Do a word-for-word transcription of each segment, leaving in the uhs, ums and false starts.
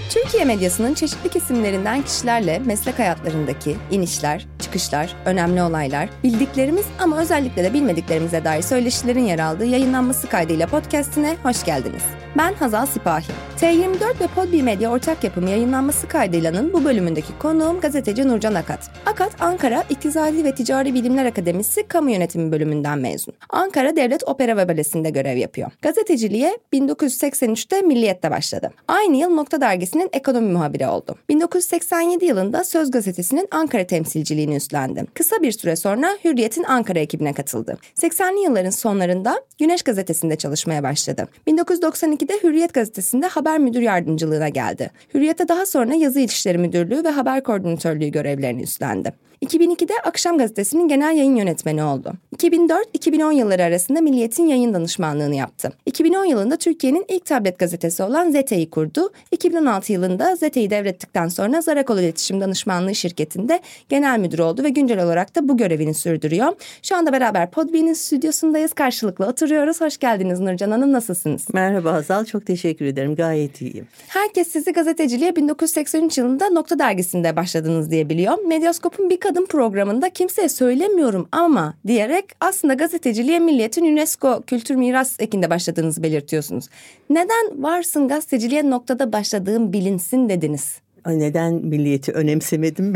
Türkiye medyasının çeşitli kesimlerinden kişilerle meslek hayatlarındaki inişler, çıkışlar, önemli olaylar, bildiklerimiz ama özellikle de bilmediklerimize dair söyleşilerin yer aldığı yayınlanması kaydıyla podcastine hoş geldiniz. Ben Hazal Sipahi. T yirmi dört ve Podbi Medya ortak yapımı yayınlanması kaydıylanın bu bölümündeki konuğum gazeteci Nurcan Akat. Akat, Ankara İktisadi ve Ticari Bilimler Akademisi Kamu Yönetimi bölümünden mezun. Ankara Devlet Opera ve Balesi'nde görev yapıyor. Gazeteciliğe bin dokuz yüz seksen üçte Milliyet'te başladı. Aynı yıl Nokta Dergisi'nin ekonomi muhabiri oldu. bin dokuz yüz seksen yedi yılında Söz Gazetesi'nin Ankara temsilciliğini üstlendi. Kısa bir süre sonra Hürriyet'in Ankara ekibine katıldı. seksenli yılların sonlarında Güneş Gazetesi'nde çalışmaya başladı. bin dokuz yüz doksan ikide Hürriyet Gazetesi'nde haber müdür yardımcılığına geldi. Hürriyet'te daha sonra yazı ilişkileri müdürlüğü ve haber koordinatörlüğü görevlerini üstlendi. iki bin ikide Akşam Gazetesi'nin genel yayın yönetmeni oldu. iki bin dört iki bin on yılları arasında Milliyet'in yayın danışmanlığını yaptı. iki bin on yılında Türkiye'nin ilk tablet gazetesi olan Zete'yi kurdu. iki bin on altı yılında Zete'yi devrettikten sonra Zarakol İletişim Danışmanlığı şirketinde genel müdür oldu ve güncel olarak da bu görevini sürdürüyor. Şu anda beraber Podbi'nin stüdyosundayız. Karşılıklı oturuyoruz. Hoş geldiniz Nurcan Hanım. Nasılsınız? Merhaba Hazal. Çok teşekkür ederim. Gayet iyiyim. Herkes sizi gazeteciliğe bin dokuz yüz seksen üç yılında Nokta Dergisi'nde başladınız diye biliyor. Medyaskop'un bir kadın programında kimseye söylemiyorum ama diyerek aslında gazeteciliğe Milliyet'in UNESCO Kültür Miras Eki'nde başladığınızı belirtiyorsunuz. Neden varsın gazeteciliğe noktada başladığım bilinsin dediniz? Neden Milliyet'i önemsemedim?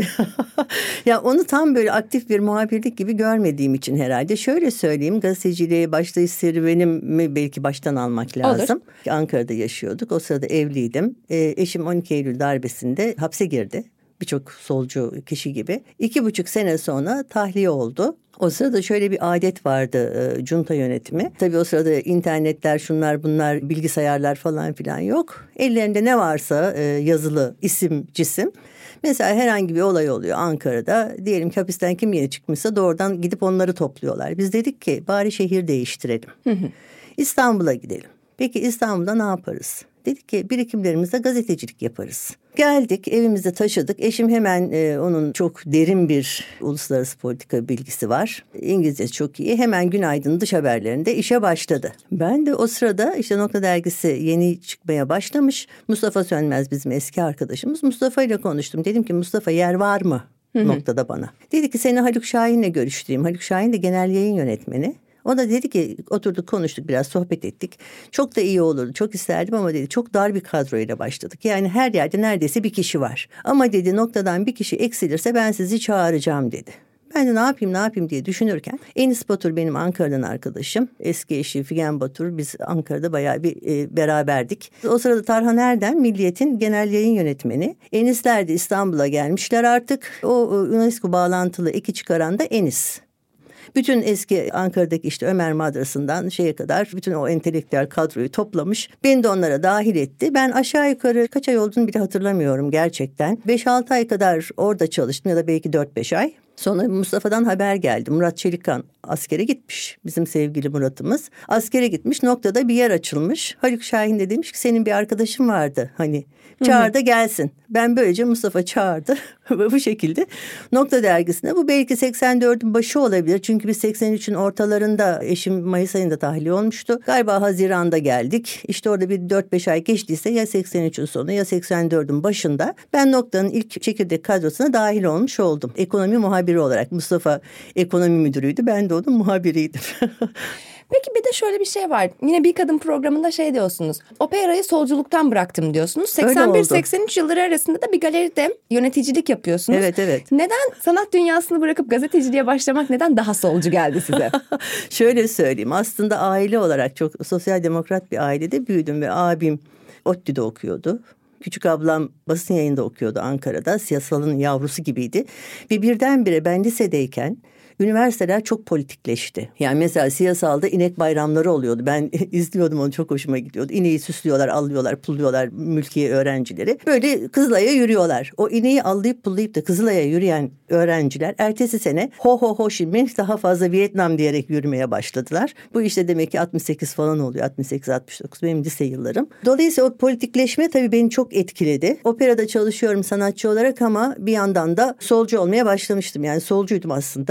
Ya onu tam böyle aktif bir muhabirlik gibi görmediğim için herhalde. Şöyle söyleyeyim, gazeteciliğe başlayış serüvenimi belki baştan almak lazım. Olur. Ankara'da yaşıyorduk. O sırada evliydim. E, eşim on iki Eylül darbesinde hapse girdi. Birçok solcu kişi gibi. İki buçuk sene sonra tahliye oldu. O sırada şöyle bir adet vardı, e, junta yönetimi. Tabii o sırada internetler, şunlar bunlar, bilgisayarlar falan filan yok. Ellerinde ne varsa e, yazılı isim, cisim. Mesela herhangi bir olay oluyor Ankara'da. Diyelim ki hapisten kim yeni çıkmışsa doğrudan gidip onları topluyorlar. Biz dedik ki bari şehir değiştirelim. İstanbul'a gidelim. Peki İstanbul'da ne yaparız? Dedik ki birikimlerimizle gazetecilik yaparız. Geldik, evimize taşıdık. Eşim hemen e, onun çok derin bir uluslararası politika bilgisi var. İngilizcesi çok iyi. Hemen Günaydın dış haberlerinde işe başladı. Ben de o sırada işte Nokta Dergisi yeni çıkmaya başlamış. Mustafa Sönmez bizim eski arkadaşımız. Mustafa ile konuştum. Dedim ki Mustafa yer var mı? Hı hı. Noktada bana. Dedi ki seni Haluk Şahin'le görüştüreyim. Haluk Şahin de genel yayın yönetmeni. O da dedi ki oturduk konuştuk biraz sohbet ettik. Çok da iyi olurdu çok isterdim ama dedi çok dar bir kadroyla başladık. Yani her yerde neredeyse bir kişi var. Ama dedi noktadan bir kişi eksilirse ben sizi çağıracağım dedi. Ben de ne yapayım ne yapayım diye düşünürken Enis Batur benim Ankara'dan arkadaşım. Eski eşi Figen Batur biz Ankara'da bayağı bir e, beraberdik. O sırada Tarhan Erdem Milliyet'in genel yayın yönetmeni. Enisler de İstanbul'a gelmişler artık. O UNESCO bağlantılı eki çıkaran da Enis. Bütün eski Ankara'daki işte Ömer Madrası'ndan şeye kadar bütün o entelektüel kadroyu toplamış. Beni de onlara dahil etti. Ben aşağı yukarı kaç ay olduğunu bile hatırlamıyorum gerçekten. beş altı ay kadar orada çalıştım ya da belki dört beş ay. Sonra Mustafa'dan haber geldi. Murat Çelikkan askere gitmiş. Bizim sevgili Murat'ımız. Askere gitmiş. Noktada bir yer açılmış. Haluk Şahin de demiş ki senin bir arkadaşın vardı. Hani çağır da gelsin. Ben böylece Mustafa çağırdı. Bu şekilde Nokta Dergisi'ne. Bu belki seksen dördün başı olabilir. Çünkü biz seksen üçün ortalarında eşim Mayıs ayında tahliye olmuştu. Galiba Haziran'da geldik. İşte orada bir dört beş ay geçtiyse ya seksen üçün sonu ya seksen dördün başında ben Nokta'nın ilk çekirdek kadrosuna dahil olmuş oldum. Ekonomi muhabiri olarak. Mustafa ekonomi müdürüydü. Ben de onun muhabiriydim. Peki bir de şöyle bir şey var. Yine bir kadın programında şey diyorsunuz. Operayı solculuktan bıraktım diyorsunuz. seksen bir seksen üç yılları arasında da bir galeride yöneticilik yapıyorsunuz. Evet evet. Neden sanat dünyasını bırakıp gazeteciliğe başlamak neden daha solcu geldi size? Şöyle söyleyeyim. Aslında aile olarak çok sosyal demokrat bir ailede büyüdüm ve abim ODTÜ'de okuyordu. Küçük ablam basın yayında okuyordu Ankara'da. Siyasalın yavrusu gibiydi. Ve birdenbire ben lisedeyken üniversiteler çok politikleşti. Yani mesela siyasalda inek bayramları oluyordu. Ben izliyordum onu çok hoşuma gidiyordu. İneği süslüyorlar, allıyorlar, pulluyorlar mülkiye öğrencileri. Böyle Kızılay'a yürüyorlar. O ineği allayıp pullayıp da Kızılay'a yürüyen öğrenciler ertesi sene ho ho ho şimdi daha fazla Vietnam diyerek yürümeye başladılar. Bu işte demek ki altmış sekiz falan oluyor. altmış sekiz altmış dokuz benim lise yıllarım. Dolayısıyla o politikleşme tabii beni çok etkiledi. Operada çalışıyorum sanatçı olarak ama bir yandan da solcu olmaya başlamıştım. Yani solcuydum aslında. Hatta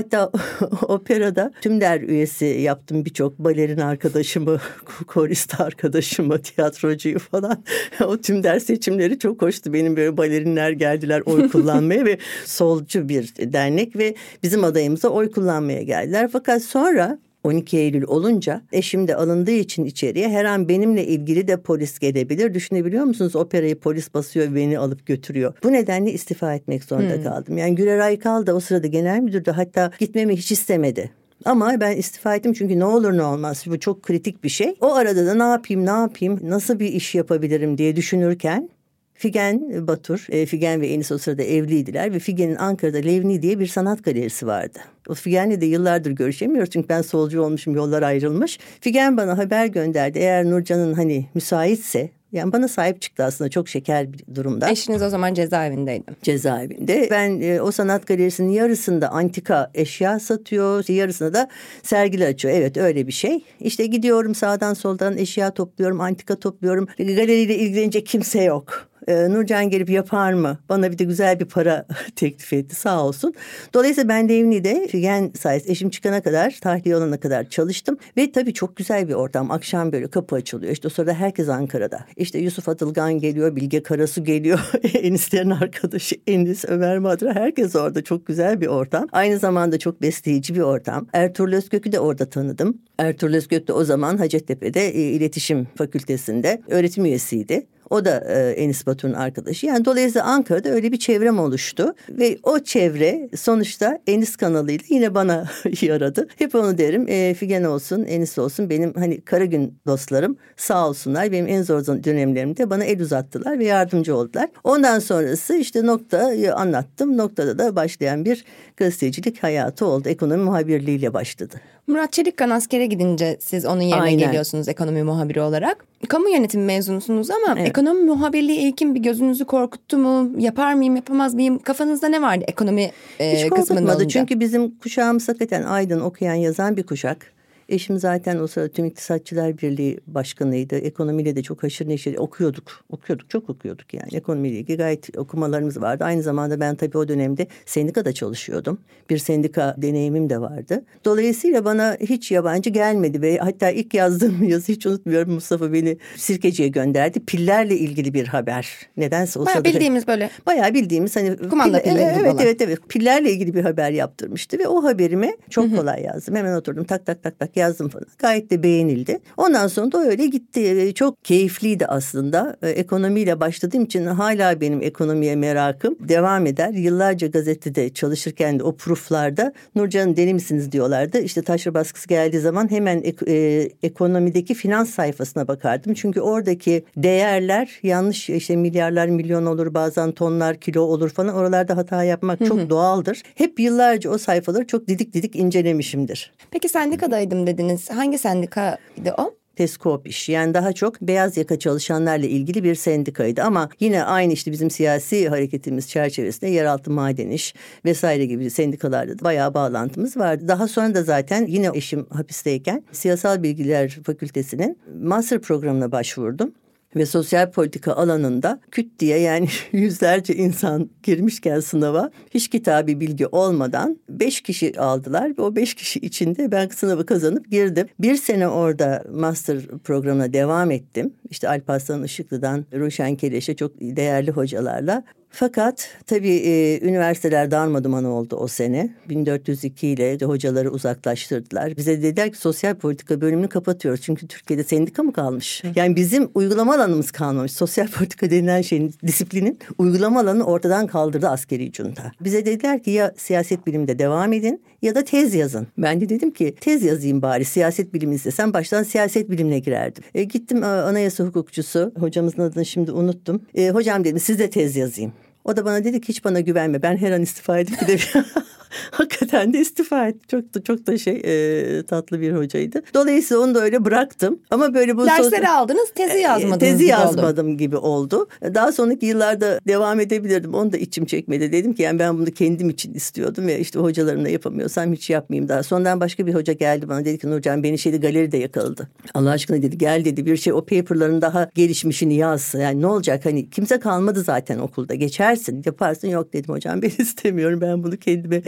Hatta operada tümder üyesi yaptım birçok balerin arkadaşımı, korist arkadaşımı, tiyatrocuyu falan. O tümder seçimleri çok hoştu. Benim böyle balerinler geldiler oy kullanmaya ve solcu bir dernek ve bizim adayımıza oy kullanmaya geldiler. Fakat sonra on iki Eylül olunca eşim de alındığı için içeriye her an benimle ilgili de polis gelebilir. Düşünebiliyor musunuz? Operayı polis basıyor, beni alıp götürüyor. Bu nedenle istifa etmek zorunda hmm. kaldım. Yani Güler Aykal da o sırada genel müdürdü. Hatta gitmemi hiç istemedi. Ama ben istifa ettim çünkü ne olur ne olmaz. Bu çok kritik bir şey. O arada da ne yapayım ne yapayım nasıl bir iş yapabilirim diye düşünürken Figen Batur, Figen ve Enis o sırada evliydiler ve Figen'in Ankara'da Levni diye bir sanat galerisi vardı. O Figen'le de yıllardır görüşemiyoruz çünkü ben solcu olmuşum, yollar ayrılmış. Figen bana haber gönderdi, eğer Nurcan'ın hani müsaitse, yani bana sahip çıktı aslında, çok şeker bir durumda. Eşiniz o zaman cezaevindeydi. Cezaevinde. Ben e, o sanat galerisinin yarısında antika eşya satıyor, yarısında da sergiler açıyor. Evet, öyle bir şey. İşte gidiyorum sağdan soldan eşya topluyorum, antika topluyorum. Galeriyle ilgilenecek kimse yok. Ee, Nurcan gelip yapar mı? Bana bir de güzel bir para teklif etti, sağ olsun. Dolayısıyla ben de Evni'de Figen sayesinde eşim çıkana kadar, tahliye olana kadar çalıştım. Ve tabii çok güzel bir ortam. Akşam böyle kapı açılıyor. İşte o sırada herkes Ankara'da. İşte Yusuf Atılgan geliyor, Bilge Karasu geliyor. Enislerin arkadaşı Enis, Ömer Madra, herkes orada. Çok güzel bir ortam. Aynı zamanda çok besleyici bir ortam. Ertuğrul Özkök'ü de orada tanıdım. Ertuğrul Özkök de o zaman Hacettepe'de e, İletişim Fakültesi'nde öğretim üyesiydi. O da e, Enis Batur'un arkadaşı. Yani dolayısıyla Ankara'da öyle bir çevrem oluştu. Ve o çevre sonuçta Enis kanalıyla yine bana yaradı. Hep onu derim. E, Figen olsun, Enis olsun, benim hani kara gün dostlarım, sağ olsunlar. Benim en zor dönemlerimde bana el uzattılar ve yardımcı oldular. Ondan sonrası işte nokta anlattım. Noktada da başlayan bir gazetecilik hayatı oldu. Ekonomi muhabirliğiyle başladı. Murat Çelikkan askere gidince siz onun yerine Aynen. geliyorsunuz ekonomi muhabiri olarak. Kamu yönetimi mezunusunuz ama evet. ekonomi muhabirliği ilkin bir gözünüzü korkuttu mu? Yapar mıyım, yapamaz mıyım? Kafanızda ne vardı ekonomi e, Hiç kısmında olunca? Çünkü bizim kuşağımız hakikaten aydın, okuyan, yazan bir kuşak. Eşim zaten o sırada Tüm İktisatçılar Birliği başkanıydı. Ekonomiyle de çok haşır neşir okuyorduk. Okuyorduk, çok okuyorduk yani. Ekonomiyle ilgili gayet okumalarımız vardı. Aynı zamanda ben tabii o dönemde sendikada çalışıyordum. Bir sendika deneyimim de vardı. Dolayısıyla bana hiç yabancı gelmedi ve hatta ilk yazdığım yazı hiç unutmuyorum. Mustafa beni Sirkeci'ye gönderdi. Pillerle ilgili bir haber. Nedense o bayağı sırada bildiğimiz böyle. Bayağı bildiğimiz hani kumanda pilleri evet, gibi evet, olan. evet evet pillerle ilgili bir haber yaptırmıştı ve o haberimi çok kolay yazdım. Hemen oturdum tak tak tak tak yazdım falan. Gayet de beğenildi. Ondan sonra da öyle gitti. Çok keyifliydi aslında. Ekonomiyle başladığım için hala benim ekonomiye merakım devam eder. Yıllarca gazetede çalışırken de o prooflarda Nurcan'ın deli misiniz diyorlardı. İşte taşra baskısı geldiği zaman hemen ek, e, ekonomideki finans sayfasına bakardım. Çünkü oradaki değerler yanlış, işte milyarlar milyon olur, bazen tonlar kilo olur falan. Oralarda hata yapmak çok hı hı. doğaldır. Hep yıllarca o sayfaları çok didik didik incelemişimdir. Peki sendikadaydım dediniz. Hangi sendikaydı o? Teskop iş, yani daha çok beyaz yaka çalışanlarla ilgili bir sendikaydı ama yine aynı işte bizim siyasi hareketimiz çerçevesinde yeraltı maden iş vesaire gibi sendikalarla da bayağı bağlantımız vardı. Daha sonra da zaten yine eşim hapisteyken Siyasal Bilgiler Fakültesi'nin master programına başvurdum. Ve sosyal politika alanında küt diye yani yüzlerce insan girmişken sınava hiç kitabi bilgi olmadan beş kişi aldılar. Ve o beş kişi içinde ben sınavı kazanıp girdim. Bir sene orada master programına devam ettim. İşte Alparslan Işıklı'dan Ruşen Keleş'e çok değerli hocalarla. Fakat tabii e, üniversiteler darmaduman oldu o sene. bin dört yüz iki ile de hocaları uzaklaştırdılar. Bize dediler ki sosyal politika bölümünü kapatıyoruz. Çünkü Türkiye'de sendika mı kalmış? Yani bizim uygulama alanımız kalmamış. Sosyal politika denilen şeyin, disiplinin uygulama alanını ortadan kaldırdı askeri junta. Bize dediler ki ya siyaset biliminde devam edin ya da tez yazın. Ben de dedim ki tez yazayım bari, siyaset bilimi istesem baştan siyaset bilimine girerdim. E, gittim anayasa hukukçusu, hocamızın adını şimdi unuttum. E, hocam dedim siz de tez yazayım. O da bana dedi ki hiç bana güvenme, ben her an istifa edip gidebilirim. Hakikaten de istifa etti. Çok da çok da şey e, tatlı bir hocaydı. Dolayısıyla onu da öyle bıraktım. Ama böyle bu dersleri sos... aldınız, tezi yazmadınız. Tezi gibi yazmadım oldu. gibi oldu. Daha sonraki yıllarda devam edebilirdim. Onu da içim çekmedi. Dedim ki yani ben bunu kendim için istiyordum ve işte hocalarımla yapamıyorsam hiç yapmayayım daha. Sonradan başka bir hoca geldi bana, dedi ki Nurcan beni şeyde galeride yakaladı. Allah aşkına dedi, gel dedi, bir şey o paperların daha gelişmişini yaz. Yani ne olacak, hani kimse kalmadı zaten okulda, geçersin yaparsın. Yok dedim hocam, ben istemiyorum, ben bunu kendime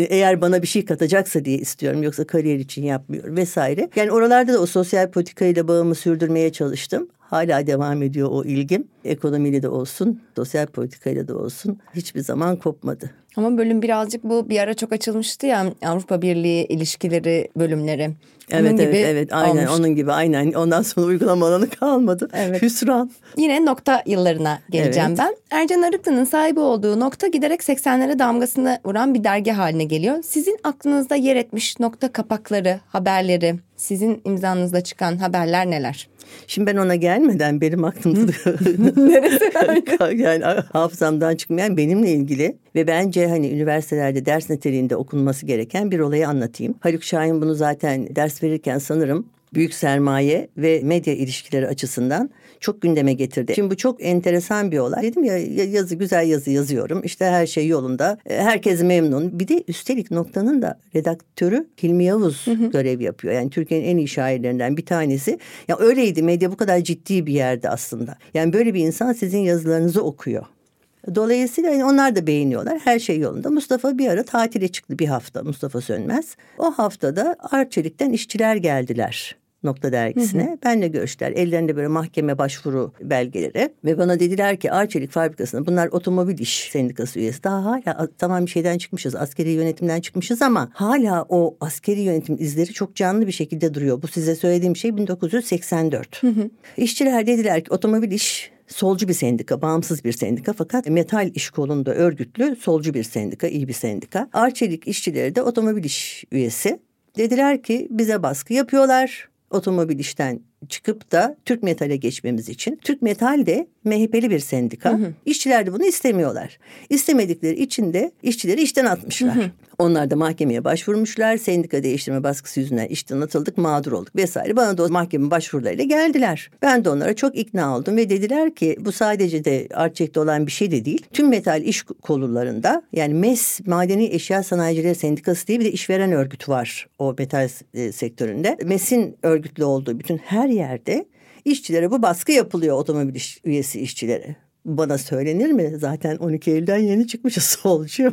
eğer bana bir şey katacaksa diye istiyorum. Yoksa kariyer için yapmıyorum vesaire. Yani oralarda da o sosyal politikayla bağımı sürdürmeye çalıştım. Hala devam ediyor o ilgim. Ekonomiyle de olsun, sosyal politikayla da olsun hiçbir zaman kopmadı. Ama bölüm birazcık bu bir ara çok açılmıştı ya, Avrupa Birliği ilişkileri bölümleri. Evet onun evet gibi evet aynen olmuştu. Onun gibi aynen ondan sonra uygulama alanı kalmadı. Evet. Hüsran. Yine Nokta yıllarına geleceğim evet. ben. Ercan Arıklı'nın sahibi olduğu Nokta giderek seksenlere damgasını vuran bir dergi haline geliyor. Sizin aklınızda yer etmiş Nokta kapakları, haberleri, sizin imzanızda çıkan haberler neler? Şimdi ben ona gelmeden benim aklımda yani hafızamdan çıkmayan benimle ilgili ve bence hani üniversitelerde ders niteliğinde okunması gereken bir olayı anlatayım. Haluk Şahin bunu zaten ders verirken sanırım büyük sermaye ve medya ilişkileri açısından çok gündeme getirdi. Şimdi bu çok enteresan bir olay. Dedim ya yazı güzel yazı yazıyorum. İşte her şey yolunda. Herkes memnun. Bir de üstelik Nokta'nın da redaktörü Hilmi Yavuz hı hı. görev yapıyor. Yani Türkiye'nin en iyi şairlerinden bir tanesi. Ya öyleydi, medya bu kadar ciddi bir yerde aslında. Yani böyle bir insan sizin yazılarınızı okuyor. Dolayısıyla yani onlar da beğeniyorlar. Her şey yolunda. Mustafa bir ara tatile çıktı bir hafta. Mustafa Sönmez. O haftada Arçelik'ten işçiler geldiler Nokta dergisine. Hı hı. Benle görüştüler. Ellerinde böyle mahkeme başvuru belgeleri. Ve bana dediler ki Arçelik fabrikasında bunlar otomobil iş sendikası üyesi. Daha hala tamam bir şeyden çıkmışız. Askeri yönetimden çıkmışız ama hala o askeri yönetim izleri çok canlı bir şekilde duruyor. Bu size söylediğim şey bin dokuz yüz seksen dört. Hı hı. İşçiler dediler ki otomobil iş solcu bir sendika, bağımsız bir sendika fakat metal iş kolunda örgütlü solcu bir sendika, iyi bir sendika. Arçelik işçileri de otomobil iş üyesi. Dediler ki bize baskı yapıyorlar. Otomobil işten çıkıp da Türk Metal'e geçmemiz için. Türk Metal de M H P'li bir sendika. Hı hı. İşçiler de bunu istemiyorlar. İstemedikleri için de işçileri işten atmışlar. Hı hı. Onlar da mahkemeye başvurmuşlar. Sendika değiştirme baskısı yüzünden işten atıldık, mağdur olduk vesaire. Bana da o mahkeme başvurularıyla geldiler. Ben de onlara çok ikna oldum ve dediler ki bu sadece de Arçelik'te olan bir şey de değil. Tüm metal iş kollarında yani M E S, Madeni Eşya Sanayicileri Sendikası diye bir de işveren örgütü var o metal e, sektöründe. M E S'in örgütlü olduğu bütün her yerde işçilere bu baskı yapılıyor, otomobil iş, üyesi işçilere. Bana söylenir mi? Zaten on iki Eylül'den yeni çıkmışız solcuyum.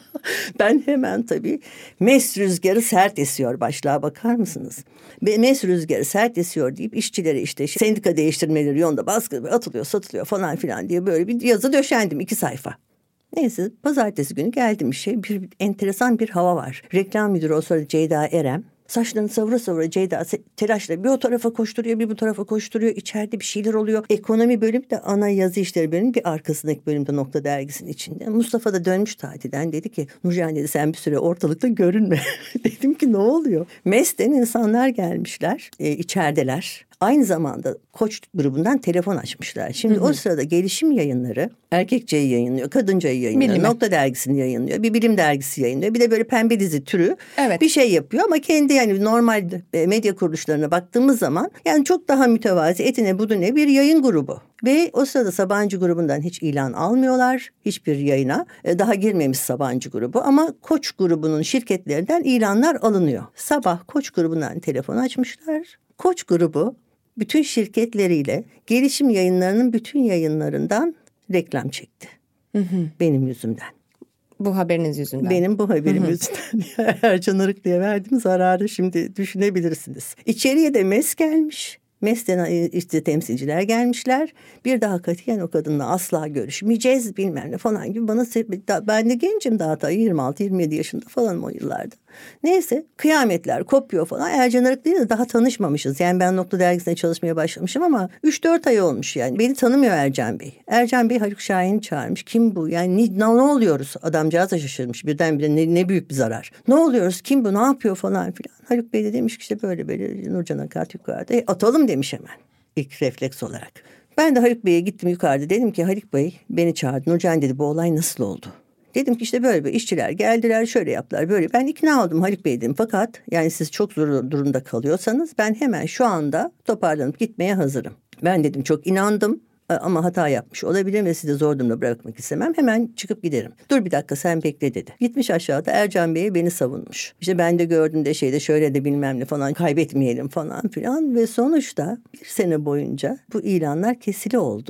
Ben hemen tabii M E S rüzgarı sert esiyor başlığa bakar mısınız? M E S rüzgarı sert esiyor deyip işçilere işte sendika değiştirmeleri yolunda baskı atılıyor, satılıyor falan filan diye böyle bir yazı döşendim iki sayfa. Neyse pazartesi günü geldim işe, bir enteresan bir hava var. Reklam müdürü o sırada Ceyda Erem. Saçlarını savura savura Ceyda telaşla bir o tarafa koşturuyor, bir bu tarafa koşturuyor. İçeride bir şeyler oluyor. Ekonomi bölümü de ana yazı işleri bölümü bir arkasındaki bölümde Nokta dergisinin içinde. Mustafa da dönmüş tatilden, dedi ki Nurcan dedi sen bir süre ortalıkta görünme. Dedim ki ne oluyor? M E S'ten insanlar gelmişler, e, içerideler. Aynı zamanda Koç grubundan telefon açmışlar. Şimdi hı hı. o sırada Gelişim Yayınları Erkekçe'yi yayınlıyor, Kadınce'yi yayınlıyor, Bilime. Nokta dergisini yayınlıyor, bir bilim dergisi yayınlıyor. Bir de böyle pembe dizi türü evet. bir şey yapıyor ama kendi yani normal medya kuruluşlarına baktığımız zaman yani çok daha mütevazi, etine budune bir yayın grubu. Ve o sırada Sabancı grubundan hiç ilan almıyorlar. Hiçbir yayına daha girmemiş Sabancı grubu ama Koç grubunun şirketlerinden ilanlar alınıyor. Sabah Koç grubundan telefon açmışlar. Koç grubu bütün şirketleriyle Gelişim Yayınları'nın bütün yayınlarından reklam çekti. Hı hı. Benim yüzümden. Bu haberiniz yüzünden. Benim bu haberim hı hı. yüzünden. Ercan Arıklı'ya verdiğim zararı şimdi düşünebilirsiniz. İçeriye de M E S gelmiş. M E S'ten işte temsilciler gelmişler. Bir daha katiyen o kadınla asla görüşmeyeceğiz bilmem ne falan gibi bana ben de gencim daha da yirmi altı yirmi yedi yaşında falan o yıllarda. Neyse kıyametler kopuyor falan. Ercan Arıklı'yla daha tanışmamışız. Yani ben Nokta dergisine çalışmaya başlamışım ama üç dört ay olmuş yani. Beni tanımıyor Ercan Bey. Ercan Bey Haluk Şahin'i çağırmış. Kim bu? Yani ne, ne oluyoruz? Adamcağız da şaşırmış. Birdenbire ne, ne büyük bir zarar. Ne oluyoruz? Kim bu? Ne yapıyor falan filan. Haluk Bey de demiş ki işte böyle böyle Nurcan Akat yukarıda. E, atalım demiş hemen. İlk refleks olarak. Ben de Haluk Bey'e gittim yukarıda. Dedim ki Haluk Bey beni çağırdı. Nurcan dedi bu olay nasıl oldu? Dedim ki işte böyle böyle işçiler geldiler şöyle yaptılar böyle. Ben ikna oldum Haluk Bey dedim. Fakat yani siz çok zor durumda kalıyorsanız ben hemen şu anda toparlanıp gitmeye hazırım. Ben dedim çok inandım ama hata yapmış olabilirim ve sizi zor durumda bırakmak istemem. Hemen çıkıp giderim. Dur bir dakika sen bekle dedi. Gitmiş aşağıda Ercan Bey'e beni savunmuş. İşte ben de gördüm de şeyde şöyle de bilmem ne falan kaybetmeyelim falan filan. Ve sonuçta bir sene boyunca bu ilanlar kesili oldu.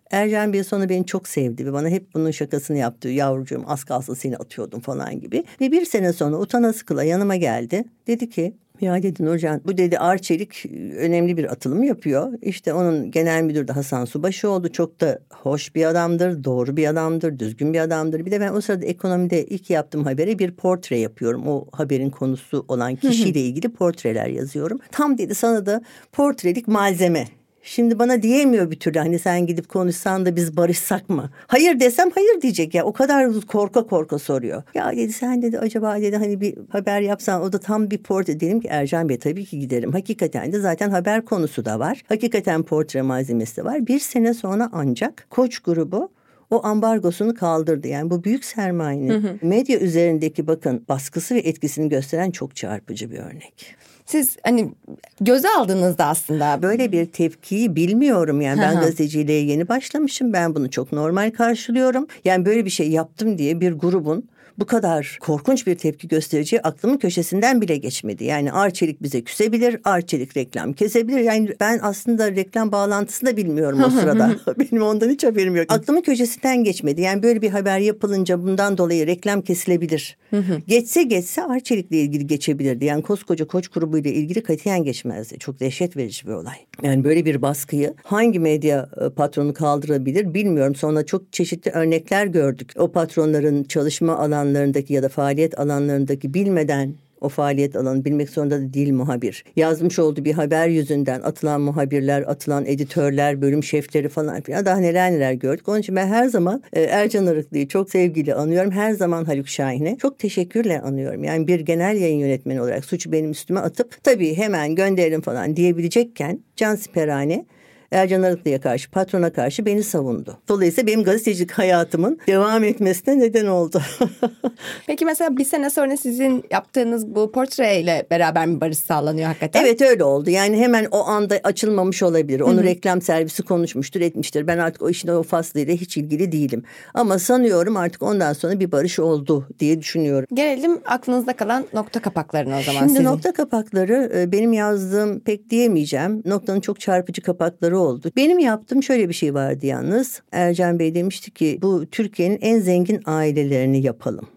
Ercan Bey sonra beni çok sevdi ve bana hep bunun şakasını yaptı. Yavrucuğum az kalsın seni atıyordum falan gibi. Ve bir sene sonra utana sıkıla yanıma geldi. Dedi ki ya dedi Nurcan, bu dedi Arçelik önemli bir atılım yapıyor. İşte onun genel müdürü de Hasan Subaşı oldu. Çok da hoş bir adamdır, doğru bir adamdır, düzgün bir adamdır. Bir de ben o sırada ekonomide ilk yaptığım habere bir portre yapıyorum. O haberin konusu olan kişiyle ilgili portreler yazıyorum. Tam dedi sana da portrelik malzeme. Şimdi bana diyemiyor bir türlü, hani sen gidip konuşsan da biz barışsak mı? Hayır desem hayır diyecek ya, o kadar korka korka soruyor. Ya dedi sen dedi acaba dedi hani bir haber yapsan, o da tam bir portre. Dedim ki Ercan Bey tabii ki giderim. Hakikaten de zaten haber konusu da var. Hakikaten portre malzemesi de var. Bir sene sonra ancak Koç grubu o ambargosunu kaldırdı. Yani bu büyük sermayenin hı hı. medya üzerindeki bakın baskısı ve etkisini gösteren çok çarpıcı bir örnek. Siz hani göze aldığınızda aslında böyle bir tepkiyi bilmiyorum yani. Ben gazeteciliğe yeni başlamışım, ben bunu çok normal karşılıyorum. Yani böyle bir şey yaptım diye bir grubun bu kadar korkunç bir tepki göstereceği aklımın köşesinden bile geçmedi. Yani Arçelik bize küsebilir, Arçelik reklam kesebilir. Yani ben aslında reklam bağlantısını da bilmiyorum o sırada. Benim ondan hiç haberim yok. Aklımın köşesinden geçmedi. Yani böyle bir haber yapılınca bundan dolayı reklam kesilebilir. Geçse geçse Arçelik'le ilgili geçebilirdi. Yani koskoca Koç grubuyla ilgili katiyen geçmezdi. Çok dehşet verici bir olay. Yani böyle bir baskıyı hangi medya patronu kaldırabilir bilmiyorum. Sonra çok çeşitli örnekler gördük. O patronların çalışma alanı alanlarındaki ya da faaliyet alanlarındaki bilmeden o faaliyet alanı bilmek zorunda da değil muhabir. Yazmış olduğu bir haber yüzünden atılan muhabirler, atılan editörler, bölüm şefleri falan filan daha neler neler gördük. Onun için ben her zaman e, Ercan Arıklı'yı çok sevgiyle anıyorum. Her zaman Haluk Şahin'e çok teşekkürle anıyorum. Yani bir genel yayın yönetmeni olarak suçu benim üstüme atıp tabii hemen gönderelim falan diyebilecekken cansiperane Ercan Arıklı'ya karşı, patrona karşı beni savundu. Dolayısıyla benim gazetecilik hayatımın devam etmesine neden oldu. Peki mesela bir sene sonra sizin yaptığınız bu portreyle beraber mi barış sağlanıyor hakikaten? Evet öyle oldu. Yani hemen o anda açılmamış olabilir. Onu Hı-hı. reklam servisi konuşmuştur, etmiştir. Ben artık o işin o faslıyla hiç ilgili değilim. Ama sanıyorum artık ondan sonra bir barış oldu diye düşünüyorum. Gelelim aklınızda kalan nokta kapaklarına o zaman. Şimdi sizin. Nokta kapakları benim yazdığım pek diyemeyeceğim. Noktanın çok çarpıcı kapakları oldu. Benim yaptığım şöyle bir şey vardı yalnız. Ercan Bey demişti ki bu Türkiye'nin en zengin ailelerini yapalım.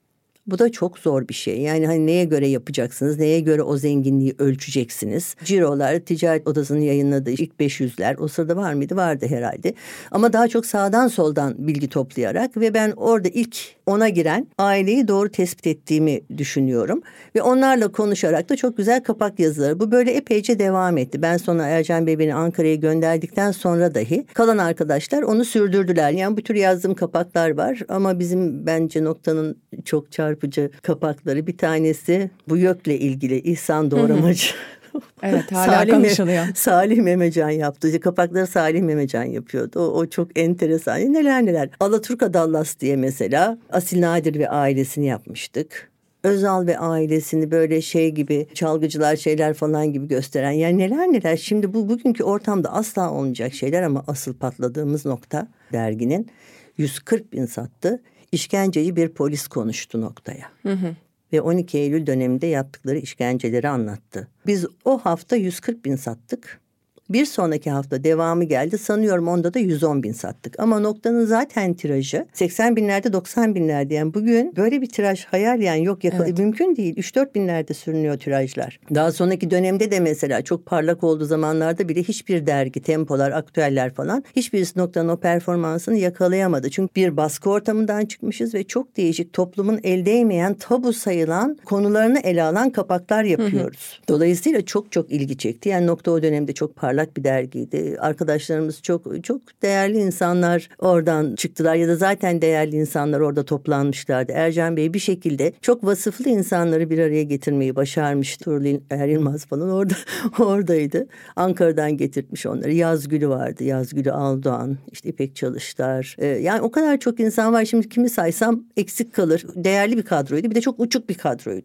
Bu da çok zor bir şey. Yani hani neye göre yapacaksınız? Neye göre o zenginliği ölçeceksiniz? Cirolar, Ticaret Odası'nın yayınladığı ilk beş yüzler. O sırada var mıydı? Vardı herhalde. Ama daha çok sağdan soldan bilgi toplayarak ve ben orada ilk ona giren aileyi doğru tespit ettiğimi düşünüyorum. Ve onlarla konuşarak da çok güzel kapak yazıları. Bu böyle epeyce devam etti. Ben sonra Ercan Bey beni Ankara'ya gönderdikten sonra dahi kalan arkadaşlar onu sürdürdüler. Yani bu tür yazdığım kapaklar var. Ama bizim bence Nokta'nın çok çarpıcı kapakları. Bir tanesi bu YÖK'le ilgili İhsan Doğramacı. Evet hala Salih konuşuluyor. Salih Memecan yaptı. Kapakları Salih Memecan yapıyordu. O, o çok enteresan. Neler neler. Alaturka Dallas diye mesela Asil Nadir ve ailesini yapmıştık. Özal ve ailesini böyle şey gibi çalgıcılar şeyler falan gibi gösteren. Yani neler neler. Şimdi bu bugünkü ortamda asla olmayacak şeyler ama asıl patladığımız nokta derginin yüz kırk bin sattı. İşkenceci bir polis konuştu Nokta'ya. Hı hı. Ve on iki Eylül döneminde yaptıkları işkenceleri anlattı. Biz o hafta yüz kırk bin sattık. Bir sonraki hafta devamı geldi. Sanıyorum onda da yüz on bin sattık. Ama Nokta'nın zaten tirajı seksen binlerde doksan binlerde. Yani bugün böyle bir tiraj hayal yani yok yakala- evet. mümkün değil. üç dört binlerde sürünüyor tirajlar. Daha sonraki dönemde de mesela çok parlak olduğu zamanlarda bile hiçbir dergi, Tempolar, Aktüeller falan hiçbirisi Nokta'nın o performansını yakalayamadı. Çünkü bir baskı ortamından çıkmışız ve çok değişik toplumun el değmeyen tabu sayılan konularını ele alan kapaklar yapıyoruz. Hı hı. Dolayısıyla çok çok ilgi çekti. Yani Nokta o dönemde çok parlak bir dergiydi. Arkadaşlarımız çok çok değerli insanlar oradan çıktılar ya da zaten değerli insanlar orada toplanmışlardı. Ercan Bey bir şekilde çok vasıflı insanları bir araya getirmeyi başarmıştı. Turli Er Yılmaz falan orada oradaydı. Ankara'dan getirtmiş onları. Yazgül'ü vardı. Yazgül'ü Aldoğan, işte İpek Çalışlar. Ee, yani o kadar çok insan var. Şimdi kimi saysam eksik kalır. Değerli bir kadroydu. Bir de çok uçuk bir kadroydu.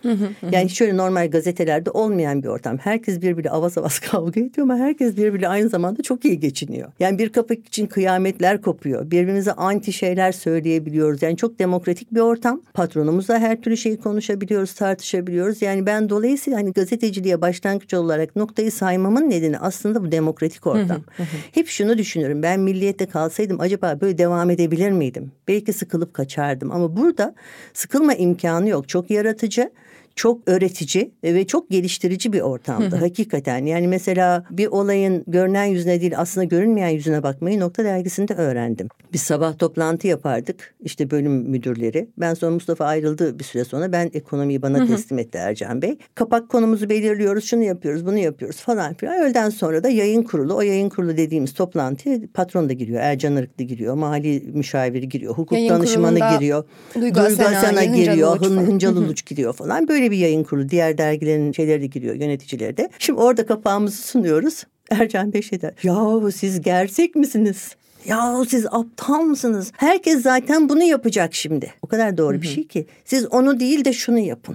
Yani şöyle normal gazetelerde olmayan bir ortam. Herkes birbiriyle avaz avaz kavga ediyor ama herkes birbiriyle aynı zamanda çok iyi geçiniyor. Yani bir kapı için kıyametler kopuyor. Birbirimize anti şeyler söyleyebiliyoruz. Yani çok demokratik bir ortam. Patronumuzla her türlü şeyi konuşabiliyoruz, tartışabiliyoruz. Yani ben dolayısıyla hani gazeteciliğe başlangıç olarak noktayı saymamın nedeni aslında bu demokratik ortam. Hep şunu düşünürüm. Ben Milliyet'te kalsaydım acaba böyle devam edebilir miydim? Belki sıkılıp kaçardım ama burada sıkılma imkanı yok. Çok yaratıcı, çok öğretici ve çok geliştirici bir ortamdı hakikaten. Yani mesela bir olayın görünen yüzüne değil aslında görünmeyen yüzüne bakmayı Nokta Dergisi'nde öğrendim. Bir sabah toplantı yapardık işte bölüm müdürleri. Ben sonra Mustafa ayrıldı bir süre sonra ben ekonomiyi bana teslim etti Ercan Bey. Kapak konumuzu belirliyoruz, şunu yapıyoruz, bunu yapıyoruz falan filan. Öğleden sonra da yayın kurulu, o yayın kurulu dediğimiz toplantıya patron da giriyor, Ercan Arıklı giriyor, mali müşaviri giriyor, hukuk yayın danışmanı giriyor, Duygu Asena giriyor, Hıncal Uluç giriyor falan. Böyle bir yayın kurulu, diğer dergilerin şeyleri de giriyor, yöneticileri de. Şimdi orada kapağımızı sunuyoruz. Ercan Bey şey der, yahu siz gerçek misiniz? Yahu siz aptal mısınız? Herkes zaten bunu yapacak şimdi. O kadar doğru bir şey ki. Siz onu değil de şunu yapın.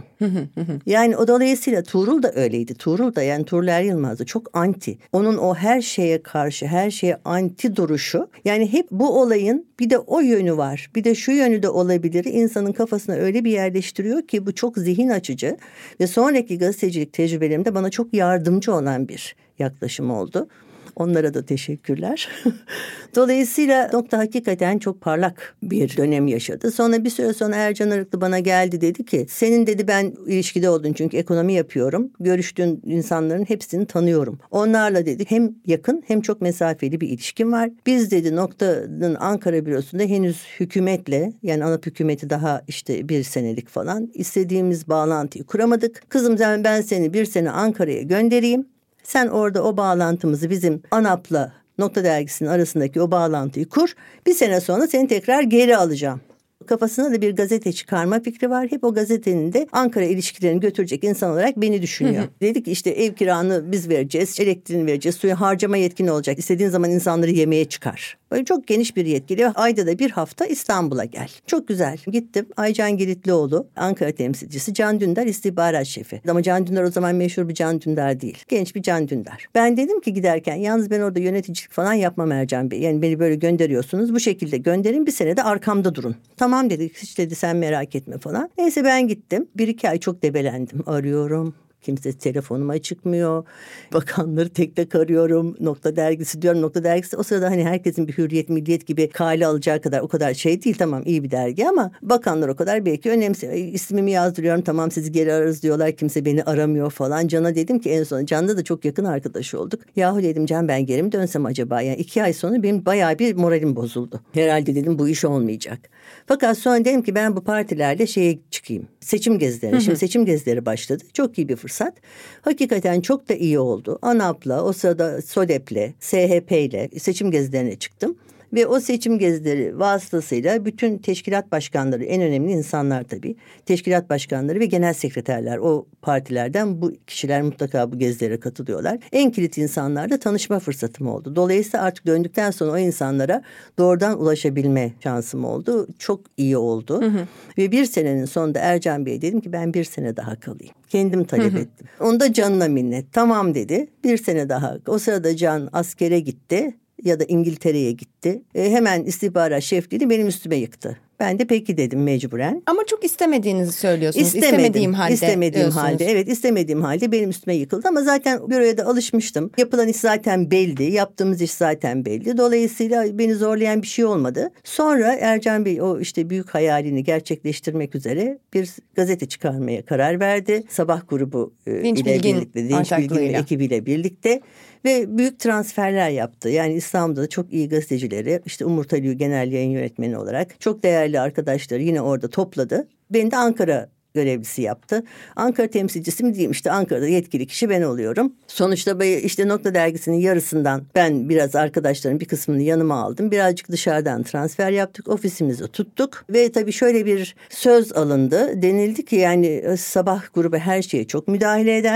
Yani o dolayısıyla Tuğrul da öyleydi. Tuğrul da yani Tuğrul Er Yılmaz da çok anti. Onun o her şeye karşı, her şeye anti duruşu. Yani hep bu olayın bir de o yönü var. Bir de şu yönü de olabilir. İnsanın kafasına öyle bir yerleştiriyor ki bu çok zihin açıcı. Ve sonraki gazetecilik tecrübelerimde bana çok yardımcı olan bir yaklaşım oldu. Onlara da teşekkürler. Dolayısıyla Nokta hakikaten çok parlak bir dönem yaşadı. Sonra bir süre sonra Ercan Arıklı bana geldi, dedi ki senin dedi ben ilişkide oldun çünkü ekonomi yapıyorum. Görüştüğün insanların hepsini tanıyorum. Onlarla dedi hem yakın hem çok mesafeli bir ilişkin var. Biz dedi Nokta'nın Ankara bürosunda henüz hükümetle yani ANAP hükümeti daha işte bir senelik falan istediğimiz bağlantıyı kuramadık. Kızım ben seni bir sene Ankara'ya göndereyim. Sen orada o bağlantımızı bizim ANAP'la Nokta Dergisi'nin arasındaki o bağlantıyı kur. Bir sene sonra seni tekrar geri alacağım. Kafasına da bir gazete çıkarma fikri var. Hep o gazetenin de Ankara ilişkilerini götürecek insan olarak beni düşünüyor. Hı hı. Dedi ki işte ev kiranı biz vereceğiz, elektriğini vereceğiz, suyu harcama yetkin olacak. İstediğin zaman insanları yemeğe çıkar. Böyle çok geniş bir yetkili. Ayda da bir hafta İstanbul'a gel. Çok güzel. Gittim. Aycan Giritlioğlu, Ankara temsilcisi. Can Dündar istihbarat şefi. Ama Can Dündar o zaman meşhur bir Can Dündar değil. Genç bir Can Dündar. Ben dedim ki giderken yalnız ben orada yöneticilik falan yapmam Ercan Bey. Yani beni böyle gönderiyorsunuz. Bu şekilde gönderin, bir sene de arkamda durun. Tamam dedi. Hiç dedi sen merak etme falan. Neyse ben gittim. Bir iki ay çok debelendim. Arıyorum. Kimse telefonuma çıkmıyor. Bakanları tek tek arıyorum. Nokta Dergisi diyorum. Nokta Dergisi o sırada hani herkesin bir Hürriyet, Milliyet gibi kale alacağı kadar o kadar şey değil. Tamam iyi bir dergi ama bakanlar o kadar belki önemsiyor. İsmimi yazdırıyorum. Tamam sizi geri ararız diyorlar. Kimse beni aramıyor falan. Can'a dedim ki en son Can'la da çok yakın arkadaş olduk. Yahu dedim Can ben geri mi dönsem acaba? Yani iki ay sonra benim bayağı bir moralim bozuldu. Herhalde dedim bu iş olmayacak. Fakat sonra dedim ki ben bu partilerle şeye çıkayım. Seçim gezilerine. Şimdi seçim gezileri başladı. Çok iyi bir fırsat. Hakikaten çok da iyi oldu. ANAP'la, o sırada SODEP'le, S H P'yle seçim gezilerine çıktım. Ve o seçim gezileri vasıtasıyla bütün teşkilat başkanları, en önemli insanlar tabii, teşkilat başkanları ve genel sekreterler o partilerden bu kişiler mutlaka bu gezilere katılıyorlar. En kilit insanlarla tanışma fırsatım oldu. Dolayısıyla artık döndükten sonra o insanlara doğrudan ulaşabilme şansım oldu. Çok iyi oldu. Hı hı. Ve bir senenin sonunda Ercan Bey'e dedim ki ben bir sene daha kalayım. Kendim talep hı hı. ettim. Onu da Can'la minnet. Tamam dedi. Bir sene daha. O sırada Can askere gitti. Ya da İngiltere'ye gitti. E, hemen istihbarat şefliğini benim üstüme yıktı. Ben de peki dedim mecburen. Ama çok istemediğinizi söylüyorsunuz. İstemedim, İstemediğim halde istemediğim diyorsunuz. halde. Evet istemediğim halde benim üstüme yıkıldı. Ama zaten büroya da alışmıştım. Yapılan iş zaten belli. Yaptığımız iş zaten belli. Dolayısıyla beni zorlayan bir şey olmadı. Sonra Ercan Bey o işte büyük hayalini gerçekleştirmek üzere bir gazete çıkarmaya karar verdi. Sabah grubu Dinç ile Bilgin birlikte, Dinç Bilgin ekibiyle birlikte. Ve büyük transferler yaptı. Yani İstanbul'da da çok iyi gazetecileri, işte Umur Talıyor genel yayın yönetmeni olarak çok değerli arkadaşları yine orada topladı. Beni de Ankara görevlisi yaptı. Ankara temsilcisi mi diyeyim, işte Ankara'da yetkili kişi ben oluyorum. Sonuçta işte Nokta Dergisi'nin yarısından ben biraz arkadaşların bir kısmını yanıma aldım. Birazcık dışarıdan transfer yaptık. Ofisimizi tuttuk ve tabii şöyle bir söz alındı. Denildi ki yani Sabah grubu her şeye çok müdahale eder.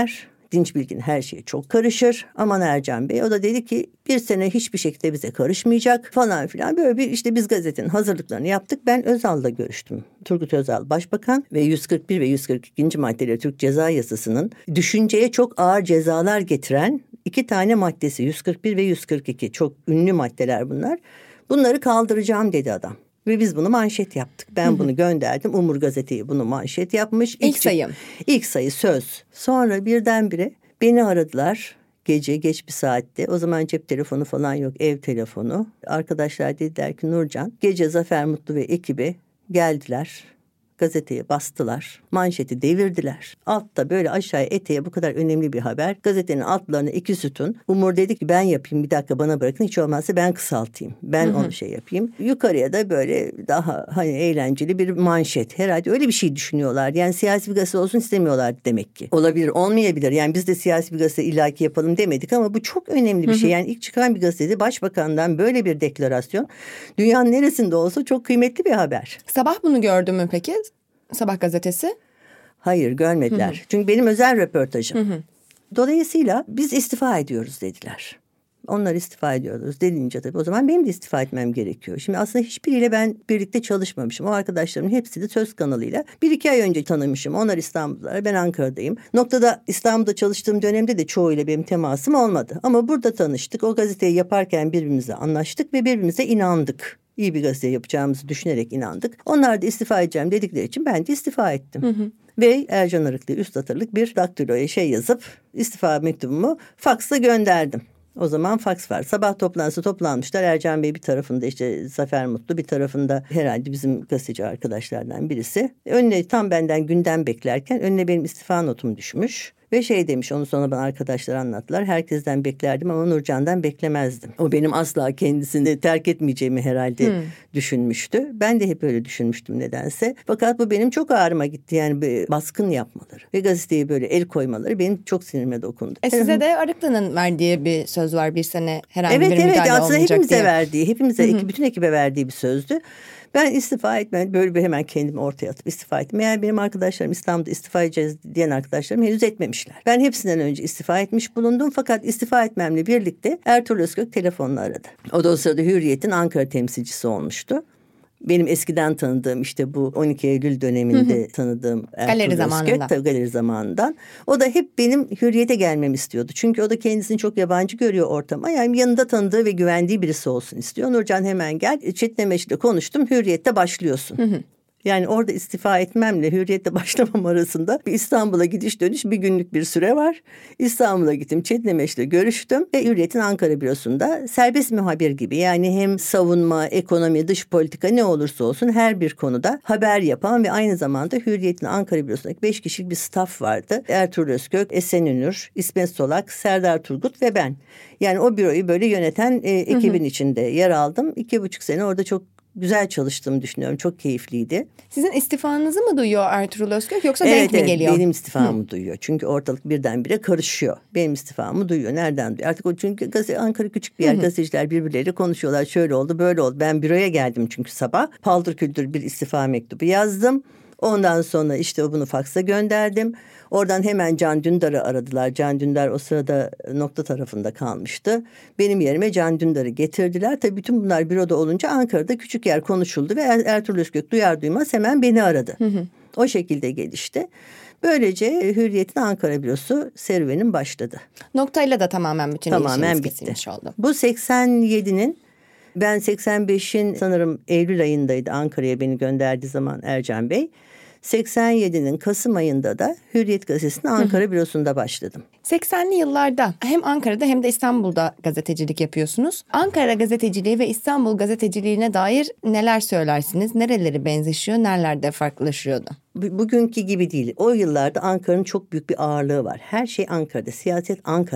Dinç Bilgin her şeye çok karışır. Aman Ercan Bey. O da dedi ki bir sene hiçbir şekilde bize karışmayacak falan filan. Böyle bir işte biz gazetenin hazırlıklarını yaptık. Ben Özal'la görüştüm. Turgut Özal Başbakan ve yüz kırk bir ve yüz kırk ikinci maddeleri Türk Ceza Yasası'nın düşünceye çok ağır cezalar getiren iki tane maddesi, yüz kırk bir ve yüz kırk iki, çok ünlü maddeler bunlar. Bunları kaldıracağım dedi adam. Ve biz bunu manşet yaptık. Ben hı hı. bunu gönderdim. Umur gazeteyi bunu manşet yapmış. İlk, ilk sayı. İlk sayı söz. Sonra birdenbire beni aradılar. Gece geç bir saatte. O zaman cep telefonu falan yok, ev telefonu. Arkadaşlar dediler ki Nurcan, gece Zafer Mutlu ve ekibi geldiler. Gazeteye bastılar. Manşeti devirdiler. Altta böyle aşağıya eteğe bu kadar önemli bir haber. Gazetenin altlarına iki sütun. Umur dedi ki ben yapayım, bir dakika bana bırakın. Hiç olmazsa ben kısaltayım. Ben hı hı. onu şey yapayım. Yukarıya da böyle daha hani eğlenceli bir manşet. Herhalde öyle bir şey düşünüyorlar. Yani siyasi bir gazete olsun istemiyorlar demek ki. Olabilir, olmayabilir. Yani biz de siyasi bir gazete illaki yapalım demedik ama bu çok önemli bir hı hı. şey. Yani ilk çıkan bir gazetede başbakandan böyle bir deklarasyon dünyanın neresinde olsa çok kıymetli bir haber. Sabah bunu gördün mü peki? Sabah gazetesi? Hayır, görmediler. Hı hı. Çünkü benim özel röportajım. Hı hı. Dolayısıyla biz istifa ediyoruz dediler. Onlar istifa ediyoruz dediğince tabii o zaman benim de istifa etmem gerekiyor. Şimdi aslında hiçbiriyle ben birlikte çalışmamışım. O arkadaşlarımın hepsi de Söz kanalıyla bir iki ay önce tanımışım. Onlar İstanbul'da, ben Ankara'dayım. Noktada İstanbul'da çalıştığım dönemde de çoğuyla benim temasım olmadı. Ama burada tanıştık. O gazeteyi yaparken birbirimize anlaştık ve birbirimize inandık. İyi bir gazete yapacağımızı düşünerek inandık. Onlar da istifa edeceğim dedikleri için ben de istifa ettim. Hı hı. Ve Ercan Arıklı üst satırlık bir daktiloya şey yazıp istifa mektubumu faksla gönderdim. O zaman faks var. Sabah toplantısı toplanmışlar. Ercan Bey bir tarafında işte Zafer Mutlu, bir tarafında herhalde bizim gazeteci arkadaşlardan birisi. Önüne tam benden gündem beklerken önüne benim istifa notum düşmüş. Ve şey demiş, onu sonra bana arkadaşlar anlattılar. Herkesten beklerdim ama Nurcan'dan beklemezdim. O benim asla kendisini terk etmeyeceğimi herhalde hmm. düşünmüştü. Ben de hep öyle düşünmüştüm nedense. Fakat bu benim çok ağrıma gitti. Yani bir baskın yapmaları ve gazeteye böyle el koymaları benim çok sinirime dokundu. E size de Arıklı'nın verdiği bir söz var, bir sene herhangi evet, bir evet, müdahale evet, olmayacak diye. Evet, aslında hepimize verdiği, hepimize, Hı-hı. bütün ekibe verdiği bir sözdü. Ben istifa etmem, böyle bir hemen kendimi ortaya atıp istifa ettim. Meğer benim arkadaşlarım İstanbul'da istifa edeceğiz diyen arkadaşlarım henüz etmemişler. Ben hepsinden önce istifa etmiş bulundum. Fakat istifa etmemle birlikte Ertuğrul Özkök telefonla aradı. O da o sırada Hürriyet'in Ankara temsilcisi olmuştu. Benim eskiden tanıdığım işte bu on iki Eylül döneminde hı hı. tanıdığım galeri zamanından. Tabii galeri zamanından. O da hep benim Hürriyet'e gelmemi istiyordu. Çünkü o da kendisini çok yabancı görüyor ortama. Yani yanında tanıdığı ve güvendiği birisi olsun istiyor. Nurcan hemen gel. Çetin Emeş'le konuştum. Hürriyet'te başlıyorsun. Hı hı. Yani orada istifa etmemle Hürriyet'te başlamam arasında bir İstanbul'a gidiş dönüş bir günlük bir süre var. İstanbul'a gittim, Çetin Emeş'le görüştüm ve Hürriyet'in Ankara bürosunda serbest muhabir gibi, yani hem savunma, ekonomi, dış politika ne olursa olsun her bir konuda haber yapan ve aynı zamanda Hürriyet'in Ankara bürosundaki beş kişilik bir staff vardı. Ertuğrul Özkök, Esen Ünür, İsmet Solak, Serdar Turgut ve ben. Yani o büroyu böyle yöneten e, ekibin hı hı. içinde yer aldım. İki buçuk sene orada çok güzel çalıştığımı düşünüyorum. Çok keyifliydi. Sizin istifanızı mı duyuyor Ertuğrul Özkök yoksa evet, denk mi evet, geliyor? Benim istifamı Hı. duyuyor. Çünkü ortalık birdenbire karışıyor. Benim istifamı duyuyor. Nereden duyuyor? Artık o çünkü gazete, Ankara küçük bir yer. Hı. Gazeteciler birbirleriyle konuşuyorlar. Şöyle oldu, böyle oldu. Ben büroya geldim çünkü sabah. Paldır küldür bir istifa mektubu yazdım. Ondan sonra işte bunu faksa gönderdim. Oradan hemen Can Dündar'ı aradılar. Can Dündar o sırada Nokta tarafında kalmıştı. Benim yerime Can Dündar'ı getirdiler. Tabii bütün bunlar büroda olunca Ankara'da küçük yer konuşuldu ve Ertuğrul Özkök duyar duymaz hemen beni aradı. Hı hı. O şekilde gelişti. Böylece Hürriyet'in Ankara bürosu serüvenim başladı. Noktayla da tamamen bütün tamamen ilişkiniz kesilmiş oldu. Bu seksen yedinin ben seksen beşin sanırım Eylül ayındaydı Ankara'ya beni gönderdiği zaman Ercan Bey. seksen yedinin Kasım ayında da Hürriyet Gazetesi'nin Ankara Hı-hı. bürosunda başladım. seksenli yıllarda hem Ankara'da hem de İstanbul'da gazetecilik yapıyorsunuz. Ankara gazeteciliği ve İstanbul gazeteciliğine dair neler söylersiniz? Nereleri benzeşiyor, nerelerde farklılaşıyordu? Bugünkü gibi değil. O yıllarda Ankara'nın çok büyük bir ağırlığı var. Her şey Ankara'da, siyaset Ankara'da.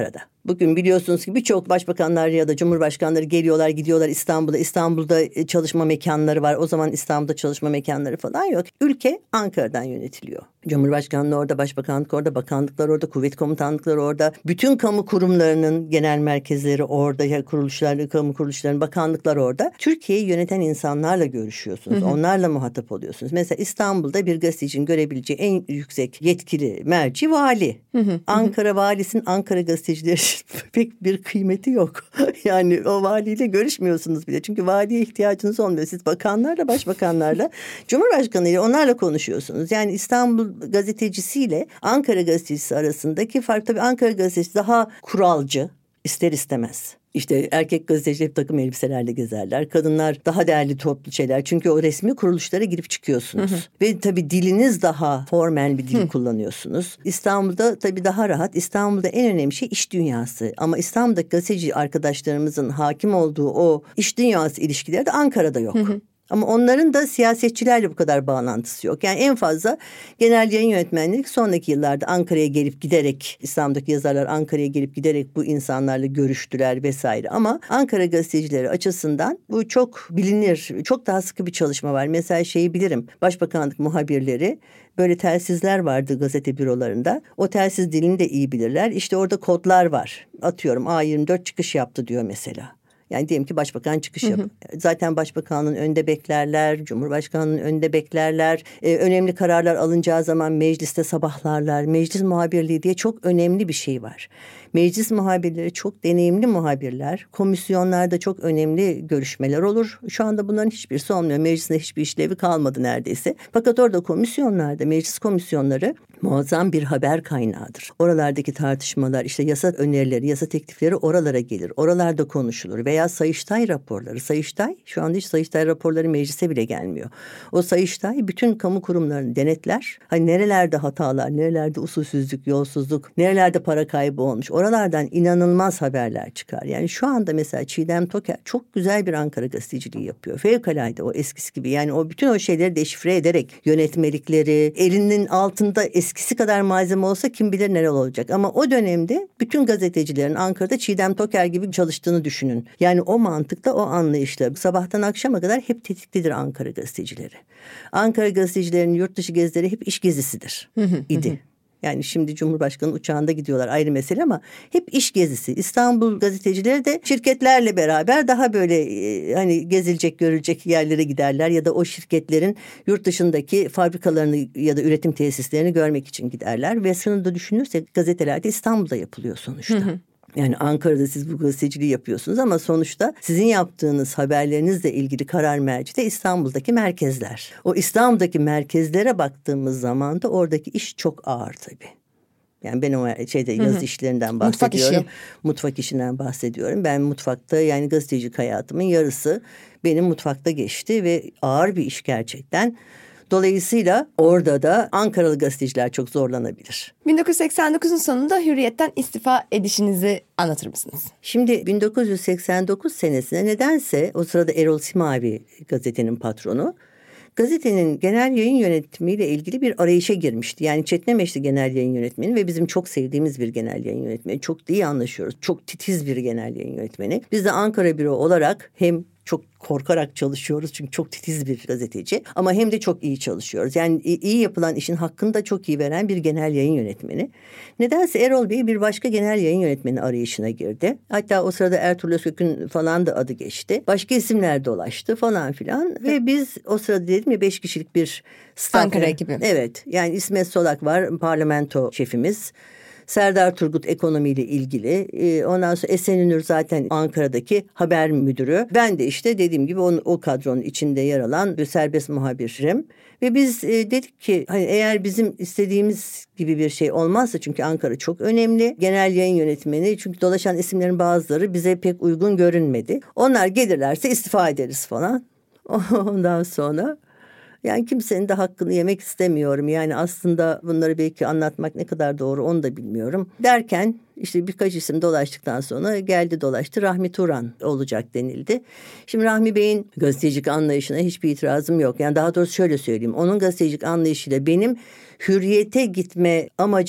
Bugün biliyorsunuz ki birçok başbakanlar ya da cumhurbaşkanları geliyorlar, gidiyorlar İstanbul'da. İstanbul'da çalışma mekanları var. O zaman İstanbul'da çalışma mekanları falan yok. Ülke Ankara'dan yönetiliyor. Cumhurbaşkanlığı orada, başbakanlık orada, bakanlıklar orada, kuvvet komutanlıkları orada. Bütün kamu kurumlarının genel merkezleri orada, ya kuruluşlar, kamu kuruluşlarının, bakanlıklar orada. Türkiye'yi yöneten insanlarla görüşüyorsunuz. Hı hı. Onlarla muhatap oluyorsunuz. Mesela İstanbul'da bir gazetecinin görebileceği en yüksek yetkili merci vali. Hı hı. Ankara valisinin Ankara gazetecileri pek bir kıymeti yok. Yani o valiyle görüşmüyorsunuz bile. Çünkü valiye ihtiyacınız olmuyor. Siz bakanlarla, başbakanlarla, cumhurbaşkanıyla onlarla konuşuyorsunuz. Yani İstanbul gazetecisiyle Ankara gazetecisi arasındaki fark, tabii Ankara gazetecisi daha kuralcı, ister istemez. İşte erkek gazeteciler hep takım elbiselerle gezerler. Kadınlar daha değerli toplu şeyler. Çünkü o resmi kuruluşlara girip çıkıyorsunuz. Hı hı. Ve tabii diliniz daha formal bir dil hı. kullanıyorsunuz. İstanbul'da tabii daha rahat. İstanbul'da en önemli şey iş dünyası. Ama İstanbul'daki gazeteci arkadaşlarımızın hakim olduğu o iş dünyası ilişkileri de Ankara'da yok. Hı hı. Ama onların da siyasetçilerle bu kadar bağlantısı yok. Yani en fazla genel yayın yönetmenliği sonraki yıllarda Ankara'ya gelip giderek, İstanbul'daki yazarlar Ankara'ya gelip giderek bu insanlarla görüştüler vesaire. Ama Ankara gazetecileri açısından bu çok bilinir, çok daha sıkı bir çalışma var. Mesela şeyi bilirim, Başbakanlık muhabirleri böyle telsizler vardı gazete bürolarında. O telsiz dilini de iyi bilirler. İşte orada kodlar var. Atıyorum A yirmi dört çıkış yaptı diyor mesela. Yani diyelim ki başbakan çıkış yapıyor. Zaten başbakanın önünde beklerler, cumhurbaşkanının önünde beklerler. Ee, önemli kararlar alınacağı zaman mecliste sabahlarlar. Meclis muhabirliği diye çok önemli bir şey var. Meclis muhabirleri çok deneyimli muhabirler. Komisyonlarda çok önemli görüşmeler olur. Şu anda bunların hiçbirisi olmuyor. Meclisinde hiçbir işlevi kalmadı neredeyse. Fakat orada komisyonlarda, meclis komisyonları muazzam bir haber kaynağıdır. Oralardaki tartışmalar, işte yasa önerileri, yasa teklifleri oralara gelir. Oralarda konuşulur. Veya Sayıştay raporları. Sayıştay, şu anda hiç Sayıştay raporları meclise bile gelmiyor. O Sayıştay bütün kamu kurumlarını denetler. Hani nerelerde hatalar, nerelerde usulsüzlük, yolsuzluk, nerelerde para kaybı olmuş. Oralardan inanılmaz haberler çıkar. Yani şu anda mesela Çiğdem Toker çok güzel bir Ankara gazeteciliği yapıyor. Fevkalade o eskisi gibi. Yani o bütün o şeyleri deşifre ederek yönetmelikleri, elinin altında eskisi kadar malzeme olsa kim bilir neler olacak. Ama o dönemde bütün gazetecilerin Ankara'da Çiğdem Toker gibi çalıştığını düşünün. Yani o mantıkla, o anlayışla sabahtan akşama kadar hep tetiklidir Ankara gazetecileri. Ankara gazetecilerinin yurt dışı gezileri hep iş gezisidir idi. Yani şimdi Cumhurbaşkanı uçağında gidiyorlar, ayrı mesele, ama hep iş gezisi. İstanbul gazetecileri de şirketlerle beraber daha böyle e, hani gezilecek, görülecek yerlere giderler ya da o şirketlerin yurt dışındaki fabrikalarını ya da üretim tesislerini görmek için giderler. Ve şunu da düşünürsek gazetelerde İstanbul'da yapılıyor sonuçta. Hı hı. Yani Ankara'da siz bu gazeteciliği yapıyorsunuz ama sonuçta sizin yaptığınız haberlerinizle ilgili karar merci de İstanbul'daki merkezler. O İstanbul'daki merkezlere baktığımız zaman da oradaki iş çok ağır tabii. Yani ben o şeyde yazı hı hı. işlerinden bahsediyorum. Mutfak işi. Mutfak işinden bahsediyorum. Ben mutfakta, yani gazetecilik hayatımın yarısı benim mutfakta geçti ve ağır bir iş gerçekten. Dolayısıyla orada da Ankaralı gazeteciler çok zorlanabilir. bin dokuz yüz seksen dokuzun sonunda Hürriyet'ten istifa edişinizi anlatır mısınız? Şimdi bin dokuz yüz seksen dokuz senesinde nedense o sırada Erol Simavi gazetenin patronu, gazetenin genel yayın yönetimiyle ilgili bir arayışa girmişti. Yani Çetnemeşli genel yayın yönetmeni ve bizim çok sevdiğimiz bir genel yayın yönetmeni. Çok iyi anlaşıyoruz. Çok titiz bir genel yayın yönetmeni. Biz de Ankara büro olarak hem çok korkarak çalışıyoruz çünkü çok titiz bir gazeteci, ama hem de çok iyi çalışıyoruz. Yani iyi yapılan işin hakkını da çok iyi veren bir genel yayın yönetmeni. Nedense Erol Bey bir başka genel yayın yönetmeni arayışına girdi. Hatta o sırada Ertuğrul Özkök'ün falan da adı geçti. Başka isimler dolaştı falan filan ve biz o sırada dedim ya beş kişilik bir staff. Ankara ekibi. Evet, yani İsmet Solak var, parlamento şefimiz. Serdar Turgut ekonomiyle ilgili. Ondan sonra Esenünür zaten Ankara'daki haber müdürü. Ben de işte dediğim gibi onun, o kadronun içinde yer alan bir serbest muhabirim. Ve biz e, dedik ki hani eğer bizim istediğimiz gibi bir şey olmazsa, çünkü Ankara çok önemli. Genel yayın yönetmeni, çünkü dolaşan isimlerin bazıları bize pek uygun görünmedi. Onlar gelirlerse istifa ederiz falan. Ondan sonra... Yani kimsenin de hakkını yemek istemiyorum. Yani aslında bunları belki anlatmak ne kadar doğru onu da bilmiyorum. Derken işte birkaç isim dolaştıktan sonra geldi dolaştı Rahmi Turan olacak denildi. Şimdi Rahmi Bey'in gazetecilik anlayışına hiçbir itirazım yok. Yani daha doğrusu şöyle söyleyeyim. Onun gazetecilik anlayışıyla benim Hürriyet'e gitme amacım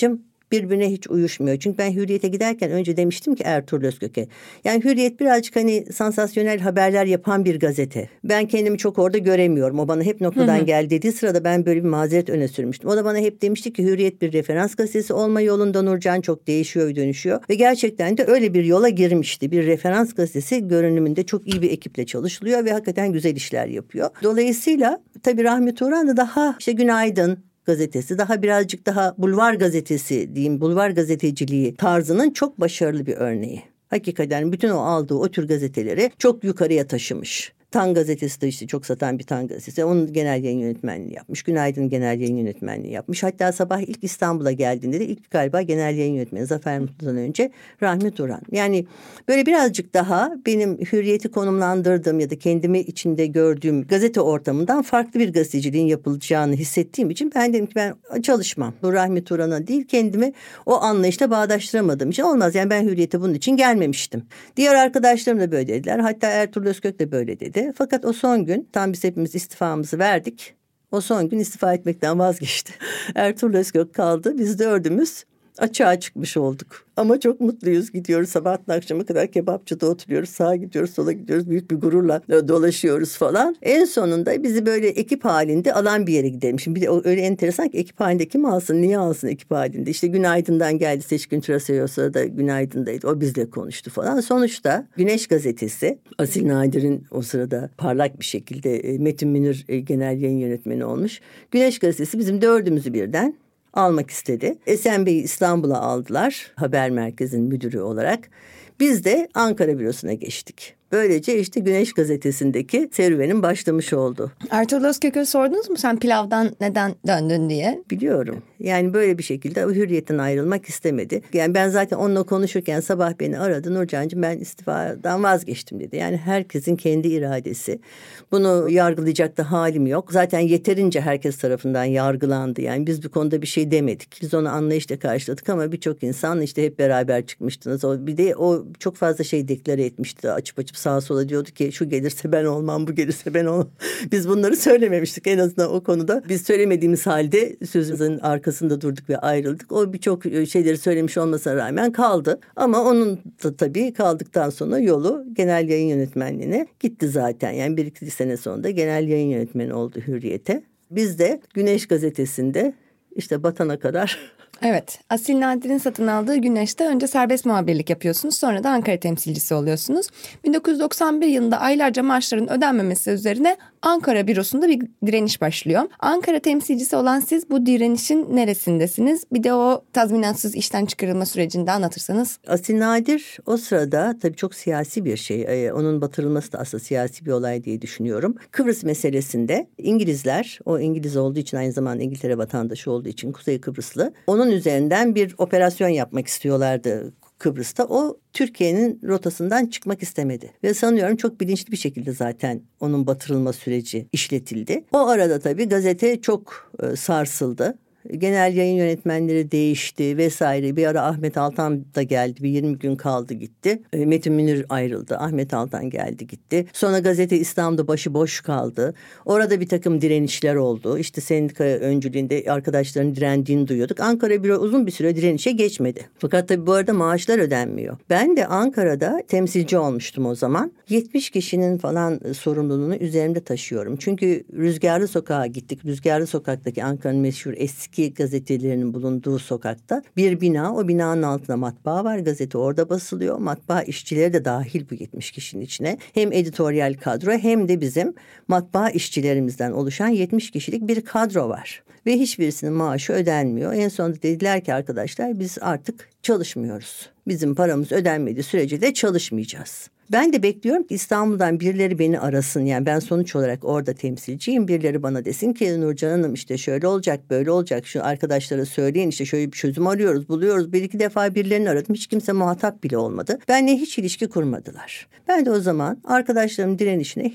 birbirine hiç uyuşmuyor. Çünkü ben Hürriyet'e giderken önce demiştim ki Ertuğrul Özkök'e. Yani Hürriyet birazcık hani sansasyonel haberler yapan bir gazete. Ben kendimi çok orada göremiyorum. O bana hep noktadan hı hı. gel dediği sırada ben böyle bir mazeret öne sürmüştüm. O da bana hep demişti ki Hürriyet bir referans gazetesi olma yolunda Nurcan, çok değişiyor, dönüşüyor. Ve gerçekten de öyle bir yola girmişti. Bir referans gazetesi görünümünde çok iyi bir ekiple çalışılıyor ve hakikaten güzel işler yapıyor. Dolayısıyla tabii Rahmi Turan da daha işte Günaydın gazetesi, daha birazcık daha bulvar gazetesi diyeyim, bulvar gazeteciliği tarzının çok başarılı bir örneği. Hakikaten bütün o aldığı o tür gazeteleri çok yukarıya taşımış. Tan gazetesi de işte çok satan bir Tan gazetesi. Onun genel yayın yönetmenliği yapmış. Günaydın genel yayın yönetmenliği yapmış. Hatta sabah ilk İstanbul'a geldiğinde de ilk galiba genel yayın yönetmeni Zafer Mutlu'dan önce Rahmi Turan. Yani böyle birazcık daha benim Hürriyet'i konumlandırdığım ya da kendimi içinde gördüğüm gazete ortamından farklı bir gazeteciliğin yapılacağını hissettiğim için ben dedim ki ben çalışmam. Bu Rahmi Turan'a değil, kendimi o anlayışla bağdaştıramadığım için olmaz. Yani ben Hürriyet'e bunun için gelmemiştim. Diğer arkadaşlarım da böyle dediler. Hatta Ertuğrul Özkök de böyle dedi. Fakat o son gün tam biz hepimiz istifamızı verdik. O son gün istifa etmekten vazgeçti. Ertuğrul Özkök kaldı. Biz dördümüz açığa çıkmış olduk. Ama çok mutluyuz. Gidiyoruz sabahtan akşama kadar kebapçıda oturuyoruz. Sağa gidiyoruz, sola gidiyoruz. Büyük bir gururla dolaşıyoruz falan. En sonunda bizi böyle ekip halinde alan bir yere gidelim. Şimdi bir de öyle enteresan ki ekip halinde kim alsın, niye alsın ekip halinde? İşte Günaydın'dan geldi Seçkin Türasay, o sırada Günaydın'daydı. O bizle konuştu falan. Sonuçta Güneş Gazetesi, Asil Nadir'in o sırada parlak bir şekilde Metin Münir genel yayın yönetmeni olmuş. Güneş Gazetesi bizim dördümüzü birden almak istedi. Esen Bey'i İstanbul'a aldılar haber merkezinin müdürü olarak. Biz de Ankara bürosuna geçtik. Böylece işte Güneş Gazetesi'ndeki serüvenin başlamış oldu. Ertuğrul Özkök'e sordunuz mu sen pilavdan neden döndün diye? Biliyorum. Yani böyle bir şekilde Hürriyet'ten ayrılmak istemedi. Yani ben zaten onunla konuşurken sabah beni aradı. Nurcan'cığım ben istifadan vazgeçtim dedi. Yani herkesin kendi iradesi. Bunu yargılayacak da halim yok. Zaten yeterince herkes tarafından yargılandı. Yani biz bu konuda bir şey demedik. Biz onu anlayışla karşıladık ama birçok insan işte hep beraber çıkmıştınız. O bir de o çok fazla şey deklare etmişti. Açıp açıp sağa sola diyordu ki şu gelirse ben olmam, bu gelirse ben olmam. Biz bunları söylememiştik en azından o konuda. Biz söylemediğimiz halde sözümüzün arkasında durduk ve ayrıldık. O birçok şeyleri söylemiş olmasına rağmen kaldı. Ama onun da tabii kaldıktan sonra yolu genel yayın yönetmenliğine gitti zaten. Yani bir iki sene sonunda genel yayın yönetmeni oldu Hürriyet'e. Biz de Güneş Gazetesi'nde işte batana kadar... Evet, Asil Nadir'in satın aldığı Güneş'te önce serbest muhabirlik yapıyorsunuz. Sonra da Ankara temsilcisi oluyorsunuz. bin dokuz yüz doksan bir yılında aylarca maaşların ödenmemesi üzerine Ankara bürosunda bir direniş başlıyor. Ankara temsilcisi olan siz bu direnişin neresindesiniz? Bir de o tazminatsız işten çıkarılma sürecini de anlatırsanız. Asil Nadir o sırada tabii çok siyasi bir şey. Ee, onun batırılması da aslında siyasi bir olay diye düşünüyorum. Kıbrıs meselesinde İngilizler, o İngiliz olduğu için aynı zamanda İngiltere vatandaşı olduğu için Kuzey Kıbrıslı, onun üzerinden bir operasyon yapmak istiyorlardı Kıbrıs'ta. O Türkiye'nin rotasından çıkmak istemedi. Ve sanıyorum çok bilinçli bir şekilde zaten onun batırılma süreci işletildi. O arada tabii gazete çok e, sarsıldı. Genel yayın yönetmenleri değişti vesaire. Bir ara Ahmet Altan da geldi. Bir yirmi gün kaldı gitti. Metin Münir ayrıldı. Ahmet Altan geldi gitti. Sonra gazete İstanbul'da başıboş kaldı. Orada bir takım direnişler oldu. İşte sendika öncülüğünde arkadaşların direndiğini duyuyorduk. Ankara büro uzun bir süre direnişe geçmedi. Fakat tabii bu arada maaşlar ödenmiyor. Ben de Ankara'da temsilci olmuştum o zaman. yetmiş kişinin falan sorumluluğunu üzerimde taşıyorum. Çünkü Rüzgarlı Sokak'a gittik. Rüzgarlı Sokak'taki Ankara'nın meşhur eski gazetelerinin bulunduğu sokakta bir bina, o binanın altında matbaa var, gazete orada basılıyor. Matbaa işçileri de dahil bu yetmiş kişinin içine. Hem editoryal kadro hem de bizim matbaa işçilerimizden oluşan yetmiş kişilik bir kadro var. Ve hiçbirisinin maaşı ödenmiyor. En sonunda dediler ki arkadaşlar biz artık çalışmıyoruz. Bizim paramız ödenmediği sürece de çalışmayacağız. Ben de bekliyorum ki İstanbul'dan birileri beni arasın. Yani ben sonuç olarak orada temsilciyim. Birileri bana desin ki Nurcan Hanım işte şöyle olacak, böyle olacak. Şu arkadaşlara söyleyin işte şöyle bir çözüm arıyoruz, buluyoruz. Bir iki defa birilerini aradım. Hiç kimse muhatap bile olmadı. Benle hiç ilişki kurmadılar. Ben de o zaman arkadaşlarımın direnişine hiç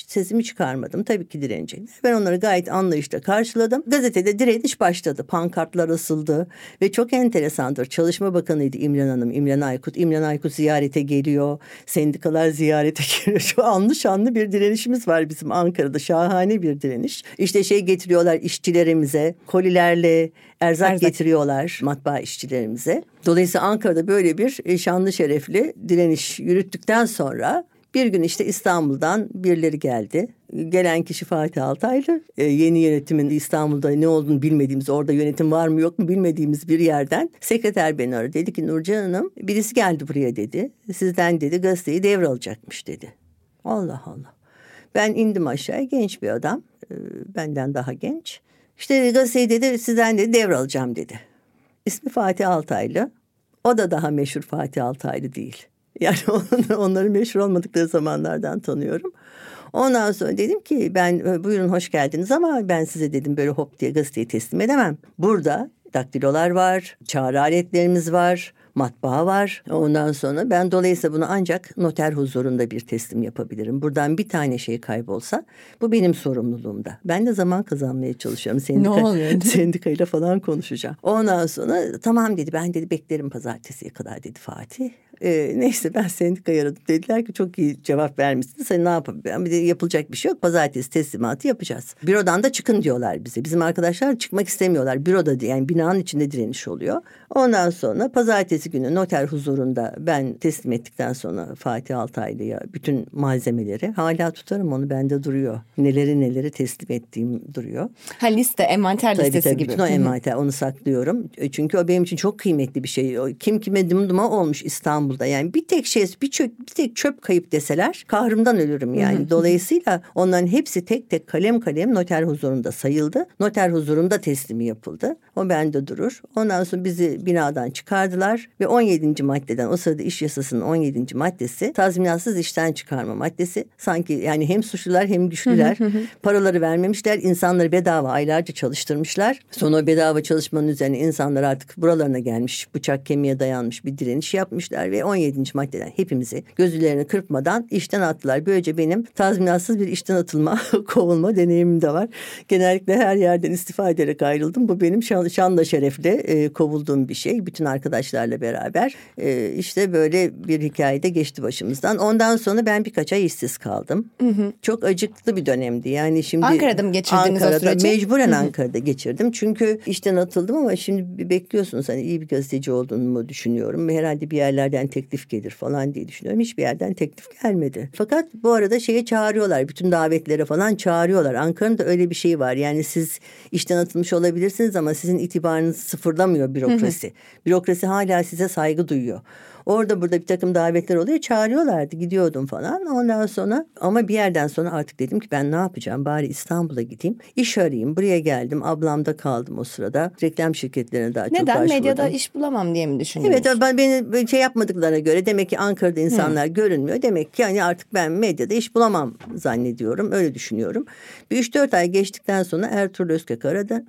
sesimi çıkarmadım. Tabii ki direnecekler. Ben onları gayet anlayışla karşıladım. Gazetede direniş başladı. Pankartlar asıldı ve çok enteresandır. Çalışma Bakanıydı İmren Hanım, İmren Aykut. İmren Aykut ziyarete geliyor. Sendikalar ziyarete geliyor. Şu anlı şanlı bir direnişimiz var bizim Ankara'da. Şahane bir direniş. İşte şey getiriyorlar işçilerimize. Kolilerle erzak, erzak getiriyorlar matbaa işçilerimize. Dolayısıyla Ankara'da böyle bir şanlı şerefli direniş yürüttükten sonra bir gün işte İstanbul'dan birileri geldi. Gelen kişi Fatih Altaylı. Ee, yeni yönetimin İstanbul'da ne olduğunu bilmediğimiz, orada yönetim var mı yok mu bilmediğimiz bir yerden sekreter beni aradı. Dedi ki Nurcan Hanım birisi geldi buraya dedi. Sizden dedi gazeteyi devralacakmış dedi. Allah Allah. Ben indim aşağıya, genç bir adam. Ee, benden daha genç. İşte gazeteyi dedi sizden dedi devralacağım dedi. İsmi Fatih Altaylı. O da daha meşhur Fatih Altaylı değil. Yani onları meşhur olmadıkları zamanlardan tanıyorum. Ondan sonra dedim ki ben buyurun hoş geldiniz ama ben size dedim böyle hop diye gazeteyi teslim edemem. Burada daktilolar var, çağrı aletlerimiz var, matbaa var. Ondan sonra ben dolayısıyla bunu ancak noter huzurunda bir teslim yapabilirim. Buradan bir tane şey kaybolsa bu benim sorumluluğumda. Ben de zaman kazanmaya çalışıyorum. Sendika, sendikayla falan konuşacağım. Ondan sonra tamam dedi ben dedi beklerim pazartesiye kadar dedi Fatih. Ee, neyse ben sendikayı aradım. Dediler ki çok iyi cevap vermişsin. Sen ne yapabilirim? Bir de yapılacak bir şey yok. Pazartesi teslimatı yapacağız. Bürodan da çıkın diyorlar bize. Bizim arkadaşlar çıkmak istemiyorlar. Büroda yani binanın içinde direniş oluyor. Ondan sonra pazartesi günü noter huzurunda ben teslim ettikten sonra Fatih Altaylı'ya bütün malzemeleri hala tutarım onu bende duruyor. Neleri neleri teslim ettiğim duruyor. Ha liste envanter tabii, listesi tabii, gibi. Bütün o envanter onu saklıyorum. Çünkü o benim için çok kıymetli bir şey. O, kim kime dımdıma olmuş İstanbul. Yani bir tek şey bir, çöp, bir tek çöp kayıp deseler kahrımdan ölürüm yani. Dolayısıyla onların hepsi tek tek kalem kalem noter huzurunda sayıldı. Noter huzurunda teslimi yapıldı. O bende durur. Ondan sonra bizi binadan çıkardılar ve on yedinci maddeden o sırada iş yasasının on yedinci maddesi tazminatsız işten çıkarma maddesi. Sanki yani hem suçlular hem güçlüler paraları vermemişler. İnsanları bedava aylarca çalıştırmışlar. Sonra bedava çalışmanın üzerine insanlar artık buralarına gelmiş bıçak kemiğe dayanmış bir direniş yapmışlar ve on yedinci maddeden hepimizi gözlerini kırpmadan işten attılar. Böylece benim tazminatsız bir işten atılma, kovulma deneyimim de var. Genellikle her yerden istifa ederek ayrıldım. Bu benim şan, şanla şerefle e, kovulduğum bir şey. Bütün arkadaşlarla beraber e, işte böyle bir hikayede geçti başımızdan. Ondan sonra ben birkaç ay işsiz kaldım. Hı hı. Çok acıklı bir dönemdi. Yani şimdi Ankara'da mı geçirdiniz Ankara'da, o süreci? Mecburen hı hı. Ankara'da geçirdim. Çünkü işten atıldım ama şimdi bekliyorsunuz hani iyi bir gazeteci olduğumu düşünüyorum. Herhalde bir yerlerden teklif gelir falan diye düşünüyorum. Hiçbir yerden teklif gelmedi. Fakat bu arada şeye çağırıyorlar. Bütün davetlere falan çağırıyorlar. Ankara'nın da öyle bir şey var. Yani siz işten atılmış olabilirsiniz ama sizin itibarınızı sıfırlamıyor bürokrasi. Hı hı. Bürokrasi hala size saygı duyuyor. Orada burada bir takım davetler oluyor. Çağırıyorlardı. Gidiyordum falan. Ondan sonra ama bir yerden sonra artık dedim ki ben ne yapacağım? Bari İstanbul'a gideyim. İş arayayım. Buraya geldim. Ablamda kaldım o sırada. Reklam şirketlerine daha Neden? çok başvurdum. Neden? Medyada iş bulamam diye mi düşünüyorsunuz? Evet ben beni şey yapmadıklarına göre demek ki Ankara'da insanlar hmm. görünmüyor. Demek ki yani artık ben medyada iş bulamam zannediyorum. Öyle düşünüyorum. Bir üç dört ay geçtikten sonra Ertuğrul Özkök aradı.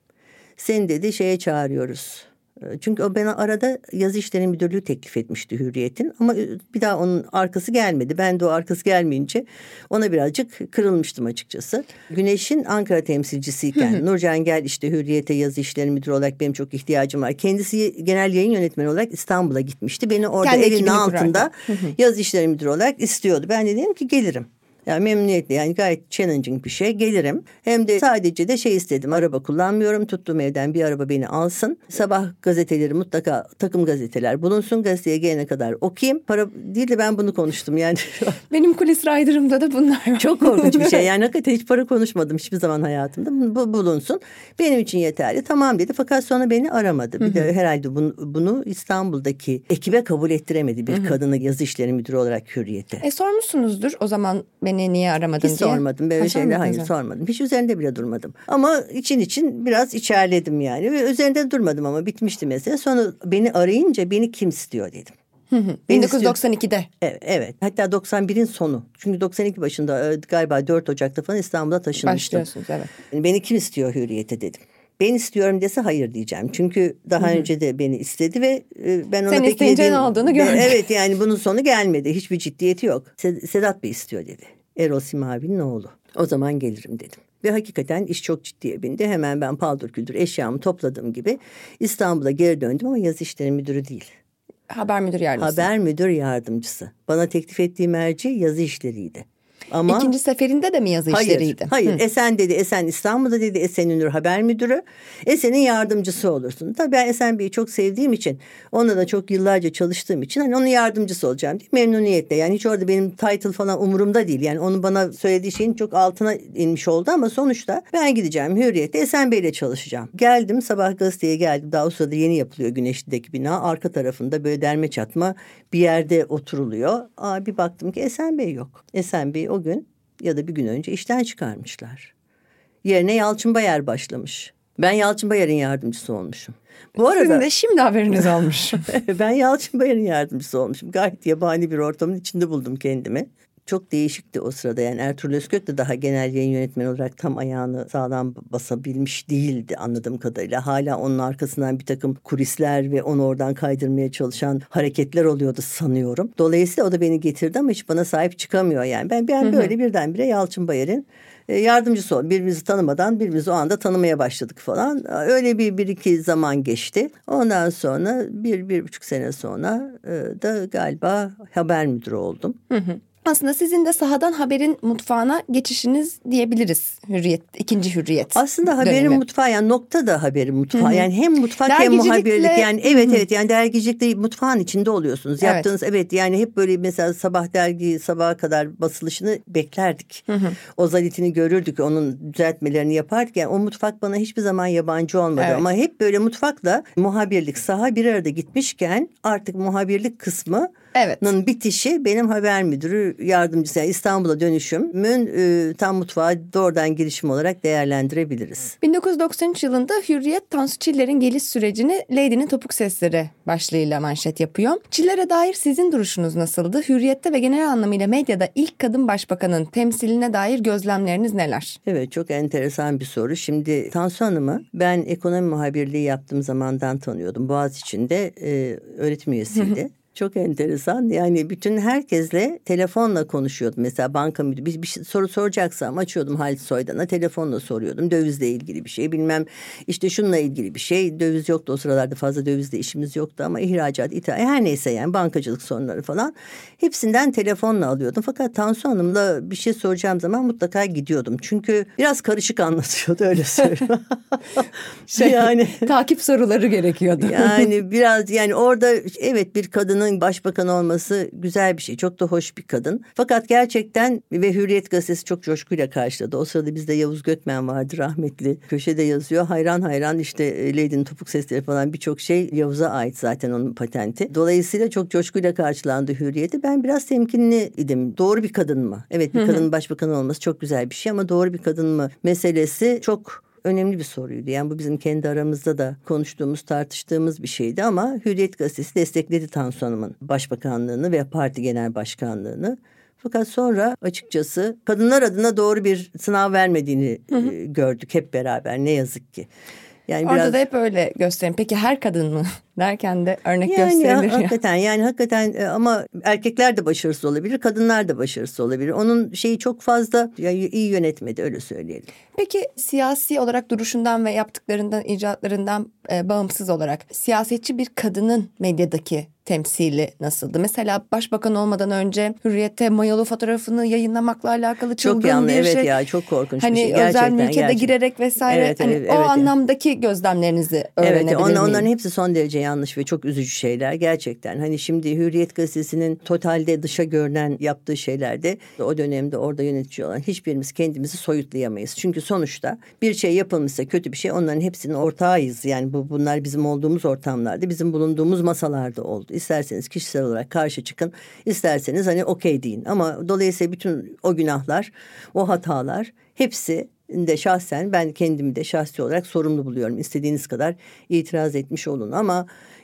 Seni dedi şeye çağırıyoruz. Çünkü o bana arada yazı işleri müdürlüğü teklif etmişti Hürriyet'in. Ama bir daha onun arkası gelmedi. Ben de o arkası gelmeyince ona birazcık kırılmıştım açıkçası. Güneş'in Ankara temsilcisiyken Nurcan gel işte Hürriyet'e yazı işleri müdürü olarak benim çok ihtiyacım var. Kendisi genel yayın yönetmeni olarak İstanbul'a gitmişti. Beni orada kendi elinin altında yazı işleri müdürü olarak istiyordu. Ben de dedim ki gelirim. Yani memnuniyetle yani gayet challenging bir şey gelirim. Hem de sadece de şey istedim araba kullanmıyorum. Tuttuğum evden bir araba beni alsın. Sabah gazeteleri mutlaka takım gazeteler bulunsun. Gazeteye gelene kadar okuyayım. Para değil de ben bunu konuştum yani. Benim kulis rider'ımda da bunlar var. Çok korkunç bir şey yani hakikaten hiç para konuşmadım hiçbir zaman hayatımda. Bu bulunsun. Benim için yeterli tamam dedi fakat sonra beni aramadı. Bir de herhalde bunu, bunu İstanbul'daki ekibe kabul ettiremedi bir kadını yazı işleri müdürü olarak Hürriyet'e. E sormuşsunuzdur o zaman beni niye aramadın Hiç diye. sormadım. Böyle şeyler hayır zaten. sormadım. Hiç üzerinde bile durmadım. Ama için için biraz içerledim yani. Ve üzerinde durmadım ama bitmişti mesela. Sonra beni arayınca beni kim istiyor dedim. bin dokuz yüz doksan ikide. Evet, evet. Hatta doksan birin sonu. Çünkü doksan iki başında galiba dört Ocak'ta falan İstanbul'a taşınmıştım. Başlıyorsunuz evet. Yani beni kim istiyor Hürriyet'e dedim. Ben istiyorum dese hayır diyeceğim. Çünkü daha Hı-hı. önce de beni istedi ve ben ona sen isteyince ne olduğunu gördüm. Evet yani bunun sonu gelmedi. Hiçbir ciddiyeti yok. Sedat Bey istiyor dedi. Erol Simavi'nin oğlu. O zaman gelirim dedim. Ve hakikaten iş çok ciddiye bindi. Hemen ben paldır küldür eşyamı topladığım gibi İstanbul'a geri döndüm ama yazı işleri müdürü değil. Haber müdür yardımcısı. Haber müdür yardımcısı. Bana teklif ettiği merci yazı işleriydi. Ama İkinci seferinde de mi yazı hayır, işleriydi? Hayır. Hı. Esen dedi. Esen İstanbul'da dedi. Esen Ünür haber müdürü. Esen'in yardımcısı olursun. Tabii ben Esen Bey'i çok sevdiğim için, onunla da çok yıllarca çalıştığım için hani onun yardımcısı olacağım diye memnuniyetle. Yani hiç orada benim title falan umurumda değil. Yani onun bana söylediği şeyin çok altına inmiş oldu ama sonuçta ben gideceğim Hürriyet'te Esen Bey'le çalışacağım. Geldim, sabah gazeteye geldim. Daha o sırada yeni yapılıyor Güneşli'deki bina. Arka tarafında böyle derme çatma bir yerde oturuluyor. Aa, bir baktım ki Esen Bey yok. Esen Bey o gün ya da bir gün önce işten çıkarmışlar. Yerine Yalçın Bayar başlamış. Ben Yalçın Bayar'ın yardımcısı olmuşum. Bu arada sizin de şimdi haberiniz olmuş. Ben Yalçın Bayar'ın yardımcısı olmuşum. Gayet yabani bir ortamın içinde buldum kendimi. Çok değişikti o sırada. Yani Ertuğrul Özkök de daha genel yayın yönetmeni olarak tam ayağını sağlam basabilmiş değildi anladığım kadarıyla. Hala onun arkasından bir takım kulisler ve onu oradan kaydırmaya çalışan hareketler oluyordu sanıyorum. Dolayısıyla o da beni getirdi ama hiç bana sahip çıkamıyor yani. Ben, ben böyle birdenbire Yalçın Bayar'ın yardımcısı oldum. Birbirimizi tanımadan birbirimizi o anda tanımaya başladık falan. Öyle bir, bir iki zaman geçti. Ondan sonra bir, bir buçuk sene sonra da galiba haber müdürü oldum. Hı hı. Aslında sizin de sahadan haberin mutfağına geçişiniz diyebiliriz. Hürriyet, ikinci Hürriyet aslında haberin dönemi. mutfağı, yani nokta da haberin mutfağı. Hı-hı. Yani hem mutfak Dergicilikle... hem muhabirlik. Yani evet Hı-hı. evet yani dergicilikte mutfağın içinde oluyorsunuz. Evet. Yaptığınız evet yani hep böyle mesela sabah dergi sabaha kadar basılışını beklerdik. Hı-hı. Ozalitini görürdük, onun düzeltmelerini yapardık. Yani o mutfak bana hiçbir zaman yabancı olmadı. Evet. Ama hep böyle mutfakla muhabirlik, saha bir arada gitmişken artık muhabirlik kısmı evet. bitişi benim haber müdürü yardımcısı, yani İstanbul'a dönüşümün e, tam mutfağa doğrudan girişim olarak değerlendirebiliriz. bin dokuz yüz doksan üç yılında Hürriyet, Tansu Çiller'in geliş sürecini Lady'nin Topuk Sesleri başlığıyla manşet yapıyor. Çiller'e dair sizin duruşunuz nasıldı? Hürriyet'te ve genel anlamıyla medyada ilk kadın başbakanın temsiline dair gözlemleriniz neler? Evet, çok enteresan bir soru. Şimdi Tansu Hanım'ı ben ekonomi muhabirliği yaptığım zamandan tanıyordum. Boğaziçi'nde e, öğretim üyesiydi. Çok enteresan. Yani bütün herkesle telefonla konuşuyordum. Mesela banka müdürü bir, bir şey, soru soracaksam açıyordum Halit Soydan'a, telefonla soruyordum. Dövizle ilgili bir şey, bilmem işte şununla ilgili bir şey. Döviz yoktu o sıralarda, fazla dövizle işimiz yoktu ama ihracat, ithal, her neyse yani bankacılık sorunları falan. Hepsinden telefonla alıyordum. Fakat Tansu Hanım'la bir şey soracağım zaman mutlaka gidiyordum. Çünkü biraz karışık anlatıyordu, öyle söyleyeyim. şey, yani takip soruları gerekiyordu. Yani biraz yani orada evet bir kadın başbakan olması güzel bir şey. Çok da hoş bir kadın. Fakat gerçekten ve Hürriyet gazetesi çok coşkuyla karşıladı. O sırada bizde Yavuz Gökmen vardı rahmetli. Köşede yazıyor. Hayran hayran işte Lady'nin Topuk Sesleri falan, birçok şey Yavuz'a ait zaten, onun patenti. Dolayısıyla çok coşkuyla karşılandı Hürriyet'i. Ben biraz temkinli idim. Doğru bir kadın mı? Evet, bir kadının başbakan olması çok güzel bir şey ama doğru bir kadın mı meselesi çok önemli bir soruydu. Yani bu bizim kendi aramızda da konuştuğumuz, tartıştığımız bir şeydi ama Hürriyet gazetesi destekledi Tansu Hanım'ın başbakanlığını ve parti genel başkanlığını. Fakat sonra açıkçası kadınlar adına doğru bir sınav vermediğini hı hı. E, gördük hep beraber, ne yazık ki. Yani orada biraz... da hep öyle gösterin. Peki her kadın mı derken de örnek yani gösterilir ya. Hakikaten yani hakikaten ama erkekler de başarısız olabilir, kadınlar da başarısız olabilir. Onun şeyi çok fazla yani iyi yönetmedi, öyle söyleyelim. Peki siyasi olarak duruşundan ve yaptıklarından, icraatlarından e, bağımsız olarak siyasetçi bir kadının medyadaki temsili nasıldı? Mesela başbakan olmadan önce Hürriyet'te mayolu fotoğrafını yayınlamakla alakalı çılgın çok yanlı, bir evet şey. Ya çok korkunç hani bir şey. Hani gerçekten, özel mülke de girerek vesaire. Evet, hani evet, o evet, anlamdaki evet. gözlemlerinizi öğrenebilir evet, on, miyim? Onların hepsi son derece yanlış ve çok üzücü şeyler gerçekten. Hani şimdi Hürriyet gazetesinin totalde dışa görünen yaptığı şeylerde o dönemde orada yönetici olan hiçbirimiz kendimizi soyutlayamayız. Çünkü sonuçta bir şey yapılmışsa kötü bir şey, onların hepsinin ortağıyız. Yani bu bunlar bizim olduğumuz ortamlarda, bizim bulunduğumuz masalarda oldu. İsterseniz kişisel olarak karşı çıkın, isterseniz hani okey deyin. Ama dolayısıyla bütün o günahlar, o hatalar hepsi de şahsen ben kendimi de şahsi olarak sorumlu buluyorum. İstediğiniz kadar itiraz etmiş olun ama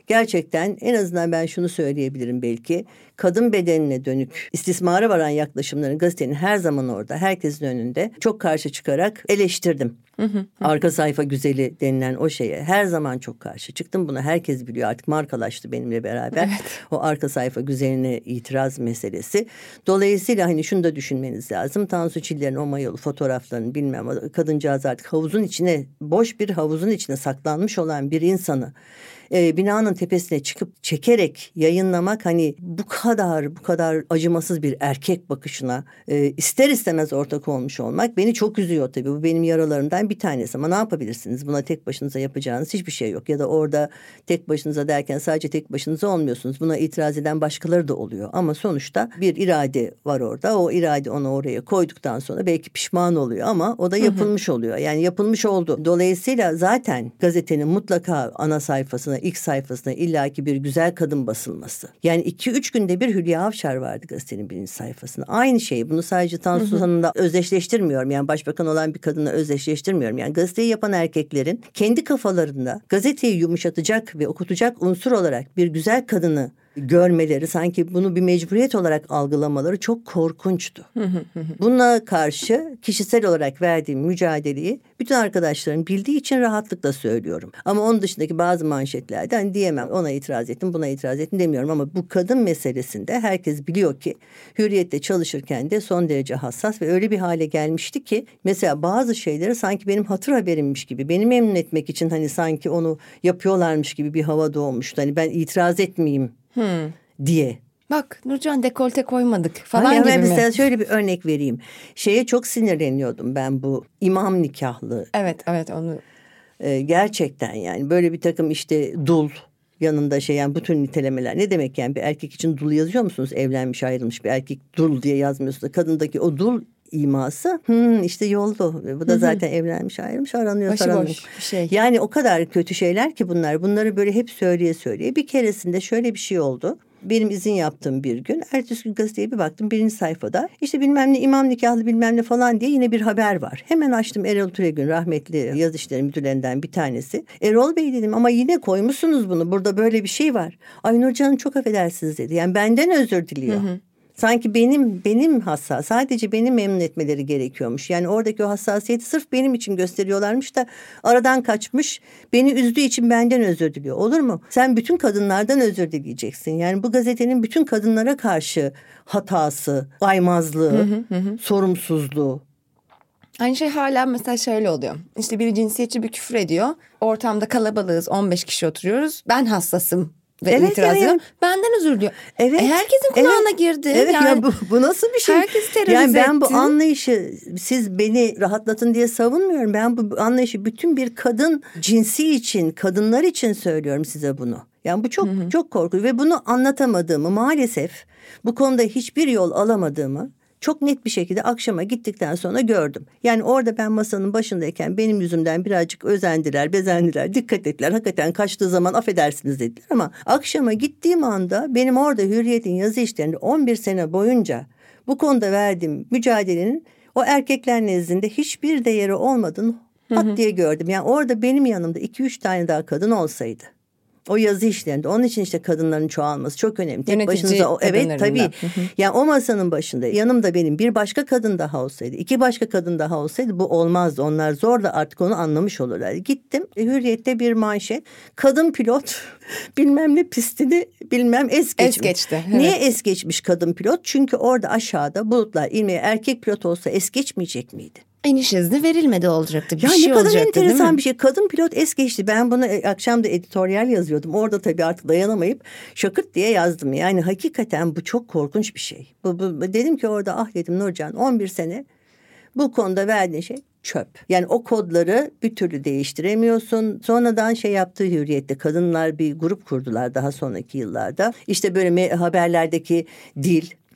gerçekten en azından ben şunu söyleyebilirim belki. Kadın bedenine dönük istismara varan yaklaşımların gazetenin her zaman orada, herkesin önünde çok karşı çıkarak eleştirdim. Hı hı, hı. Arka sayfa güzeli denilen o şeye her zaman çok karşı çıktım. Bunu herkes biliyor, artık markalaştı benimle beraber. Evet. O arka sayfa güzeline itiraz meselesi. Dolayısıyla hani şunu da düşünmeniz lazım. Tansu Çiller'in o mayolu fotoğraflarını bilmem, kadıncağız artık havuzun içine, boş bir havuzun içine saklanmış olan bir insanı E, binanın tepesine çıkıp çekerek yayınlamak, hani bu kadar bu kadar acımasız bir erkek bakışına e, ister istemez ortak olmuş olmak beni çok üzüyor tabii. Bu benim yaralarımdan bir tanesi, ama ne yapabilirsiniz? Buna tek başınıza yapacağınız hiçbir şey yok. Ya da orada tek başınıza derken sadece tek başınıza olmuyorsunuz. Buna itiraz eden başkaları da oluyor. Ama sonuçta bir irade var orada. O irade onu oraya koyduktan sonra belki pişman oluyor ama o da yapılmış hı hı. oluyor. Yani yapılmış oldu. Dolayısıyla zaten gazetenin mutlaka ana sayfasına, ilk sayfasına illaki bir güzel kadın basılması. Yani iki üç günde bir Hülya Avşar vardı gazetenin birinci sayfasında. Aynı şey. Bunu sadece Tansu Hanım'la özdeşleştirmiyorum. Yani başbakan olan bir kadınla özdeşleştirmiyorum. Yani gazeteyi yapan erkeklerin kendi kafalarında gazeteyi yumuşatacak ve okutacak unsur olarak bir güzel kadını görmeleri, sanki bunu bir mecburiyet olarak algılamaları çok korkunçtu. Buna karşı kişisel olarak verdiğim mücadeleyi bütün arkadaşlarım bildiği için rahatlıkla söylüyorum. Ama onun dışındaki bazı manşetlerden diyemem. Ona itiraz ettim, buna itiraz ettim demiyorum. Ama bu kadın meselesinde herkes biliyor ki Hürriyet'te çalışırken de son derece hassas ve öyle bir hale gelmişti ki mesela bazı şeyleri sanki benim hatır haberimmiş gibi, beni memnun etmek için hani sanki onu yapıyorlarmış gibi bir hava doğmuştu. Hani ben itiraz etmeyeyim Hmm. diye. Bak Nurcan, dekolte koymadık falan Hayır, gibi ben mi? Mesela şöyle bir örnek vereyim. Şeye çok sinirleniyordum ben, bu imam nikahlı. Evet evet onu. Ee, gerçekten yani böyle bir takım işte dul yanında şey, yani bütün nitelemeler ne demek, yani bir erkek için dul yazıyor musunuz? Evlenmiş ayrılmış bir erkek dul diye yazmıyorsunuz. Kadındaki o dul iması hmm, işte yoldu. Bu da zaten evlenmiş ayrılmış aranıyor taranıyor. Başıboş bir şey. Yani o kadar kötü şeyler ki bunlar. Bunları böyle hep söyleye söyleye. Bir keresinde şöyle bir şey oldu. Benim izin yaptığım bir gün, ertesi gün gazeteye bir baktım, birinci sayfada işte bilmem ne imam nikahlı bilmem ne falan diye yine bir haber var. Hemen açtım, Erol Türegün rahmetli Yazı İşleri Müdürlerinden bir tanesi. Erol Bey dedim, ama yine koymuşsunuz bunu, burada böyle bir şey var. Ay Nurcan çok affedersiniz dedi. Yani benden özür diliyor. Hı hı. Sanki benim benim hassas, sadece beni memnun etmeleri gerekiyormuş. Yani oradaki o hassasiyeti sırf benim için gösteriyorlarmış da aradan kaçmış. Beni üzdüğü için benden özür diliyor. Olur mu? Sen bütün kadınlardan özür dileyeceksin. Yani bu gazetenin bütün kadınlara karşı hatası, aymazlığı, hı hı hı. sorumsuzluğu. Aynı şey hala mesela şöyle oluyor. İşte biri cinsiyetçi bir küfür ediyor. Ortamda kalabalığız, on beş kişi oturuyoruz. Ben hassasım. Ve evet, itiraz ediyor. Yani. Benden özür diliyor. Evet. E herkesin kulağına evet, girdi. Evet yani, ya bu, bu nasıl bir şey? Herkes terörize yani ben etti. bu anlayışı, siz beni rahatlatın diye savunmuyorum. Ben bu anlayışı bütün bir kadın cinsi için, kadınlar için söylüyorum size bunu. Yani bu çok hı hı. çok korkunç ve bunu anlatamadığımı, maalesef bu konuda hiçbir yol alamadığımı çok net bir şekilde akşama gittikten sonra gördüm. Yani orada ben masanın başındayken benim yüzümden birazcık özendiler, bezendiler, dikkat ettiler. Hakikaten kaçtığı zaman affedersiniz dediler, ama akşama gittiğim anda benim orada Hürriyet'in yazı işlerinde on bir sene boyunca bu konuda verdiğim mücadelenin o erkekler nezdinde hiçbir değeri olmadığını pat diye gördüm. Yani orada benim yanımda iki üç tane daha kadın olsaydı, o yazı işlerinde, onun için işte kadınların çoğalması çok önemli. Tek Yönetici başınıza o, evet tabii. Yani o masanın başında yanımda benim bir başka kadın daha olsaydı, iki başka kadın daha olsaydı bu olmazdı. Onlar zorla artık onu anlamış olurlar. Gittim, Hürriyet'te bir manşet. Kadın pilot bilmem ne pistini bilmem es geçmiş. Es geçti. Evet. Niye es geçmiş kadın pilot? Çünkü orada aşağıda bulutlar ilmeği, erkek pilot olsa es geçmeyecek miydi? İniş izni verilmedi olacaktı. Bir ya şey ne kadar olacaktı, enteresan bir şey. Kadın pilot es geçti. Ben bunu akşam da editoryal yazıyordum. Orada tabii artık dayanamayıp şakırt diye yazdım. Yani hakikaten bu çok korkunç bir şey. Bu, bu, dedim ki orada, ah dedim Nurcan, on bir sene bu konuda verdiğin şey çöp. Yani o kodları bir türlü değiştiremiyorsun. Sonradan şey yaptığı Hürriyet'te kadınlar bir grup kurdular daha sonraki yıllarda. İşte böyle haberlerdeki dil,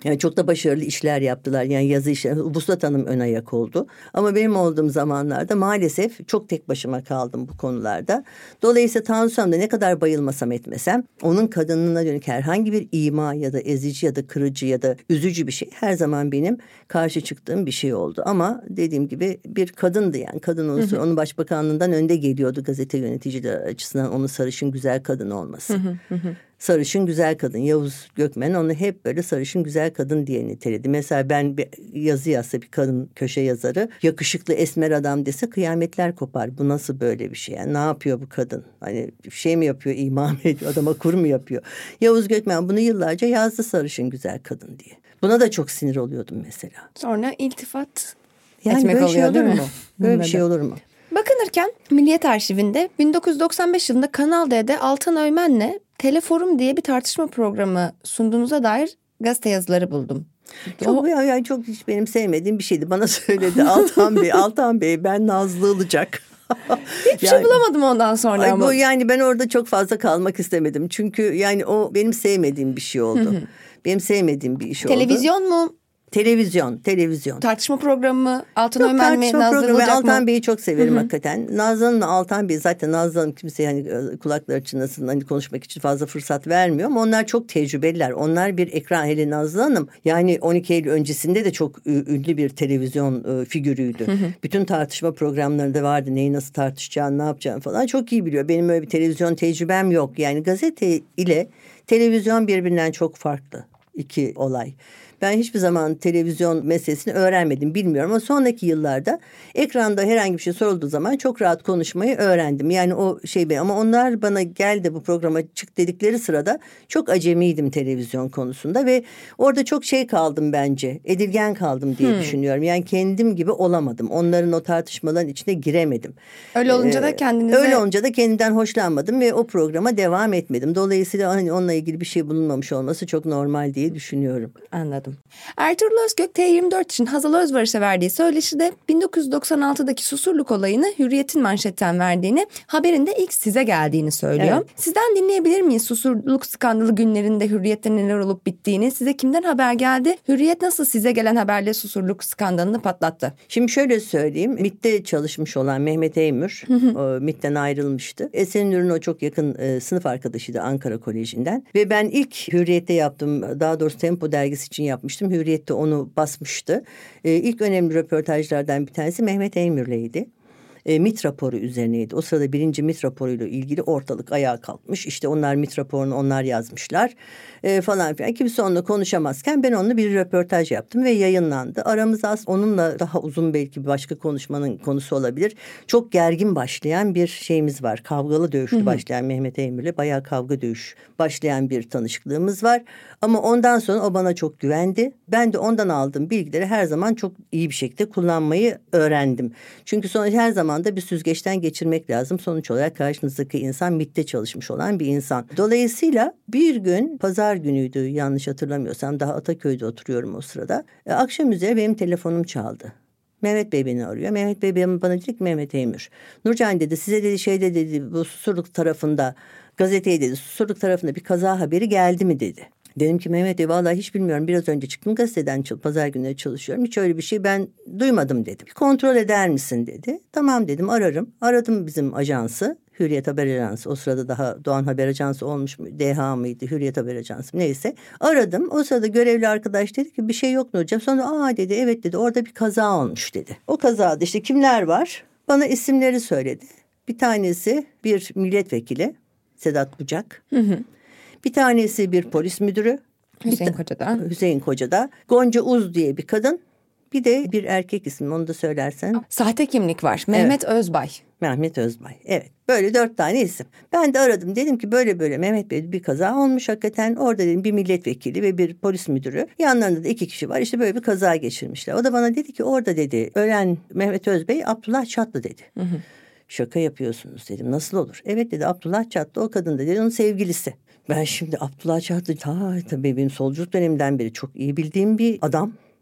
Yani çok da başarılı işler yaptılar. Yani yazı işleri, Vuslat Hanım ön ayak oldu. Ama benim olduğum zamanlarda maalesef çok tek başıma kaldım bu konularda. Dolayısıyla Tansu Hanım'da ne kadar bayılmasam etmesem onun kadınlığına dönük herhangi bir ima ya da ezici ya da kırıcı ya da üzücü bir şey her zaman benim karşı çıktığım bir şey oldu. Ama dediğim gibi bir kadındı yani kadın unsuru. Onun başbakanlığından önde geliyordu gazete yöneticileri açısından onun sarışın güzel kadın olması. Hı hı hı. Sarışın güzel kadın. Yavuz Gökmen onu hep böyle sarışın güzel kadın diye niteledi. Mesela ben bir yazı yazsa bir kadın köşe yazarı yakışıklı esmer adam dese kıyametler kopar. Bu nasıl böyle bir şey? Yani ne yapıyor bu kadın? Hani şey mi yapıyor, ima mı ediyor, adama kur mu yapıyor? Yavuz Gökmen bunu yıllarca yazdı sarışın güzel kadın diye. Buna da çok sinir oluyordum mesela. Sonra iltifat yani etmek böyle oluyor şey değil olur mi? mu? Böyle bir şey olur mu? Bakınırken Milliyet Arşivinde bin dokuz yüz doksan beş yılında Kanal D'de Altan Öymen'le Teleforum diye bir tartışma programı sunduğunuza dair gazete yazıları buldum. Çok, ya, yani çok hiç benim sevmediğim bir şeydi. Bana söyledi Altan Bey, Altan Bey ben Nazlı Ilıcak. Hiçbir yani, şey bulamadım ondan sonra ay, ama. Bu, yani ben orada çok fazla kalmak istemedim. Çünkü yani o benim sevmediğim bir şey oldu. Benim sevmediğim bir iş oldu. Televizyon mu? Televizyon, televizyon. Tartışma programı mı? Altan Öymen mi? Nazlı Ilıcak mı? Altan Bey'i çok severim Hı-hı. hakikaten. Nazlı Hanım'la Altan Bey zaten Nazlı Hanım kimseye hani kulakları çınlasın hani konuşmak için fazla fırsat vermiyor ama onlar çok tecrübeliler. Onlar bir ekran hele Nazlı Hanım yani on iki Eylül öncesinde de çok ünlü bir televizyon figürüydü. Hı-hı. Bütün tartışma programlarında vardı. Neyi nasıl tartışacağını, ne yapacağını falan çok iyi biliyor. Benim öyle bir televizyon tecrübem yok. Yani gazete ile televizyon birbirinden çok farklı iki olay. Ben hiçbir zaman televizyon meselesini öğrenmedim, bilmiyorum ama sonraki yıllarda ekranda herhangi bir şey sorulduğu zaman çok rahat konuşmayı öğrendim. Yani o şey ama onlar bana gel de bu programa çık dedikleri sırada çok acemiydim televizyon konusunda ve orada çok şey kaldım bence, edilgen kaldım diye hmm. düşünüyorum. Yani kendim gibi olamadım. Onların o tartışmaların içine giremedim. Öyle olunca ee, da kendinize... Öyle olunca da kendimden hoşlanmadım ve o programa devam etmedim. Dolayısıyla hani onunla ilgili bir şey bulunmamış olması çok normal diye düşünüyorum. Anladım. Ertuğrul Özgök T yirmi dört için Hazal Özbarış'a verdiği söyleşide bin dokuz yüz doksan altıdaki Susurluk olayını Hürriyet'in manşetten verdiğini, haberinde ilk size geldiğini söylüyor. Evet. Sizden dinleyebilir miyiz Susurluk skandalı günlerinde Hürriyet'te neler olup bittiğini? Size kimden haber geldi? Hürriyet nasıl size gelen haberle Susurluk skandalını patlattı? Şimdi şöyle söyleyeyim. M İ T'te çalışmış olan Mehmet Eymür o, M İ T'ten ayrılmıştı. Esen'in ürünü o çok yakın e, sınıf arkadaşıydı Ankara Koleji'nden. Ve ben ilk Hürriyet'te yaptım. Daha doğrusu Tempo dergisi için yapmıştım. Hürriyet'te onu basmıştı. Ee, ilk önemli röportajlardan bir tanesi Mehmet Eymür'leydi. E, M İ T raporu üzerineydi. O sırada birinci M İ T raporuyla ilgili ortalık ayağa kalkmış. İşte onlar M İ T raporunu onlar yazmışlar e, falan filan. Kimse onunla konuşamazken ben onunla bir röportaj yaptım ve yayınlandı. Aramızda aslında onunla daha uzun belki bir başka konuşmanın konusu olabilir. Çok gergin başlayan bir şeyimiz var. Kavgalı dövüşlü Hı-hı. başlayan Mehmet Eymür'le bayağı kavga dövüş başlayan bir tanışıklığımız var. Ama ondan sonra o bana çok güvendi. Ben de ondan aldığım bilgileri her zaman çok iyi bir şekilde kullanmayı öğrendim. Çünkü sonra her zaman da bir süzgeçten geçirmek lazım. Sonuç olarak karşınızdaki insan M İ T'te çalışmış olan bir insan. Dolayısıyla bir gün pazar günüydü yanlış hatırlamıyorsam, daha Ataköy'de oturuyorum o sırada. E, akşam üzere benim telefonum çaldı. Mehmet Bey beni arıyor. Mehmet Bey bana dedi ki Mehmet Eymür. Nurcan dedi size dedi şeyde dedi bu Susurluk tarafında gazeteye dedi Susurluk tarafında bir kaza haberi geldi mi dedi. Dedim ki Mehmet Bey vallahi hiç bilmiyorum. Biraz önce çıktım gazeteden pazar günleri çalışıyorum. Hiç öyle bir şey ben duymadım dedim. Bir kontrol eder misin dedi. Tamam dedim ararım. Aradım bizim ajansı. Hürriyet Haber Ajansı. O sırada daha Doğan Haber Ajansı olmuş mu? D H mıydı? Hürriyet Haber Ajansı neyse. Aradım. O sırada görevli arkadaş dedi ki bir şey yok Nurcan. Sonra aa dedi evet dedi orada bir kaza olmuş dedi. O kazada işte kimler var? Bana isimleri söyledi. Bir tanesi bir milletvekili Sedat Bucak. Hı hı. Bir tanesi bir polis müdürü. Hüseyin Koca'da. Hüseyin Koca'da. Gonca Uz diye bir kadın. Bir de bir erkek ismi onu da söylersen. Sahte kimlik var. Mehmet evet. Özbay. Mehmet Özbay. Evet. Böyle dört tane isim. Ben de aradım. Dedim ki böyle böyle Mehmet Bey bir kaza olmuş hakikaten. Orada dedim bir milletvekili ve bir polis müdürü. Yanlarında da iki kişi var. İşte böyle bir kaza geçirmişler. O da bana dedi ki orada dedi ölen Mehmet Özbey Abdullah Çatlı dedi. Hı hı. Şaka yapıyorsunuz dedim. Nasıl olur? Evet dedi Abdullah Çatlı o kadın dedi onun sevgilisi. Ben şimdi Abdullah Çatlı ta, tabii benim solculuk döneminden beri çok iyi bildiğim bir adam.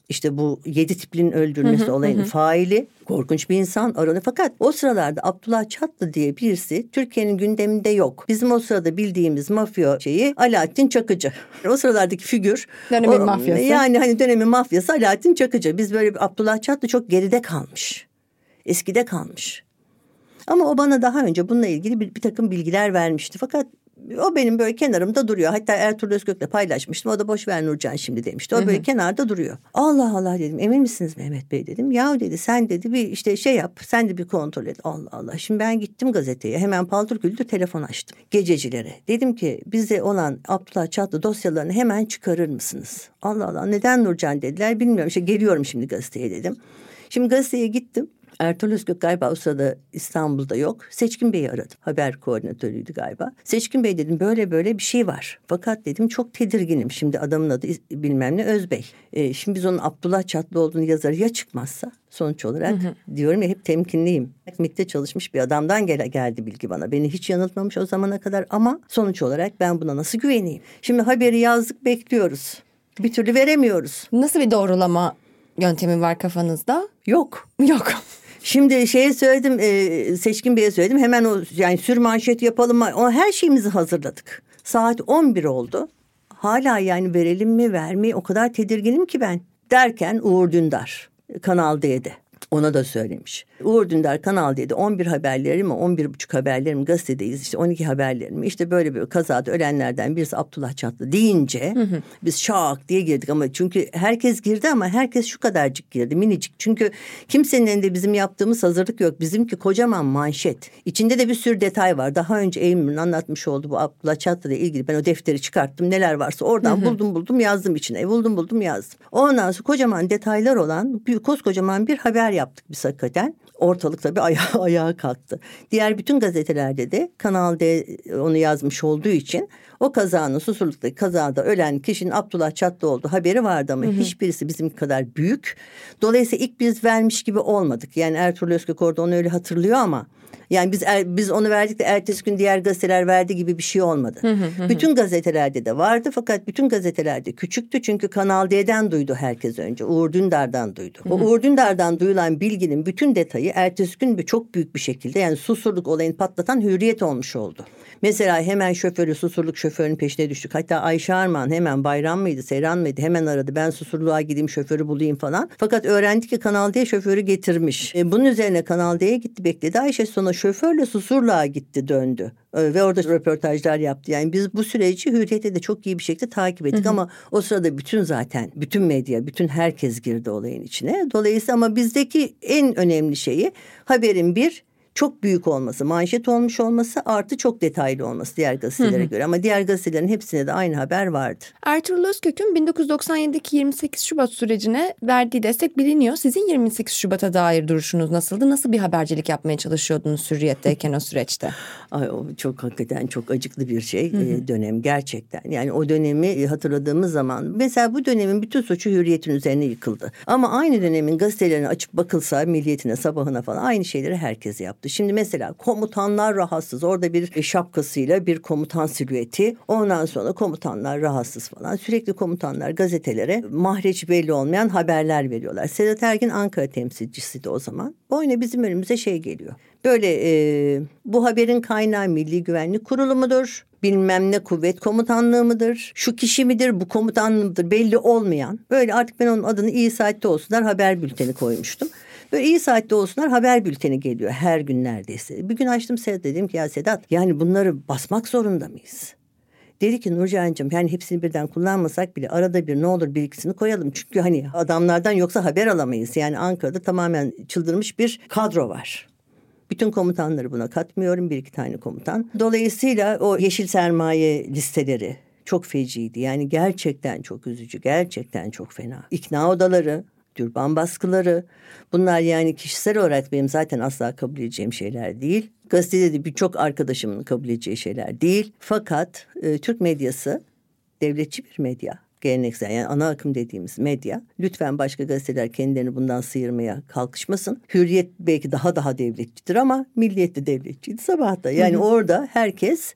İşte bu yedi tiplinin öldürülmesi hı hı, olayının hı. faili, korkunç bir insan aranıyor. Fakat o sıralarda Abdullah Çatlı diye birisi Türkiye'nin gündeminde yok. Bizim o sırada bildiğimiz mafya şeyi Alaaddin Çakıcı. O sıralardaki figür. Dönemin o, mafyası. Yani hani dönemin mafyası Alaaddin Çakıcı. Biz böyle Abdullah Çatlı çok geride kalmış. Eskide kalmış. Ama o bana daha önce bununla ilgili bir, bir takım bilgiler vermişti. Fakat o benim böyle kenarımda duruyor. Hatta Ertuğrul Özkök'le paylaşmıştım. O da boş ver Nurcan şimdi demişti. O böyle hı hı. kenarda duruyor. Allah Allah dedim. Emin misiniz Mehmet Bey dedim. Ya dedi sen dedi bir işte şey yap. Sen de bir kontrol et. Allah Allah. Şimdi ben gittim gazeteye. Hemen paldır küldür telefon açtım. Gececilere. Dedim ki bize olan Abdullah Çatlı dosyalarını hemen çıkarır mısınız? Allah Allah. Neden Nurcan dediler bilmiyorum. İşte geliyorum şimdi gazeteye dedim. Şimdi gazeteye gittim. Ertuğrul Özkök galiba o sırada İstanbul'da yok. Seçkin Bey'i aradım. Haber koordinatörüydü galiba. Seçkin Bey dedim böyle böyle bir şey var. Fakat dedim çok tedirginim. Şimdi adamın adı bilmem ne Özbey. Ee, şimdi biz onun Abdullah Çatlı olduğunu yazar ya çıkmazsa sonuç olarak hı hı. diyorum ya hep temkinliyim. M İ T'te çalışmış bir adamdan gel geldi bilgi bana. Beni hiç yanıltmamış o zamana kadar ama sonuç olarak ben buna nasıl güveneyim? Şimdi haberi yazdık bekliyoruz. Bir türlü veremiyoruz. Nasıl bir doğrulama yöntemi var kafanızda? Yok. Yok. Şimdi şeye söyledim, e, Seçkin Bey'e söyledim. Hemen o yani sür manşet yapalım. O her şeyimizi hazırladık. Saat on bir oldu. Hala yani verelim mi, vermeyi o kadar tedirginim ki ben. Derken Uğur Dündar Kanal D'de. Ona da söylemiş. Uğur Dündar Kanal D'de on bir haberlerim on bir buçuk haberlerim gazetedeyiz. İşte on iki haberlerim. İşte böyle bir kazada ölenlerden birisi Abdullah Çatlı deyince hı hı. biz şak diye girdik ama çünkü herkes girdi ama herkes şu kadarcık girdi minicik. Çünkü kimsenin elinde bizim yaptığımız hazırlık yok. Bizimki kocaman manşet. İçinde de bir sürü detay var. Daha önce Eymür'ün anlatmış olduğu bu Abdullah Çatlı ile ilgili ben o defteri çıkarttım. Neler varsa oradan hı hı. buldum buldum yazdım içine. Buldum buldum yazdım. Ondan sonra kocaman detaylar olan büyük koskocaman bir haber yaptık biz hakikaten. Ortalık tabii ayağa, ayağa kalktı. Diğer bütün gazetelerde de Kanal D onu yazmış olduğu için o kazanın Susurluk'taki kazada ölen kişinin Abdullah Çatlı olduğu haberi vardı ama hı hı. hiçbirisi bizim kadar büyük. Dolayısıyla ilk biz vermiş gibi olmadık. Yani Ertuğrul Özkök orada onu öyle hatırlıyor ama yani biz er, biz onu verdik de ertesi gün diğer gazeteler verdi gibi bir şey olmadı. Hı hı hı. Bütün gazetelerde de vardı fakat bütün gazetelerde küçüktü çünkü Kanal D'den duydu herkes önce. Uğur Dündar'dan duydu. Hı hı. O Uğur Dündar'dan duyulan bilginin bütün detayı ertesi gün bir çok büyük bir şekilde yani Susurluk olayını patlatan Hürriyet olmuş oldu. Mesela hemen şoförü Susurluk şoförünün peşine düştük. Hatta Ayşe Arman hemen Bayram mıydı Seyran mıydı hemen aradı. Ben Susurluk'a gideyim şoförü bulayım falan. Fakat öğrendik ki Kanal D şoförü getirmiş. E, bunun üzerine Kanal D'ye gitti bekledi. Ayşe sonra şoförle Susurluk'a gitti döndü. E, ve orada röportajlar yaptı. Yani biz bu süreci Hürriyet'te de çok iyi bir şekilde takip ettik. Hı hı. Ama o sırada bütün zaten bütün medya bütün herkes girdi olayın içine. Dolayısıyla ama bizdeki en önemli şeyi haberin bir çok büyük olması, manşet olmuş olması artı çok detaylı olması diğer gazetelere hı hı. göre. Ama diğer gazetelerin hepsine de aynı haber vardı. Ertuğrul Özkök'ün bin dokuz yüz doksan yedideki yirmi sekiz Şubat sürecine verdiği destek biliniyor. Sizin yirmi sekiz Şubat'a dair duruşunuz nasıldı? Nasıl bir habercilik yapmaya çalışıyordunuz Hürriyet'teyken o süreçte? Ay, o çok hakikaten çok acıklı bir şey hı hı. E, dönem gerçekten. Yani o dönemi hatırladığımız zaman mesela bu dönemin bütün suçu Hürriyet'in üzerine yıkıldı. Ama aynı dönemin gazetelerini açıp bakılsa Milliyet'ine, Sabah'ına falan aynı şeyleri herkes yaptı. Şimdi mesela komutanlar rahatsız. Orada bir şapkasıyla bir komutan silüeti. Ondan sonra komutanlar rahatsız falan. Sürekli komutanlar gazetelere mahreç belli olmayan haberler veriyorlar. Sedat Ergin Ankara temsilcisiydi o zaman. Oyuna bizim önümüze şey geliyor. Böyle e, bu haberin kaynağı Milli Güvenlik Kurulu mudur? Bilmem ne kuvvet komutanlığı mıdır? Şu kişi midir? Bu komutanlığı mıdır? Belli olmayan. Böyle artık ben onun adını iyi saatte olsunlar haber bülteni koymuştum. Böyle iyi saatte olsunlar haber bülteni geliyor her gün neredeyse. Bir gün açtım Sedat dedim ki ya Sedat yani bunları basmak zorunda mıyız? Dedi ki Nurcan'cığım yani hepsini birden kullanmasak bile arada bir ne olur bir ikisini koyalım. Çünkü hani adamlardan yoksa haber alamayız. Yani Ankara'da tamamen çıldırmış bir kadro var. Bütün komutanları buna katmıyorum bir iki tane komutan. Dolayısıyla o yeşil sermaye listeleri çok feciydi. Yani gerçekten çok üzücü gerçekten çok fena. İkna odaları. Türban baskıları bunlar yani kişisel olarak benim zaten asla kabul edeceğim şeyler değil. Gazetede de birçok arkadaşımın kabul edeceği şeyler değil. Fakat e, Türk medyası devletçi bir medya. Geleneksel yani ana akım dediğimiz medya. Lütfen başka gazeteler kendilerini bundan sıyırmaya kalkışmasın. Hürriyet belki daha daha devletçidir ama Milliyet de devletçiydi Sabah'ta. Yani hı hı. orada herkes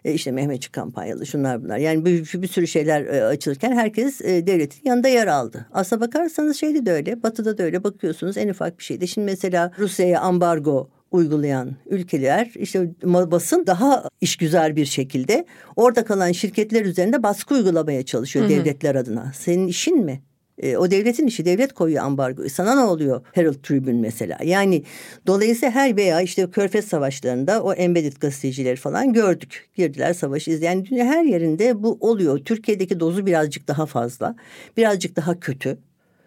E, işte Mehmetçik kampanyalı şunlar bunlar. Yani bir, bir sürü şeyler e, açılırken herkes e, devletin yanında yer aldı. Aslına bakarsanız şeyde de öyle, Batı'da da öyle, bakıyorsunuz en ufak bir şeyde. Şimdi mesela Rusya'ya ambargo uygulayan ülkeler, işte basın daha işgüzar bir şekilde orada kalan şirketler üzerinde baskı uygulamaya çalışıyor, hı hı, devletler adına. Senin işin mi? E, o devletin işi, devlet koyuyor ambargoyu. Sana ne oluyor? Herald Tribune mesela. Yani dolayısıyla her veya işte Körfez Savaşları'nda o embedded gazetecileri falan gördük. Girdiler savaşı izleyen. Yani dünya her yerinde bu oluyor. Türkiye'deki dozu birazcık daha fazla. Birazcık daha kötü.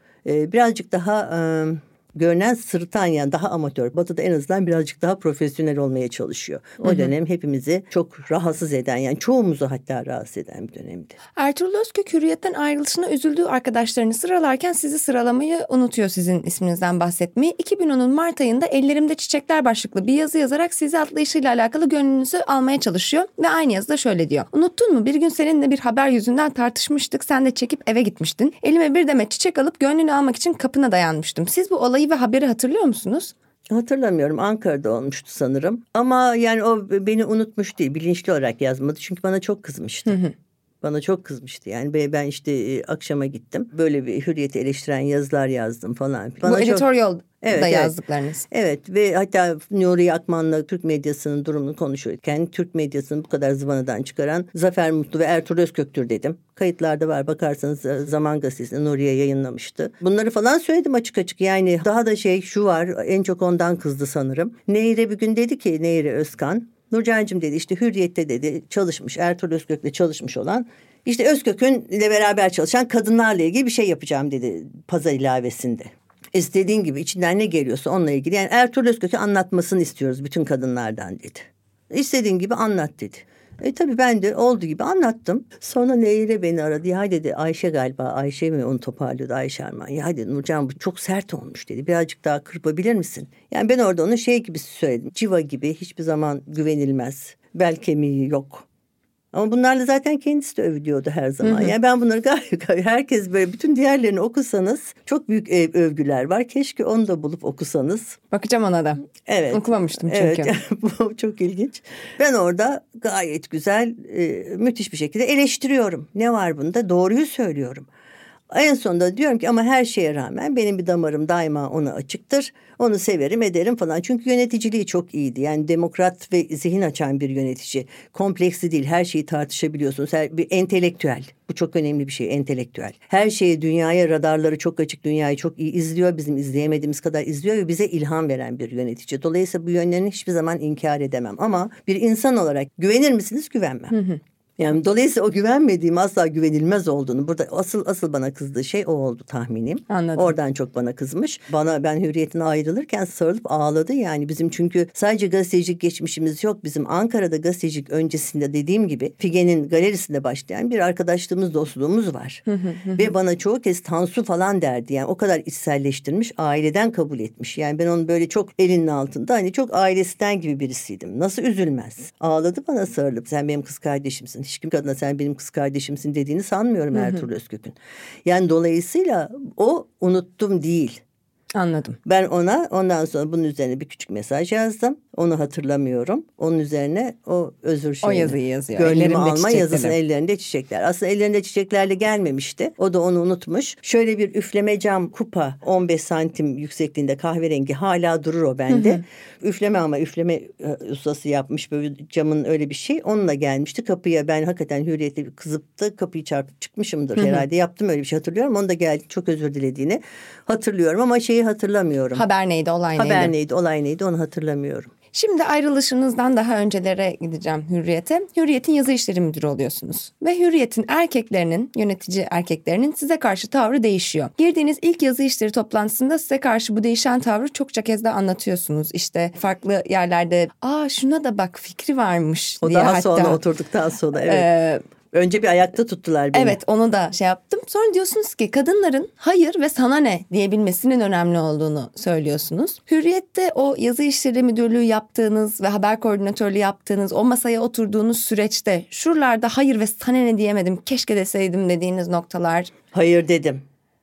E, birazcık daha E, görünen sırıtan, yani daha amatör. Batı'da en azından birazcık daha profesyonel olmaya çalışıyor. O hı hı. dönem hepimizi çok rahatsız eden, yani çoğumuzu hatta rahatsız eden bir dönemdi. Ertuğrul Özkök Hürriyet'ten ayrılışına üzüldüğü arkadaşlarını sıralarken sizi sıralamayı unutuyor, sizin isminizden bahsetmeyi. iki bin onun Mart ayında Ellerimde Çiçekler başlıklı bir yazı yazarak sizi atlayışıyla alakalı gönlünüzü almaya çalışıyor. Ve aynı yazıda şöyle diyor. Unuttun mu? Bir gün seninle bir haber yüzünden tartışmıştık. Sen de çekip eve gitmiştin. Elime bir demet çiçek alıp gönlünü almak için kapına dayanmıştım. Siz bu olayı ve haberi hatırlıyor musunuz? Hatırlamıyorum. Ankara'da olmuştu sanırım. Ama yani o beni unutmuş değil. Bilinçli olarak yazmadı. Çünkü bana çok kızmıştı. Hı hı. Bana çok kızmıştı. Yani ben işte e, akşama gittim. Böyle bir Hürriyet'i eleştiren yazılar yazdım falan. Bana bu editorial çok... Evet, da evet. yazdıklarınız. Evet ve hatta Nuri Akman'la Türk medyasının durumunu konuşurken Türk medyasını bu kadar zıvanadan çıkaran Zafer Mutlu ve Ertuğrul Özkök'tür dedim. Kayıtlarda var, bakarsanız Zaman Gazetesi'nde Nuriye yayınlamıştı. Bunları falan söyledim açık açık. Yani daha da şey şu var, en çok ondan kızdı sanırım. Nehir'e bir gün dedi ki, Nehir'e Özkan, Nurcan'cığım dedi, işte Hürriyet'te dedi çalışmış, Ertuğrul Özkök'le çalışmış olan, işte Özkök'ün ile beraber çalışan kadınlarla ilgili bir şey yapacağım dedi pazar ilavesinde. İstediğin gibi içinden ne geliyorsa onunla ilgili. Yani Ertuğrul Özkök'ü anlatmasını istiyoruz bütün kadınlardan dedi. İstediğin gibi anlat dedi. E tabii ben de olduğu gibi anlattım. Sonra Nehir'e beni aradı. Ya dedi, Ayşe galiba, Ayşe mi onu toparlıyordu, Ayşe Arman. Ya dedi, Nurcan bu çok sert olmuş dedi. Birazcık daha kırpabilir misin? Yani ben orada onun şey gibi söyledim. Civa gibi, hiçbir zaman güvenilmez. Bel kemiği yok. Ama bunlarla zaten kendisi de övülüyordu her zaman. Hı hı. Yani ben bunları gayet, herkes böyle bütün diğerlerini okusanız çok büyük övgüler var. Keşke onu da bulup okusanız. Bakacağım ona da. Evet. Okumamıştım çünkü. Evet. Bu çok ilginç. Ben orada gayet güzel, e, müthiş bir şekilde eleştiriyorum. Ne var bunda? Doğruyu söylüyorum. En sonunda diyorum ki ama her şeye rağmen benim bir damarım daima ona açıktır. Onu severim, ederim falan. Çünkü yöneticiliği çok iyiydi. Yani demokrat ve zihin açan bir yönetici. Kompleksli değil, her şeyi tartışabiliyorsunuz. Her, bir entelektüel. Bu çok önemli bir şey, entelektüel. Her şeyi, dünyaya radarları çok açık, dünyayı çok iyi izliyor. Bizim izleyemediğimiz kadar izliyor ve bize ilham veren bir yönetici. Dolayısıyla bu yönlerini hiçbir zaman inkar edemem. Ama bir insan olarak güvenir misiniz? Güvenmem. Hı hı. Yani dolayısıyla o güvenmediğim, asla güvenilmez olduğunu, burada asıl asıl bana kızdığı şey o oldu tahminim. Anladım. Oradan çok bana kızmış. Bana, ben Hürriyet'ine ayrılırken sarılıp ağladı yani. Bizim çünkü sadece gazetecilik geçmişimiz yok. Bizim Ankara'da gazetecilik öncesinde dediğim gibi Figen'in galerisinde başlayan bir arkadaşlığımız, dostluğumuz var. Ve bana çoğu kez Tansu falan derdi. Yani o kadar içselleştirmiş, aileden kabul etmiş. Yani ben onun böyle çok elinin altında, hani çok ailesinden gibi birisiydim. Nasıl üzülmez? Ağladı bana sarılıp, sen benim kız kardeşimsin. Hiç kim kadına sen benim kız kardeşimsin dediğini sanmıyorum hı hı. Ertuğrul Özkök'ün. Yani dolayısıyla o unuttum değil. Anladım. Ben ona ondan sonra bunun üzerine bir küçük mesaj yazdım. Onu hatırlamıyorum. Onun üzerine o özür şeyini. O yazıyı yazıyor. Gönlümü ellerinde alma yazısını, çiçekleri. ellerinde çiçekler. Aslında ellerinde çiçeklerle gelmemişti. O da onu unutmuş. Şöyle bir üfleme cam kupa, on beş santim yüksekliğinde, kahverengi, hala durur o bende. Hı hı. Üfleme ama üfleme ustası yapmış, böyle camın öyle bir şey. Onunla gelmişti kapıya. Ben hakikaten Hürriyet'e kızıp da kapıyı çarpıp çıkmışımdır. Hı hı. Herhalde yaptım öyle bir şey, hatırlıyorum. Onu da geldi, çok özür dilediğini hatırlıyorum ama şeyi hatırlamıyorum. Haber neydi, olay neydi? Haber neydi, olay neydi, onu hatırlamıyorum. Şimdi ayrılışınızdan daha öncelere gideceğim Hürriyet'e. Hürriyet'in yazı işleri müdürü oluyorsunuz. Ve Hürriyet'in erkeklerinin, yönetici erkeklerinin size karşı tavrı değişiyor. Girdiğiniz ilk yazı işleri toplantısında size karşı bu değişen tavrı çokça kez de anlatıyorsunuz. İşte farklı yerlerde, aa şuna da bak fikri varmış o diye. O daha hatta, sonra oturduktan sonra evet. E, Önce bir ayakta tuttular beni. Evet, onu da şey yaptım. Sonra diyorsunuz ki kadınların hayır ve sana ne diyebilmesinin önemli olduğunu söylüyorsunuz. Hürriyet'te o yazı işleri müdürlüğü yaptığınız ve haber koordinatörlüğü yaptığınız, o masaya oturduğunuz süreçte şuralarda hayır ve sana ne diyemedim, keşke deseydim dediğiniz noktalar. Hayır dedim.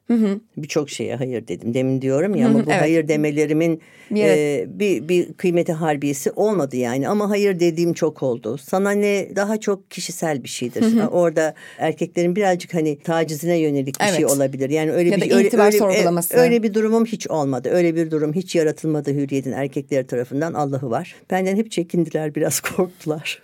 Hı hı. Birçok şeye hayır dedim. Demin diyorum ya, ama bu evet. hayır demelerimin bir, e, bir, bir kıymeti harbiyesi olmadı yani. Ama hayır dediğim çok oldu. Sana ne daha çok kişisel bir şeydir. Hı hı. Orada erkeklerin birazcık hani tacizine yönelik bir evet. şey olabilir. Yani öyle ya bir da itibar öyle, sorgulaması. Öyle bir durumum hiç olmadı. Öyle bir durum hiç yaratılmadı Hürriyet'in erkekleri tarafından, Allah'ı var. Benden hep çekindiler, biraz korktular.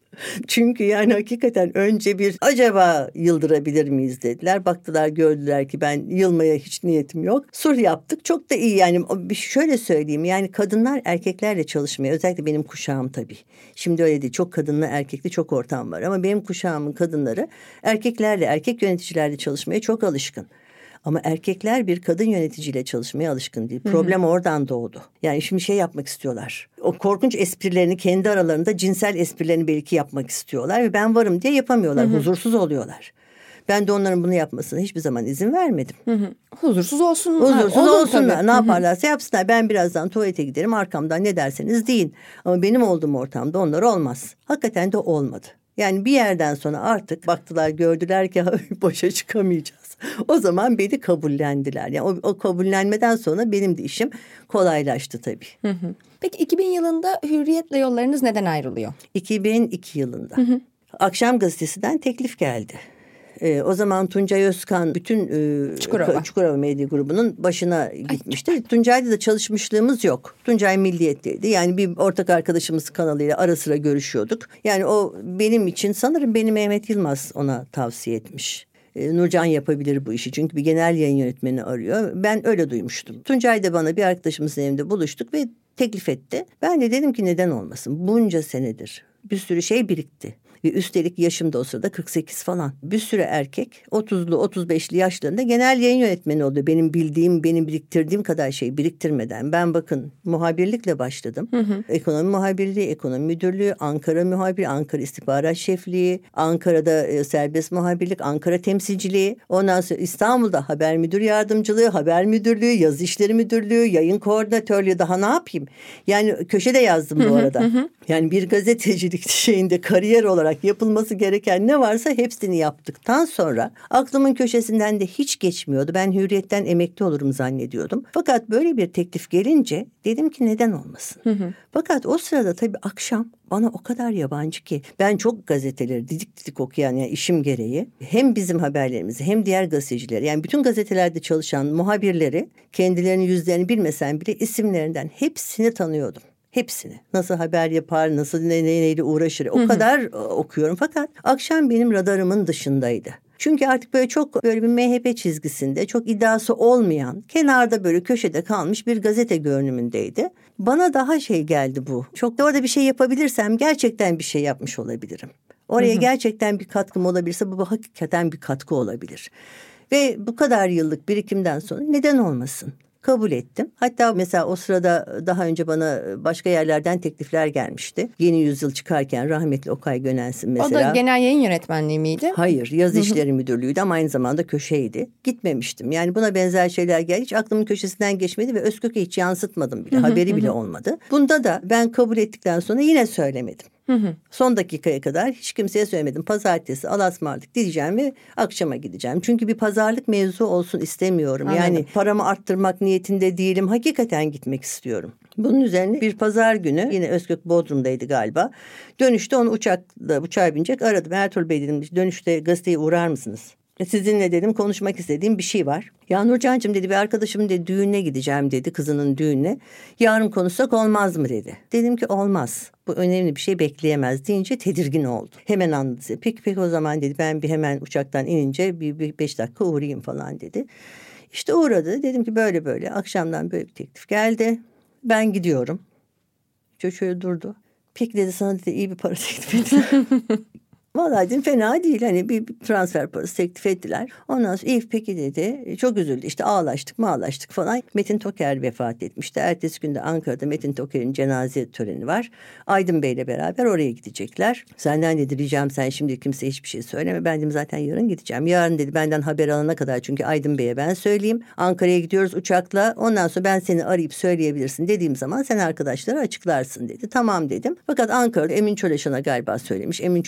Çünkü yani hakikaten önce bir acaba yıldırabilir miyiz dediler. Baktılar, gördüler ki ben yılmaya hiç niyetim yok. Sulh yaptık, çok da iyi yani. Şöyle söyleyeyim, yani kadınlar erkeklerle çalışmaya, özellikle benim kuşağım tabii. Şimdi öyle değil, çok kadınlı erkekli çok ortam var. Ama benim kuşağımın kadınları erkeklerle, erkek yöneticilerle çalışmaya çok alışkın. Ama erkekler bir kadın yöneticiyle çalışmaya alışkın değil. Problem hı hı. oradan doğdu. Yani şimdi şey yapmak istiyorlar. O korkunç esprilerini kendi aralarında, cinsel esprilerini belki yapmak istiyorlar. Ve ben varım diye yapamıyorlar. Hı hı. Huzursuz oluyorlar. Ben de onların bunu yapmasına hiçbir zaman izin vermedim. Hı hı. Huzursuz olsun. Huzursuz ha, olsunlar. Tabii. Ne yaparlarsa yapsınlar. Ben birazdan tuvalete giderim. Arkamdan ne derseniz deyin. Ama benim olduğum ortamda onlar olmaz. Hakikaten de olmadı. Yani bir yerden sonra artık baktılar, gördüler ki boşa çıkamayacağız. O zaman beni kabullendiler. Yani o, o kabullenmeden sonra benim de işim kolaylaştı tabii. Hı hı. Peki iki bin yılında Hürriyet'le yollarınız neden ayrılıyor? iki bin iki yılında. Hı hı. Akşam Gazetesi'nden teklif geldi. Ee, o zaman Tuncay Özkan bütün e, Çukurova. Çukurova Medya Grubu'nun başına gitmişti. Ay, Tuncay'da da çalışmışlığımız yok. Tuncay Milliyet'teydi. Yani bir ortak arkadaşımız kanalıyla ara sıra görüşüyorduk. Yani o benim için, sanırım beni Mehmet Yılmaz ona tavsiye etmiş. Ee, Nurcan yapabilir bu işi, çünkü bir genel yayın yönetmeni arıyor. Ben öyle duymuştum. Tuncay da bana bir arkadaşımızın evinde buluştuk ve teklif etti. Ben de dedim ki neden olmasın? Bunca senedir bir sürü şey birikti. Ve üstelik yaşım da o sırada kırk sekiz falan. Bir sürü erkek otuzlu otuz beşli yaşlarında genel yayın yönetmeni oldu. Benim bildiğim, benim biriktirdiğim kadar şey biriktirmeden. Ben bakın muhabirlikle başladım. Hı hı. Ekonomi muhabirliği, ekonomi müdürlüğü, Ankara muhabiri, Ankara istihbarat şefliği, Ankara'da e, serbest muhabirlik, Ankara temsilciliği. Ondan sonra İstanbul'da haber müdür yardımcılığı, haber müdürlüğü, yazı işleri müdürlüğü, yayın koordinatörlüğü, daha ne yapayım? Yani köşede yazdım bu arada. Hı hı. Yani bir gazetecilik şeyinde kariyer olarak yapılması gereken ne varsa hepsini yaptıktan sonra aklımın köşesinden de hiç geçmiyordu. Ben Hürriyet'ten emekli olurum zannediyordum. Fakat böyle bir teklif gelince dedim ki neden olmasın? Hı hı. Fakat o sırada tabii akşam bana o kadar yabancı ki, ben çok gazeteleri didik didik okuyan, yani işim gereği hem bizim haberlerimizi hem diğer gazetecileri, yani bütün gazetelerde çalışan muhabirleri, kendilerinin yüzlerini bilmesem bile isimlerinden hepsini tanıyordum. Hepsini. Nasıl haber yapar, nasıl ne, ne, neyle uğraşır. O hı hı. kadar okuyorum. Fakat akşam benim radarımın dışındaydı. Çünkü artık böyle çok böyle bir M H P çizgisinde, çok iddiası olmayan, kenarda böyle köşede kalmış bir gazete görünümündeydi. Bana daha şey geldi bu. Çok da orada bir şey yapabilirsem gerçekten bir şey yapmış olabilirim. Oraya hı hı. gerçekten bir katkım olabilirse bu, bu hakikaten bir katkı olabilir. Ve bu kadar yıllık birikimden sonra neden olmasın? Kabul ettim. Hatta mesela o sırada daha önce bana başka yerlerden teklifler gelmişti. Yeni Yüzyıl çıkarken rahmetli Okay Gönensin mesela. O da genel yayın yönetmenliği miydi? Hayır, yazı işleri müdürlüğüydü ama aynı zamanda köşeydi. Gitmemiştim. Yani buna benzer şeyler geldi. Hiç aklımın köşesinden geçmedi ve Özkök'e hiç yansıtmadım bile. Haberi bile olmadı. Bunda da ben kabul ettikten sonra yine söylemedim. Hı hı. Son dakikaya kadar hiç kimseye söylemedim. Pazartesi alasmardık diyeceğim ve akşama gideceğim. Çünkü bir pazarlık mevzu olsun istemiyorum. Anladım. Yani paramı arttırmak niyetinde değilim. Hakikaten gitmek istiyorum. Bunun üzerine bir pazar günü yine Özkök Bodrum'daydı galiba. Dönüşte onu uçakla uçağa binecek aradım. Ertuğrul Bey dedim, dönüşte gazeteye uğrar mısınız? Sizinle dedim konuşmak istediğim bir şey var. Ya Nurcancığım dedi, bir arkadaşım dedi düğüne gideceğim dedi, kızının düğününe. Yarın konuşsak olmaz mı dedi. Dedim ki olmaz. Bu önemli bir şey, bekleyemez deyince tedirgin oldu. Hemen anladı. Peki peki o zaman dedi, ben bir hemen uçaktan inince bir, bir beş dakika uğrayayım falan dedi. İşte uğradı. Dedim ki böyle böyle akşamdan böyle bir teklif geldi. Ben gidiyorum. Şöyle, şöyle durdu. Peki dedi, sana dedi iyi bir para teklif ettiler. Vallahi dedim fena değil, hani bir, bir transfer parası teklif ettiler. Ondan sonra iyi peki dedi, çok üzüldü, işte ağlaştık mağlaştık falan. Metin Toker vefat etmişti. Ertesi günde Ankara'da Metin Toker'in cenaze töreni var. Aydın Bey'le beraber oraya gidecekler. Senden dedi ricam, sen şimdi kimseye hiçbir şey söyleme. Ben dedim zaten yarın gideceğim. Yarın dedi benden haber alana kadar, çünkü Aydın Bey'e ben söyleyeyim. Ankara'ya gidiyoruz uçakla, ondan sonra ben seni arayıp söyleyebilirsin dediğim zaman sen arkadaşlara açıklarsın dedi. Tamam dedim. Fakat Ankara'da Emin Çöleşan'a galiba söylemiş. Emin Çöleşan'ın hemen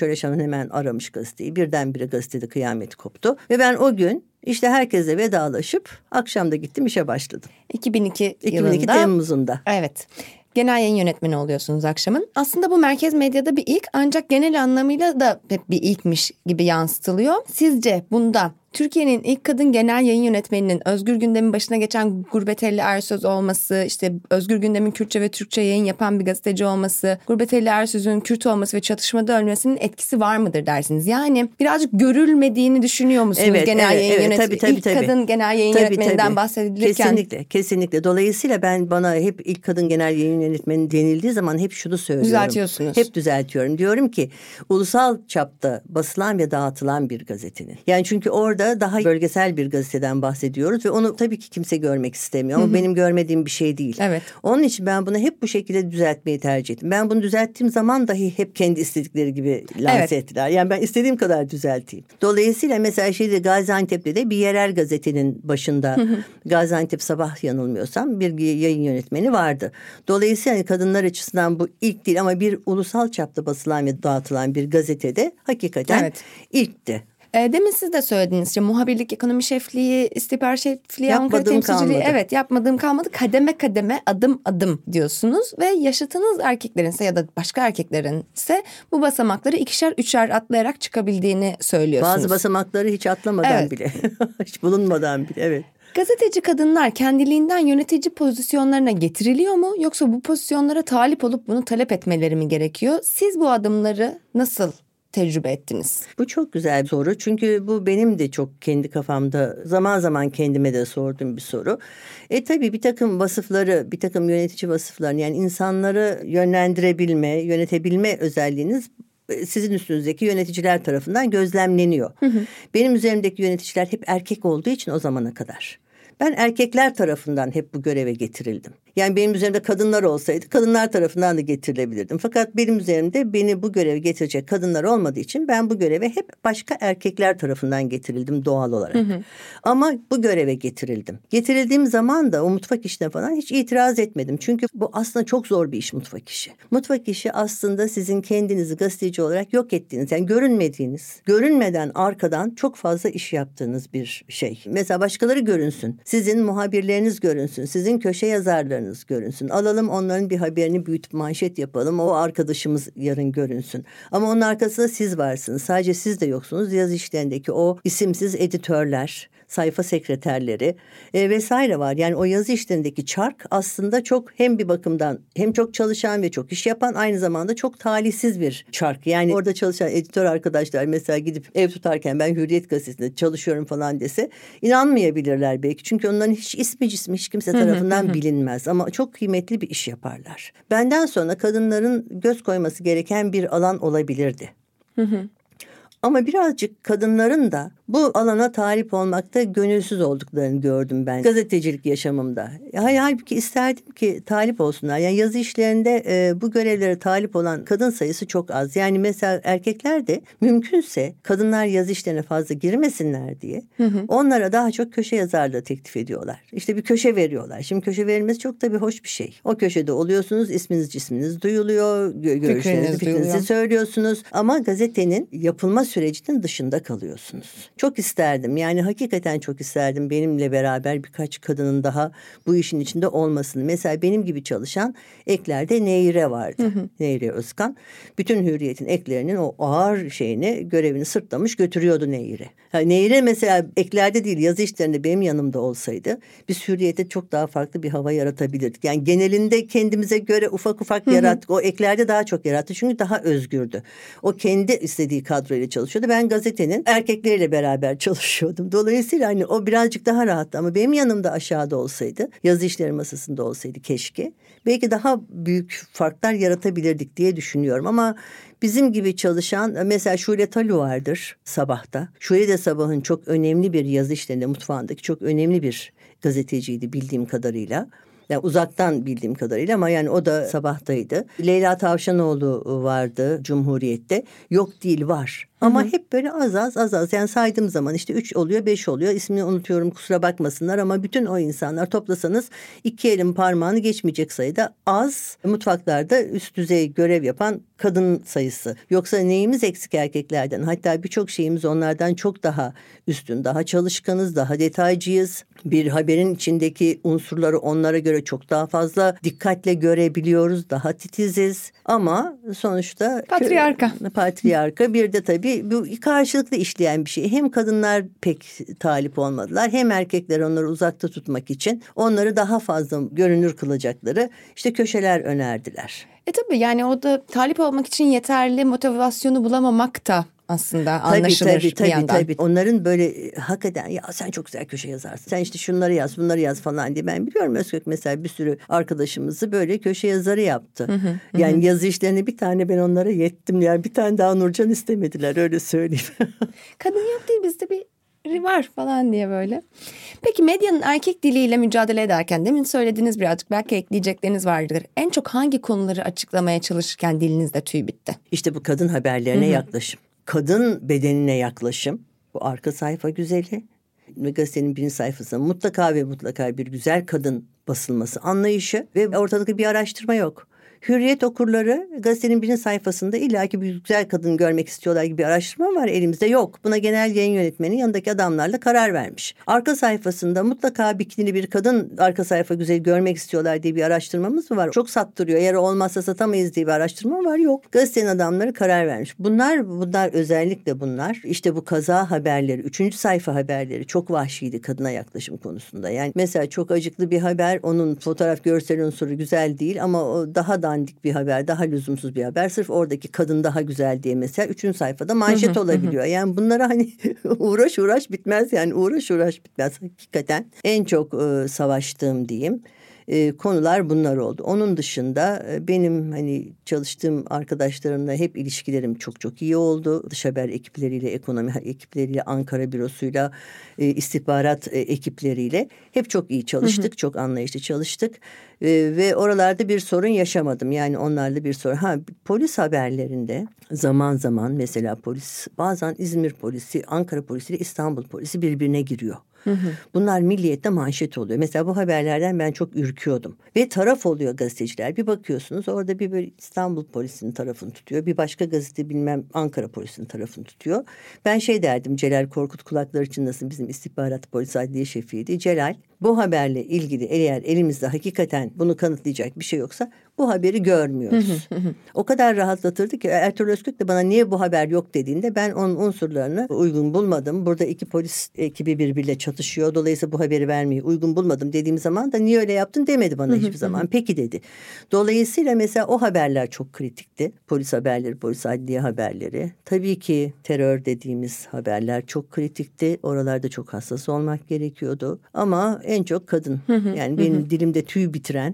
hemen aramış gazeteyi. Birdenbire gazetede kıyamet koptu. Ve ben o gün işte herkese vedalaşıp akşam da gittim, işe başladım. iki bin iki iki bin iki yılında. Temmuz'unda. Evet. Genel yayın yönetmeni oluyorsunuz akşamın. Aslında bu merkez medyada bir ilk, ancak genel anlamıyla da hep bir ilkmiş gibi yansıtılıyor. Sizce bunda Türkiye'nin ilk kadın genel yayın yönetmeninin Özgür Gündem'in başına geçen Gurbeteli Ersöz olması, işte Özgür Gündem'in Kürtçe ve Türkçe yayın yapan bir gazeteci olması, Gurbeteli Ersöz'ün Kürt olması ve çatışmada ölmesinin etkisi var mıdır dersiniz? Yani birazcık görülmediğini düşünüyor musunuz evet, genel evet, yayın evet, yönetmeni? tabii, tabii, İlk tabii. kadın genel yayın tabii, yönetmeninden tabii. bahsedilirken. Kesinlikle, kesinlikle. Dolayısıyla ben bana hep ilk kadın genel yayın yönetmeni denildiği zaman hep şunu söylüyorum. Düzeltiyorsunuz. Hep düzeltiyorum. Diyorum ki ulusal çapta basılan ve dağıtılan bir gazetenin. Yani çünkü orada daha bölgesel bir gazeteden bahsediyoruz ve onu tabii ki kimse görmek istemiyor. Ama hı hı. benim görmediğim bir şey değil. Evet. Onun için ben bunu hep bu şekilde düzeltmeyi tercih ettim. Ben bunu düzelttiğim zaman dahi hep kendi istedikleri gibi lanse evet. ettiler. Yani ben istediğim kadar düzelteyim. Dolayısıyla mesela şeyde Gaziantep'te de bir yerel gazetenin başında hı hı. Gaziantep Sabah yanılmıyorsam bir yayın yönetmeni vardı. Dolayısıyla yani kadınlar açısından bu ilk değil ama bir ulusal çapta basılan ve dağıtılan bir gazetede hakikaten evet. ilkti. E, demin siz de söylediniz işte muhabirlik, ekonomi şefliği, istihbarat şefliği, Ankara temsilciliği. Kalmadı. Evet, yapmadığım kalmadı. Kademe kademe, adım adım diyorsunuz ve yaşadığınız erkeklerinse ya da başka erkeklerinse bu basamakları ikişer üçer atlayarak çıkabildiğini söylüyorsunuz. Bazı basamakları hiç atlamadan evet. bile, hiç bulunmadan bile. Evet. Gazeteci kadınlar kendiliğinden yönetici pozisyonlarına getiriliyor mu, yoksa bu pozisyonlara talip olup bunu talep etmeleri mi gerekiyor? Siz bu adımları nasıl tecrübe ettiniz? Bu çok güzel bir soru. Çünkü bu benim de çok kendi kafamda zaman zaman kendime de sorduğum bir soru. E tabii bir takım vasıfları, bir takım yönetici vasıflarını, yani insanları yönlendirebilme, yönetebilme özelliğiniz sizin üstünüzdeki yöneticiler tarafından gözlemleniyor. Hı hı. Benim üzerimdeki yöneticiler hep erkek olduğu için o zamana kadar ben erkekler tarafından hep bu göreve getirildim. Yani benim üzerimde kadınlar olsaydı kadınlar tarafından da getirilebilirdim. Fakat benim üzerimde beni bu göreve getirecek kadınlar olmadığı için ben bu göreve hep başka erkekler tarafından getirildim doğal olarak. Hı hı. Ama bu göreve getirildim. Getirildiğim zaman da o mutfak işine falan hiç itiraz etmedim. Çünkü bu aslında çok zor bir iş, mutfak işi. Mutfak işi aslında sizin kendinizi gazeteci olarak yok ettiğiniz, yani görünmediğiniz, görünmeden arkadan çok fazla iş yaptığınız bir şey. Mesela başkaları görünsün. Sizin muhabirleriniz görünsün. Sizin köşe yazarlarınız görünsün. Alalım onların bir haberini büyütüp manşet yapalım. O arkadaşımız yarın görünsün. Ama onun arkasında siz varsınız. Sadece siz de yoksunuz. Yazı işlerindeki o isimsiz editörler, sayfa sekreterleri e, vesaire var. Yani o yazı işlerindeki çark aslında çok, hem bir bakımdan hem çok çalışan ve çok iş yapan, aynı zamanda çok talihsiz bir çark. Yani orada çalışan editör arkadaşlar mesela gidip ev tutarken ben Hürriyet Gazetesi'nde çalışıyorum falan dese inanmayabilirler belki. Çünkü onların hiç ismi cismi hiç kimse tarafından bilinmez ama çok kıymetli bir iş yaparlar. Benden sonra kadınların göz koyması gereken bir alan olabilirdi. Hı hı. Ama birazcık kadınların da bu alana talip olmakta gönülsüz olduklarını gördüm ben gazetecilik yaşamımda. Halbuki isterdim ki talip olsunlar. Yani yazı işlerinde e, bu görevlere talip olan kadın sayısı çok az. Yani mesela erkekler de mümkünse kadınlar yazı işlerine fazla girmesinler diye hı hı. onlara daha çok köşe yazarlığı teklif ediyorlar. İşte bir köşe veriyorlar. Şimdi köşe verilmesi çok tabii hoş bir şey. O köşede oluyorsunuz, isminiz cisminiz duyuluyor, gö- görüşlerinizi, fikrinizi söylüyorsunuz. Ama gazetenin yapılma sürecinin dışında kalıyorsunuz. Çok isterdim, yani hakikaten çok isterdim benimle beraber birkaç kadının daha bu işin içinde olmasını. Mesela benim gibi çalışan eklerde Neyire vardı. Hı hı. Neyire Özkan. Bütün Hürriyet'in eklerinin o ağır şeyini, görevini sırtlamış götürüyordu Neyire. Yani Neyire mesela eklerde değil, yazı işlerinde benim yanımda olsaydı biz Hürriyet'e çok daha farklı bir hava yaratabilirdik. Yani genelinde kendimize göre ufak ufak hı hı. yarattık. O eklerde daha çok yarattı çünkü daha özgürdü. O kendi istediği kadroyla çalışıyordu. Ben gazetenin erkekleriyle beraber çalışıyordum. Dolayısıyla hani o birazcık daha rahattı ama benim yanımda aşağıda olsaydı, yazı işleri masasında olsaydı keşke, belki daha büyük farklar yaratabilirdik diye düşünüyorum. Ama bizim gibi çalışan mesela Şule Talu vardır Sabah'ta. Şule de Sabah'ın çok önemli bir yazı işlerinde, mutfağındaki çok önemli bir gazeteciydi bildiğim kadarıyla. Yani uzaktan bildiğim kadarıyla ama yani o da Sabah'taydı. Leyla Tavşanoğlu vardı Cumhuriyet'te. Yok değil, var. Ama hı hı. hep böyle az az az az, yani saydığım zaman işte üç oluyor, beş oluyor, ismini unutuyorum, kusura bakmasınlar ama bütün o insanlar toplasanız iki elin parmağını geçmeyecek sayıda az mutfaklarda üst düzey görev yapan kadın sayısı. Yoksa neyimiz eksik erkeklerden? Hatta birçok şeyimiz onlardan çok daha üstün, daha çalışkanız, daha detaycıyız. Bir haberin içindeki unsurları onlara göre çok daha fazla dikkatle görebiliyoruz, daha titiziz. Ama sonuçta patriarka. Patriarka bir de tabii bu karşılıklı işleyen bir şey. Hem kadınlar pek talip olmadılar, hem erkekler onları uzakta tutmak için onları daha fazla görünür kılacakları işte köşeler önerdiler. E tabii yani o da talip olmak için yeterli motivasyonu bulamamak da aslında anlaşılır tabii, tabii, tabii, bir yandan. Tabii. Onların böyle hakikaten ya sen çok güzel köşe yazarsın, sen işte şunları yaz bunları yaz falan diye. Ben biliyorum, Özkök mesela bir sürü arkadaşımızı böyle köşe yazarı yaptı. Hı hı, yani hı. yazı işlerini bir tane ben onlara yettim. Yani bir tane daha Nurcan istemediler, öyle söyleyeyim. Kadın yok değil, bizde bir var falan diye böyle. Peki medyanın erkek diliyle mücadele ederken, demin söylediğiniz birazcık, belki ekleyecekleriniz vardır. En çok hangi konuları açıklamaya çalışırken dilinizde tüy bitti? İşte bu kadın haberlerine Hı-hı. yaklaşım. Kadın bedenine yaklaşım. Bu arka sayfa güzeli. Ve gazetenin birinci sayfasında mutlaka ve mutlaka bir güzel kadın basılması anlayışı ve ortalıkta bir araştırma yok. Hürriyet okurları gazetenin birinci sayfasında illaki bir güzel kadın görmek istiyorlar gibi bir araştırma var, elimizde yok. Buna genel yayın yönetmeni yanındaki adamlarla karar vermiş. Arka sayfasında mutlaka bikinili bir kadın arka sayfa güzeli görmek istiyorlar diye bir araştırmamız mı var? Çok sattırıyor, eğer olmazsa satamayız diye bir araştırma var, yok. Gazetenin adamları karar vermiş. Bunlar bunlar özellikle bunlar işte bu kaza haberleri, üçüncü sayfa haberleri çok vahşiydi kadına yaklaşım konusunda. Yani mesela çok acıklı bir haber, onun fotoğraf görsel unsuru güzel değil ama o daha da dandik bir haber, daha lüzumsuz bir haber. Sırf oradaki kadın daha güzel diye mesela üçüncü sayfada manşet olabiliyor. Yani bunlara hani uğraş uğraş bitmez, yani uğraş uğraş bitmez hakikaten. En çok e, savaştığım diyeyim e, konular bunlar oldu. Onun dışında e, benim hani çalıştığım arkadaşlarımla hep ilişkilerim çok çok iyi oldu. Dış haber ekipleriyle, ekonomi ekipleriyle, Ankara bürosuyla, e, istihbarat e, ekipleriyle hep çok iyi çalıştık. Hı hı. Çok anlayışlı çalıştık. E, ve oralarda bir sorun yaşamadım. Yani onlarla bir sorun. Ha, polis haberlerinde zaman zaman mesela polis, bazen İzmir polisi, Ankara polisi ile İstanbul polisi birbirine giriyor. Hı hı. Bunlar Milliyet'te manşet oluyor. Mesela bu haberlerden ben çok ürküyordum. Ve taraf oluyor gazeteciler. Bir bakıyorsunuz orada bir böyle İstanbul polisinin tarafını tutuyor. Bir başka gazete bilmem Ankara polisinin tarafını tutuyor. Ben şey derdim, Celal Korkut kulakları çınlasın, bizim istihbarat polisi adliye şefiydi. Celal, bu haberle ilgili eğer elimizde hakikaten bunu kanıtlayacak bir şey yoksa bu haberi görmüyoruz. O kadar rahatlatırdı ki Ertuğrul Özkök de bana niye bu haber yok dediğinde ben onun unsurlarını uygun bulmadım. Burada iki polis ekibi birbiriyle çatışıyor. Dolayısıyla bu haberi vermeyi uygun bulmadım dediğim zaman da niye öyle yaptın demedi bana hiçbir zaman. Peki dedi. Dolayısıyla mesela o haberler çok kritikti. Polis haberleri, polis adliye haberleri. Tabii ki terör dediğimiz haberler çok kritikti. Oralarda çok hassas olmak gerekiyordu. Ama en çok kadın. Yani benim dilimde tüy bitiren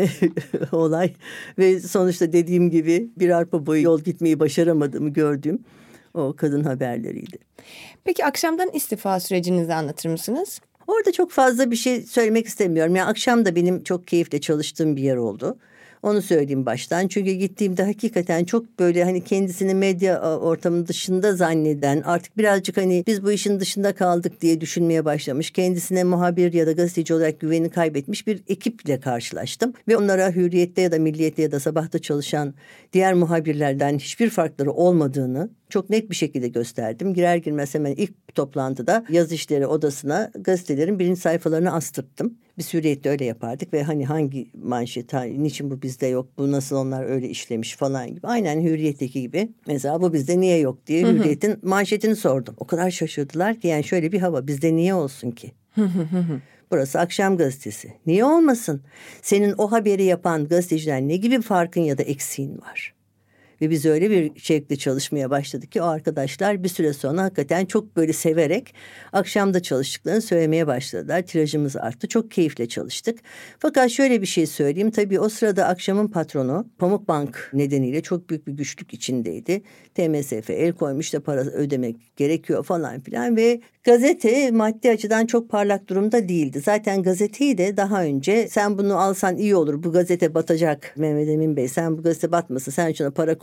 olay ve sonuçta dediğim gibi bir arpa boyu yol gitmeyi başaramadığımı gördüğüm o kadın haberleriydi. Peki akşamdan istifa sürecinizi anlatır mısınız? Orada çok fazla bir şey söylemek istemiyorum. Yani akşam da benim çok keyifle çalıştığım bir yer oldu. Onu söyleyeyim baştan. Çünkü gittiğimde hakikaten çok böyle hani kendisini medya ortamının dışında zanneden, artık birazcık hani biz bu işin dışında kaldık diye düşünmeye başlamış, kendisine muhabir ya da gazeteci olarak güveni kaybetmiş bir ekiple karşılaştım. Ve onlara Hürriyet'te ya da Milliyet'te ya da Sabah'ta çalışan diğer muhabirlerden hiçbir farkları olmadığını çok net bir şekilde gösterdim. Girer girmez hemen ilk toplantıda yazı işleri odasına gazetelerin birinci sayfalarını astırttım. Biz Hürriyet'te öyle yapardık ve hani hangi manşet, hani, niçin bu bizde yok, bu nasıl onlar öyle işlemiş falan gibi. Aynen Hürriyet'teki gibi mesela bu bizde niye yok diye Hürriyet'in manşetini sordum. O kadar şaşırdılar ki, yani şöyle bir hava bizde niye olsun ki? Burası akşam gazetesi. Niye olmasın? Senin o haberi yapan gazeteciler ne gibi farkın ya da eksiğin var? Ve biz öyle bir şevkle çalışmaya başladık ki o arkadaşlar bir süre sonra hakikaten çok böyle severek akşamda çalıştıklarını söylemeye başladılar. Tirajımız arttı. Çok keyifle çalıştık. Fakat şöyle bir şey söyleyeyim. Tabii o sırada akşamın patronu Pamukbank nedeniyle çok büyük bir güçlük içindeydi. T M S F el koymuş da para ödemek gerekiyor falan filan ve gazete maddi açıdan çok parlak durumda değildi. Zaten gazeteyi de daha önce sen bunu alsan iyi olur, bu gazete batacak Mehmet Emin Bey, sen bu gazete batmasın, sen şuna para koy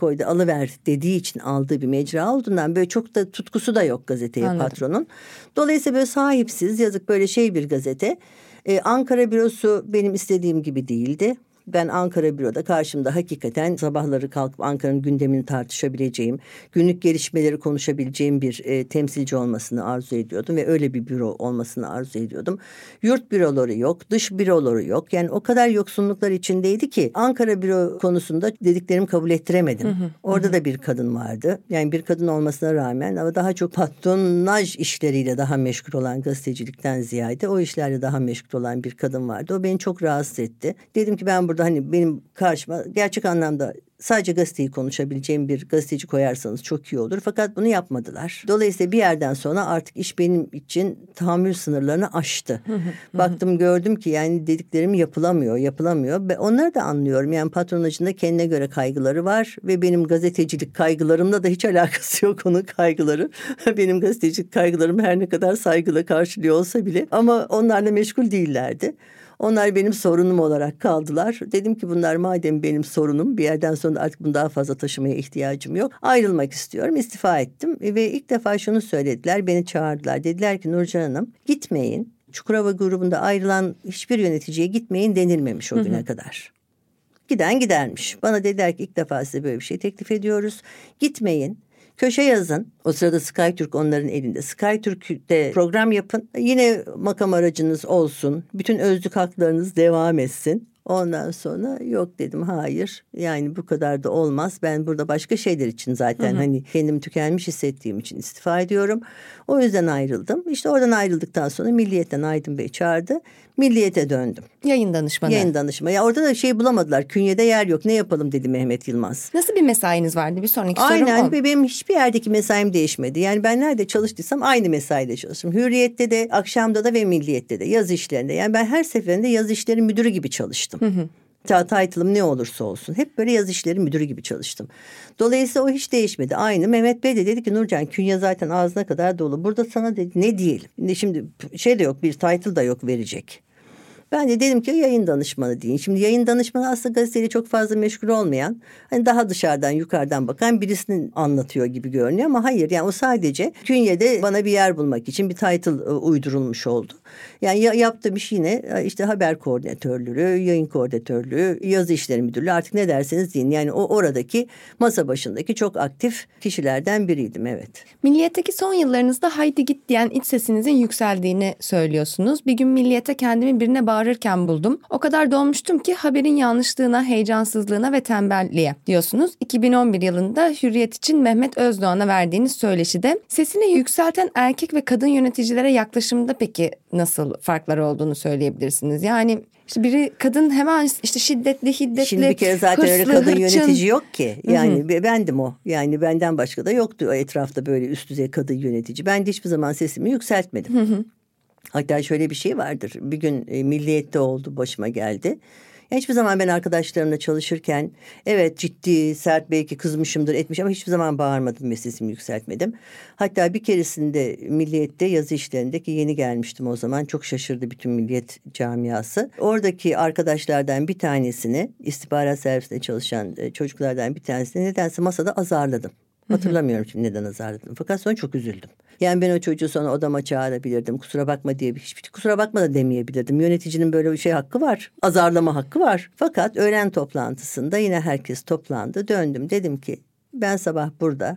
koydu, alıver dediği için aldığı bir mecra olduğundan böyle çok da tutkusu da yok gazeteye Anladım. patronun. Dolayısıyla böyle sahipsiz, yazık böyle şey bir gazete. Ee, Ankara bürosu benim istediğim gibi değildi. Ben Ankara büroda karşımda hakikaten sabahları kalkıp Ankara'nın gündemini tartışabileceğim, günlük gelişmeleri konuşabileceğim bir e, temsilci olmasını arzu ediyordum ve öyle bir büro olmasını arzu ediyordum. Yurt büroları yok, dış büroları yok. Yani o kadar yoksunluklar içindeydi ki Ankara büro konusunda dediklerimi kabul ettiremedim. Hı hı, Orada hı. da bir kadın vardı. Yani bir kadın olmasına rağmen ama daha çok patronaj işleriyle daha meşgul olan, gazetecilikten ziyade o işlerle daha meşgul olan bir kadın vardı. O beni çok rahatsız etti. Dedim ki ben burada hani benim karşıma gerçek anlamda sadece gazeteyi konuşabileceğim bir gazeteci koyarsanız çok iyi olur. Fakat bunu yapmadılar. Dolayısıyla bir yerden sonra artık iş benim için tahammül sınırlarını aştı. Baktım gördüm ki yani dediklerim yapılamıyor, yapılamıyor. Ve onları da anlıyorum. Yani patronajında kendine göre kaygıları var ve benim gazetecilik kaygılarımla da hiç alakası yok onun kaygıları. Benim gazetecilik kaygılarım her ne kadar saygıyla karşılıyor olsa bile ama onlarla meşgul değillerdi. Onlar benim sorunum olarak kaldılar. Dedim ki bunlar madem benim sorunum, bir yerden sonra artık bunu daha fazla taşımaya ihtiyacım yok. Ayrılmak istiyorum, istifa ettim ve ilk defa şunu söylediler, beni çağırdılar. Dediler ki Nurcan Hanım gitmeyin. Çukurova grubunda ayrılan hiçbir yöneticiye gitmeyin denilmemiş o hı hı. güne kadar. Giden gidermiş. Bana dediler ki ilk defa size böyle bir şey teklif ediyoruz. Gitmeyin. Köşe yazın. O sırada SkyTürk onların elinde. SkyTürk'te program yapın. Yine makam aracınız olsun. Bütün özlük haklarınız devam etsin. Ondan sonra yok dedim, hayır. Yani bu kadar da olmaz. Ben burada başka şeyler için zaten hı hı. hani kendimi tükenmiş hissettiğim için istifa ediyorum. O yüzden ayrıldım. İşte oradan ayrıldıktan sonra Milliyet'ten Aydın Bey çağırdı. Milliyet'e döndüm. Yayın danışmanı. Yayın danışmanı. Ya orada da şey bulamadılar. Künyede yer yok. Ne yapalım dedi Mehmet Yılmaz. Nasıl bir mesainiz vardı? Bir sonraki sorum Aynen. o. Benim hiçbir yerdeki mesaim değişmedi. Yani ben nerede çalıştıysam aynı mesaide çalıştım. Hürriyet'te de, akşamda da ve Milliyet'te de, yazı işlerinde. Yani ben her seferinde yazı işleri müdürü gibi çalıştım. Hı hı. Title'ım ne olursa olsun. Hep böyle yazı işleri müdürü gibi çalıştım. Dolayısıyla o hiç değişmedi. Aynı. Mehmet Bey de dedi ki Nurcan künye zaten ağzına kadar dolu. Burada sana dedi ne diyelim. Şimdi şey de yok, bir title da yok verecek. Ben de dedim ki yayın danışmanı deyin. Şimdi yayın danışmanı aslında gazeteyle çok fazla meşgul olmayan, hani daha dışarıdan yukarıdan bakan birisinin anlatıyor gibi görünüyor ama hayır, yani o sadece künyede bana bir yer bulmak için bir title uydurulmuş oldu. Yani yaptığım iş yine işte haber koordinatörlüğü, yayın koordinatörlüğü, yazı işleri müdürlüğü, artık ne derseniz deyin. Yani o oradaki masa başındaki çok aktif kişilerden biriydim, evet. Milliyet'teki son yıllarınızda haydi git diyen iç sesinizin yükseldiğini söylüyorsunuz. Bir gün Milliyet'e kendimi birine bağırırken buldum. O kadar dolmuştum ki haberin yanlışlığına, heyecansızlığına ve tembelliğe diyorsunuz. iki bin on bir yılında Hürriyet için Mehmet Özdoğan'a verdiğiniz söyleşide sesini yükselten erkek ve kadın yöneticilere yaklaşımda peki nasıl farklar olduğunu söyleyebilirsiniz? Yani işte biri kadın hemen işte şiddetli, hiddetli, Şimdi bir kere zaten hırslı, öyle kadın hırçın. yönetici yok ki. Yani Hı-hı. bendim o. Yani benden başka da yoktu o etrafta böyle üst düzey kadın yönetici. Ben de hiçbir zaman sesimi yükseltmedim. Hı-hı. Hatta şöyle bir şey vardır. Bir gün e, Milliyet'te oldu, başıma geldi. Yani hiçbir zaman ben arkadaşlarımla çalışırken evet ciddi, sert, belki kızmışımdır, etmiş ama hiçbir zaman bağırmadım ve sesimi yükseltmedim. Hatta bir keresinde Milliyet'te yazı işlerindeki yeni gelmiştim o zaman. Çok şaşırdı bütün Milliyet camiası. Oradaki arkadaşlardan bir tanesini, istihbarat servisinde çalışan çocuklardan bir tanesini nedense masada azarladım. Hatırlamıyorum şimdi neden azarladım. Fakat sonra çok üzüldüm. Yani ben o çocuğu sonra odama çağırabilirdim. Kusura bakma diye hiçbir kusura bakma da demeyebilirdim. Yöneticinin böyle bir şey hakkı var. Azarlama hakkı var. Fakat öğlen toplantısında yine herkes toplandı. Döndüm, dedim ki ben sabah burada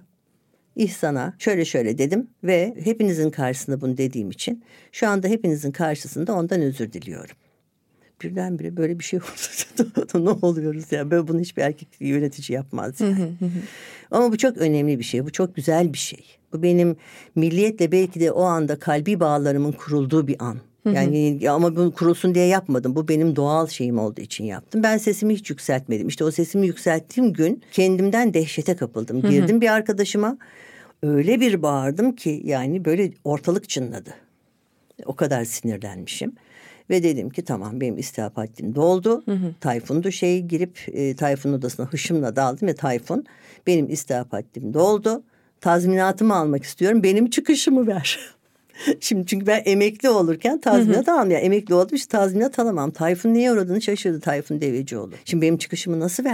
İhsan'a şöyle şöyle dedim ve hepinizin karşısında bunu dediğim için şu anda hepinizin karşısında ondan özür diliyorum. Birdenbire böyle bir şey oldu. Ne oluyoruz ya? Böyle bunu hiçbir erkek yönetici yapmaz yani. Ama bu çok önemli bir şey. Bu çok güzel bir şey. Bu benim Milliyet'le belki de o anda kalbi bağlarımın kurulduğu bir an. Yani ama bunu kurulsun diye yapmadım. Bu benim doğal şeyim olduğu için yaptım. Ben sesimi hiç yükseltmedim. İşte o sesimi yükselttiğim gün kendimden dehşete kapıldım. Girdim bir arkadaşıma, öyle bir bağırdım ki yani böyle ortalık çınladı. O kadar sinirlenmişim. Ve dedim ki tamam, benim istihap haddim doldu. Hı hı. Tayfun'du şey girip e, Tayfun'un odasına hışımla daldım ve Tayfun benim istihap haddim doldu. Tazminatımı almak istiyorum, benim çıkışımı ver. Şimdi çünkü ben emekli olurken tazminat alamam. Yani emekli oldum, işte tazminat alamam. Tayfun neye uğradığını şaşırdı, Tayfun Devecioğlu. Şimdi benim çıkışımı nasıl versin?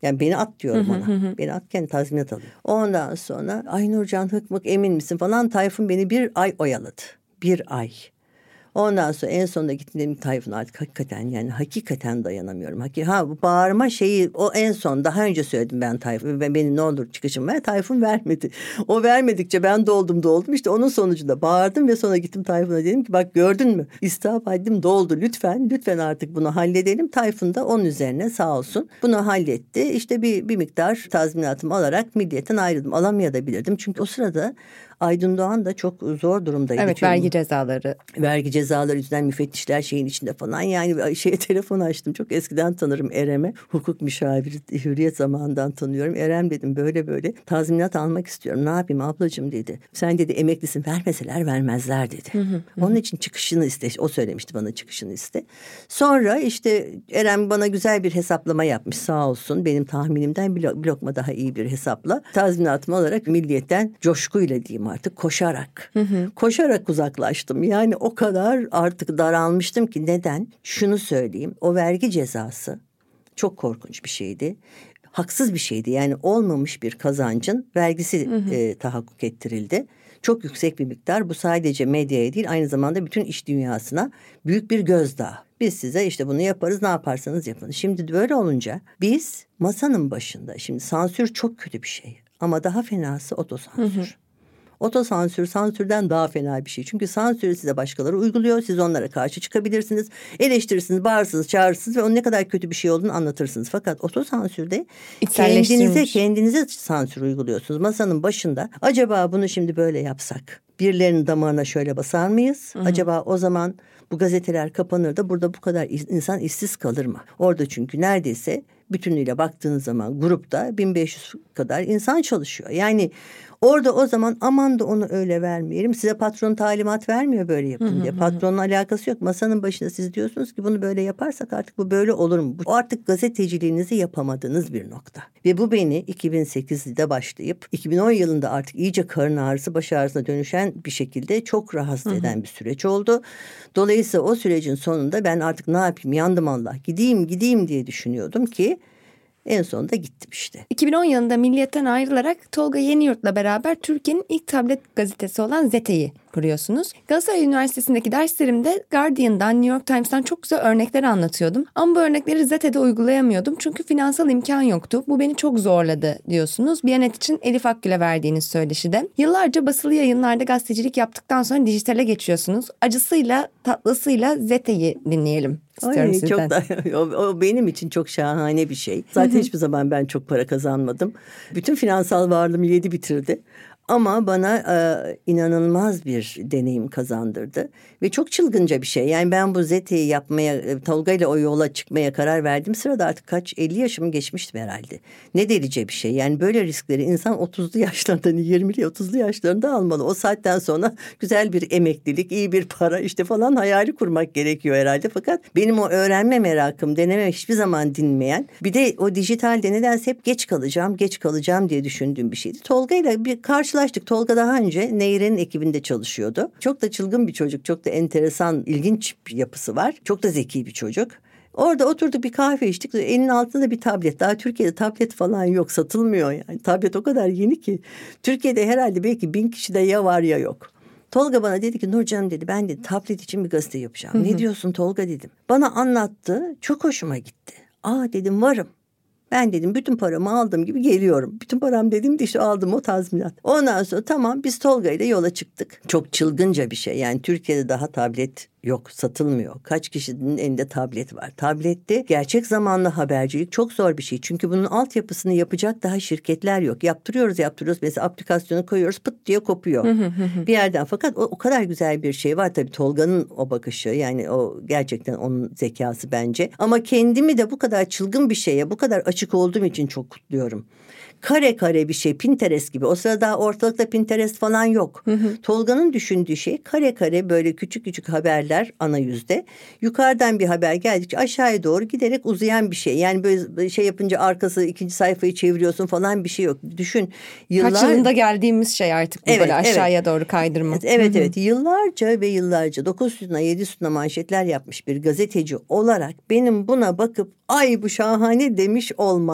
Yani beni at diyorum ona. Beni atken tazminat alıyor. Ondan sonra ay Nurcan hıkmık emin misin falan, Tayfun beni bir ay oyaladı. Bir ay. Ondan sonra en sonunda gittim dedim Tayfun artık hakikaten yani hakikaten dayanamıyorum. Ha bu bağırma şeyi o en son daha önce söyledim ben Tayfun ve beni ne olur çıkışım ver. Tayfun vermedi. O vermedikçe ben doldum doldum işte onun sonucunda bağırdım ve sonra gittim Tayfun'a dedim ki bak gördün mü istihap haddim doldu lütfen lütfen artık bunu halledelim. Tayfun da onun üzerine sağ olsun bunu halletti. İşte bir, bir miktar tazminatımı alarak milliyetten ayrıldım. Alamayabilirdim çünkü o sırada Aydın Doğan da çok zor durumdaydı. Evet, vergi cezaları. Vergi cezaları yüzünden müfettişler şeyin içinde falan. Yani şeye telefon açtım. Çok eskiden tanırım Erem'e. Hukuk müşaviri Hürriyet zamanından tanıyorum. Erem dedim böyle böyle tazminat almak istiyorum. Ne yapayım ablacığım dedi. Sen dedi emeklisin vermeseler vermezler dedi. Hı hı, hı. Onun için çıkışını iste. O söylemişti bana çıkışını iste. Sonra işte Erem bana güzel bir hesaplama yapmış sağ olsun. Benim tahminimden bir lokma daha iyi bir hesapla. Tazminatımı alarak milliyetten coşkuyla diyeyim artık koşarak. Hı hı. Koşarak uzaklaştım. Yani o kadar artık daralmıştım ki neden? Şunu söyleyeyim. O vergi cezası çok korkunç bir şeydi. Haksız bir şeydi. Yani olmamış bir kazancın vergisi hı hı. E, tahakkuk ettirildi. Çok yüksek bir miktar. Bu sadece medyaya değil aynı zamanda bütün iş dünyasına büyük bir gözdağı. Biz size işte bunu yaparız ne yaparsanız yapın. Şimdi böyle olunca biz masanın başında şimdi sansür çok kötü bir şey. Ama daha fenası otosansür. Hı hı. Otosansür sansürden daha fena bir şey. Çünkü sansürü size başkaları uyguluyor. Siz onlara karşı çıkabilirsiniz. Eleştirirsiniz, bağırırsınız, çağırırsınız ve onun ne kadar kötü bir şey olduğunu anlatırsınız. Fakat otosansürde kendinize kendinize sansür uyguluyorsunuz. Masanın başında acaba bunu şimdi böyle yapsak birilerinin damarına şöyle basar mıyız? Hı hı. Acaba o zaman bu gazeteler kapanır da burada bu kadar insan işsiz kalır mı? Orada çünkü neredeyse bütünüyle baktığınız zaman grupta bin beş yüz kadar insan çalışıyor. Yani orada o zaman aman da onu öyle vermeyelim. Size patron talimat vermiyor böyle yapın hı hı diye. Patronla alakası yok. Masanın başında siz diyorsunuz ki bunu böyle yaparsak artık bu böyle olur mu? Bu artık gazeteciliğinizi yapamadığınız bir nokta. Ve bu beni iki bin sekizde başlayıp iki bin on yılında artık iyice karın ağrısı baş ağrısına dönüşen bir şekilde çok rahatsız hı hı. eden bir süreç oldu. Dolayısıyla o sürecin sonunda ben artık ne yapayım yandım Allah gideyim gideyim diye düşünüyordum ki en sonunda gittim işte. iki bin on yılında Milliyet'ten ayrılarak Tolga Yeniyurt'la beraber Türkiye'nin ilk tablet gazetesi olan Zete'yi kuruyorsunuz. Galatasaray Üniversitesi'ndeki derslerimde Guardian'dan, New York Times'tan çok güzel örnekleri anlatıyordum. Ama bu örnekleri Zete'de uygulayamıyordum çünkü finansal imkan yoktu. Bu beni çok zorladı diyorsunuz. Biyanet için Elif Akgül'e verdiğiniz söyleşide. Yıllarca basılı yayınlarda gazetecilik yaptıktan sonra dijitale geçiyorsunuz. Acısıyla, tatlısıyla Zete'yi dinleyelim. Ay, çok da, o, o benim için çok şahane bir şey. Zaten hiçbir zaman ben çok para kazanmadım. Bütün finansal varlığımı yedi bitirdi. Ama bana e, inanılmaz bir deneyim kazandırdı. Ve çok çılgınca bir şey. Yani ben bu Zete'yi yapmaya, e, Tolga ile o yola çıkmaya karar verdiğim sırada artık kaç elli yaşımı geçmiştim herhalde. Ne delice bir şey. Yani böyle riskleri insan otuzlu yaşlarında, yirmili otuzlu yaşlarında almalı. O saatten sonra güzel bir emeklilik, iyi bir para işte falan hayali kurmak gerekiyor herhalde. Fakat benim o öğrenme merakım, deneme hiçbir zaman dinmeyen, bir de o dijitalde nedense hep geç kalacağım, geç kalacağım diye düşündüğüm bir şeydi. Tolga ile bir karşılaştık. Tolga daha önce Neyre'nin ekibinde çalışıyordu. Çok da çılgın bir çocuk, çok da enteresan, ilginç bir yapısı var. Çok da zeki bir çocuk. Orada oturduk bir kahve içtik. Elinin altında bir tablet. Daha Türkiye'de tablet falan yok, satılmıyor yani. Tablet o kadar yeni ki. Türkiye'de herhalde belki bin kişide ya var ya yok. Tolga bana dedi ki Nurcan dedi ben de tablet için bir gazete yapacağım. Hı hı. Ne diyorsun Tolga dedim. Bana anlattı. Çok hoşuma gitti. Aa dedim varım. Ben dedim bütün paramı aldığım gibi geliyorum. Bütün param dedim de işte aldım o tazminat. Ondan sonra tamam biz Tolga ile yola çıktık. Çok çılgınca bir şey. Yani Türkiye'de daha tablet yok, satılmıyor. Kaç kişinin elinde tablet var. Tablette gerçek zamanlı habercilik çok zor bir şey. Çünkü bunun altyapısını yapacak daha şirketler yok. Yaptırıyoruz yaptırıyoruz. Mesela aplikasyonu koyuyoruz pıt diye kopuyor. bir yerden. Fakat o, o kadar güzel bir şey var. Tabii Tolga'nın o bakışı yani o gerçekten onun zekası bence. Ama kendimi de bu kadar çılgın bir şeye bu kadar açık olduğum için çok kutluyorum. Kare kare bir şey Pinterest gibi. O sırada ortalıkta Pinterest falan yok. Hı hı. Tolga'nın düşündüğü şey kare kare böyle küçük küçük haberler ana yüzde. Yukarıdan bir haber geldikçe aşağıya doğru giderek uzayan bir şey. Yani böyle şey yapınca arkası ikinci sayfayı çeviriyorsun falan bir şey yok. Düşün. Yıllar... Kaç yılında geldiğimiz şey artık bu evet, böyle aşağıya evet. doğru kaydırma. Evet evet, evet. Yıllarca ve yıllarca dokuz sütuna yedi sütuna manşetler yapmış bir gazeteci olarak benim buna bakıp ay bu şahane demiş olmam.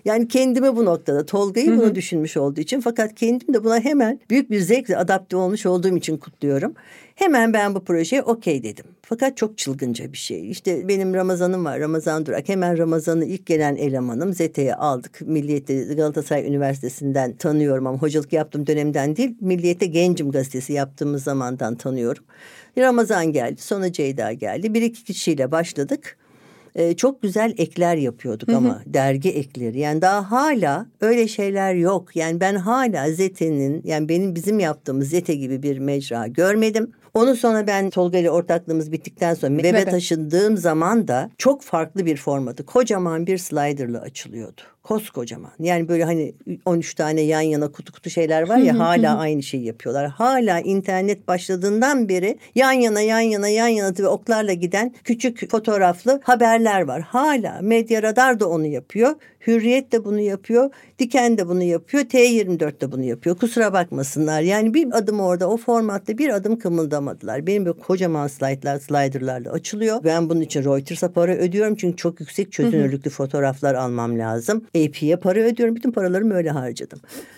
Yani kendimi bu noktada, Tolga'yı Hı hı. bunu düşünmüş olduğu için, fakat kendim de buna hemen büyük bir zevkle adapte olmuş olduğum için kutluyorum. Hemen ben bu projeye okey dedim. Fakat çok çılgınca bir şey. İşte benim Ramazan'ım var, Ramazan Durak. Hemen Ramazan'ı ilk gelen elemanım. Zete'ye aldık. Milliyet'te, Galatasaray Üniversitesi'nden tanıyorum ama hocalık yaptığım dönemden değil. Milliyet'te Gencim gazetesi yaptığımız zamandan tanıyorum. Ramazan geldi, sonra Ceyda geldi. Bir iki kişiyle başladık. Ee, çok güzel ekler yapıyorduk ama hı hı. dergi ekleri. Yani daha hala öyle şeyler yok. Yani ben hala Zete'nin, yani benim bizim yaptığımız Zete gibi bir mecra görmedim. Onu sonra ben Tolga ile ortaklığımız bittikten sonra web'e evet. taşındığım zaman da çok farklı bir formatı. Kocaman bir slider'la açılıyordu. Koskocaman. Yani böyle hani on üç tane yan yana kutu kutu şeyler var ya, hala aynı şeyi yapıyorlar. Hala internet başladığından beri yan yana yan yana yan yana ve oklarla giden küçük fotoğraflı haberler var. Hala Medya Radar da onu yapıyor. Hürriyet de bunu yapıyor. Diken de bunu yapıyor. T yirmi dört de bunu yapıyor. Kusura bakmasınlar. Yani bir adım orada, o formatta bir adım kımıldamadılar. Benim böyle kocaman slaytlar, sliderlarla açılıyor. Ben bunun için Reuters'a para ödüyorum. Çünkü çok yüksek çözünürlüklü fotoğraflar almam lazım. A P'ye para ödüyorum. Bütün paralarımı öyle harcadım.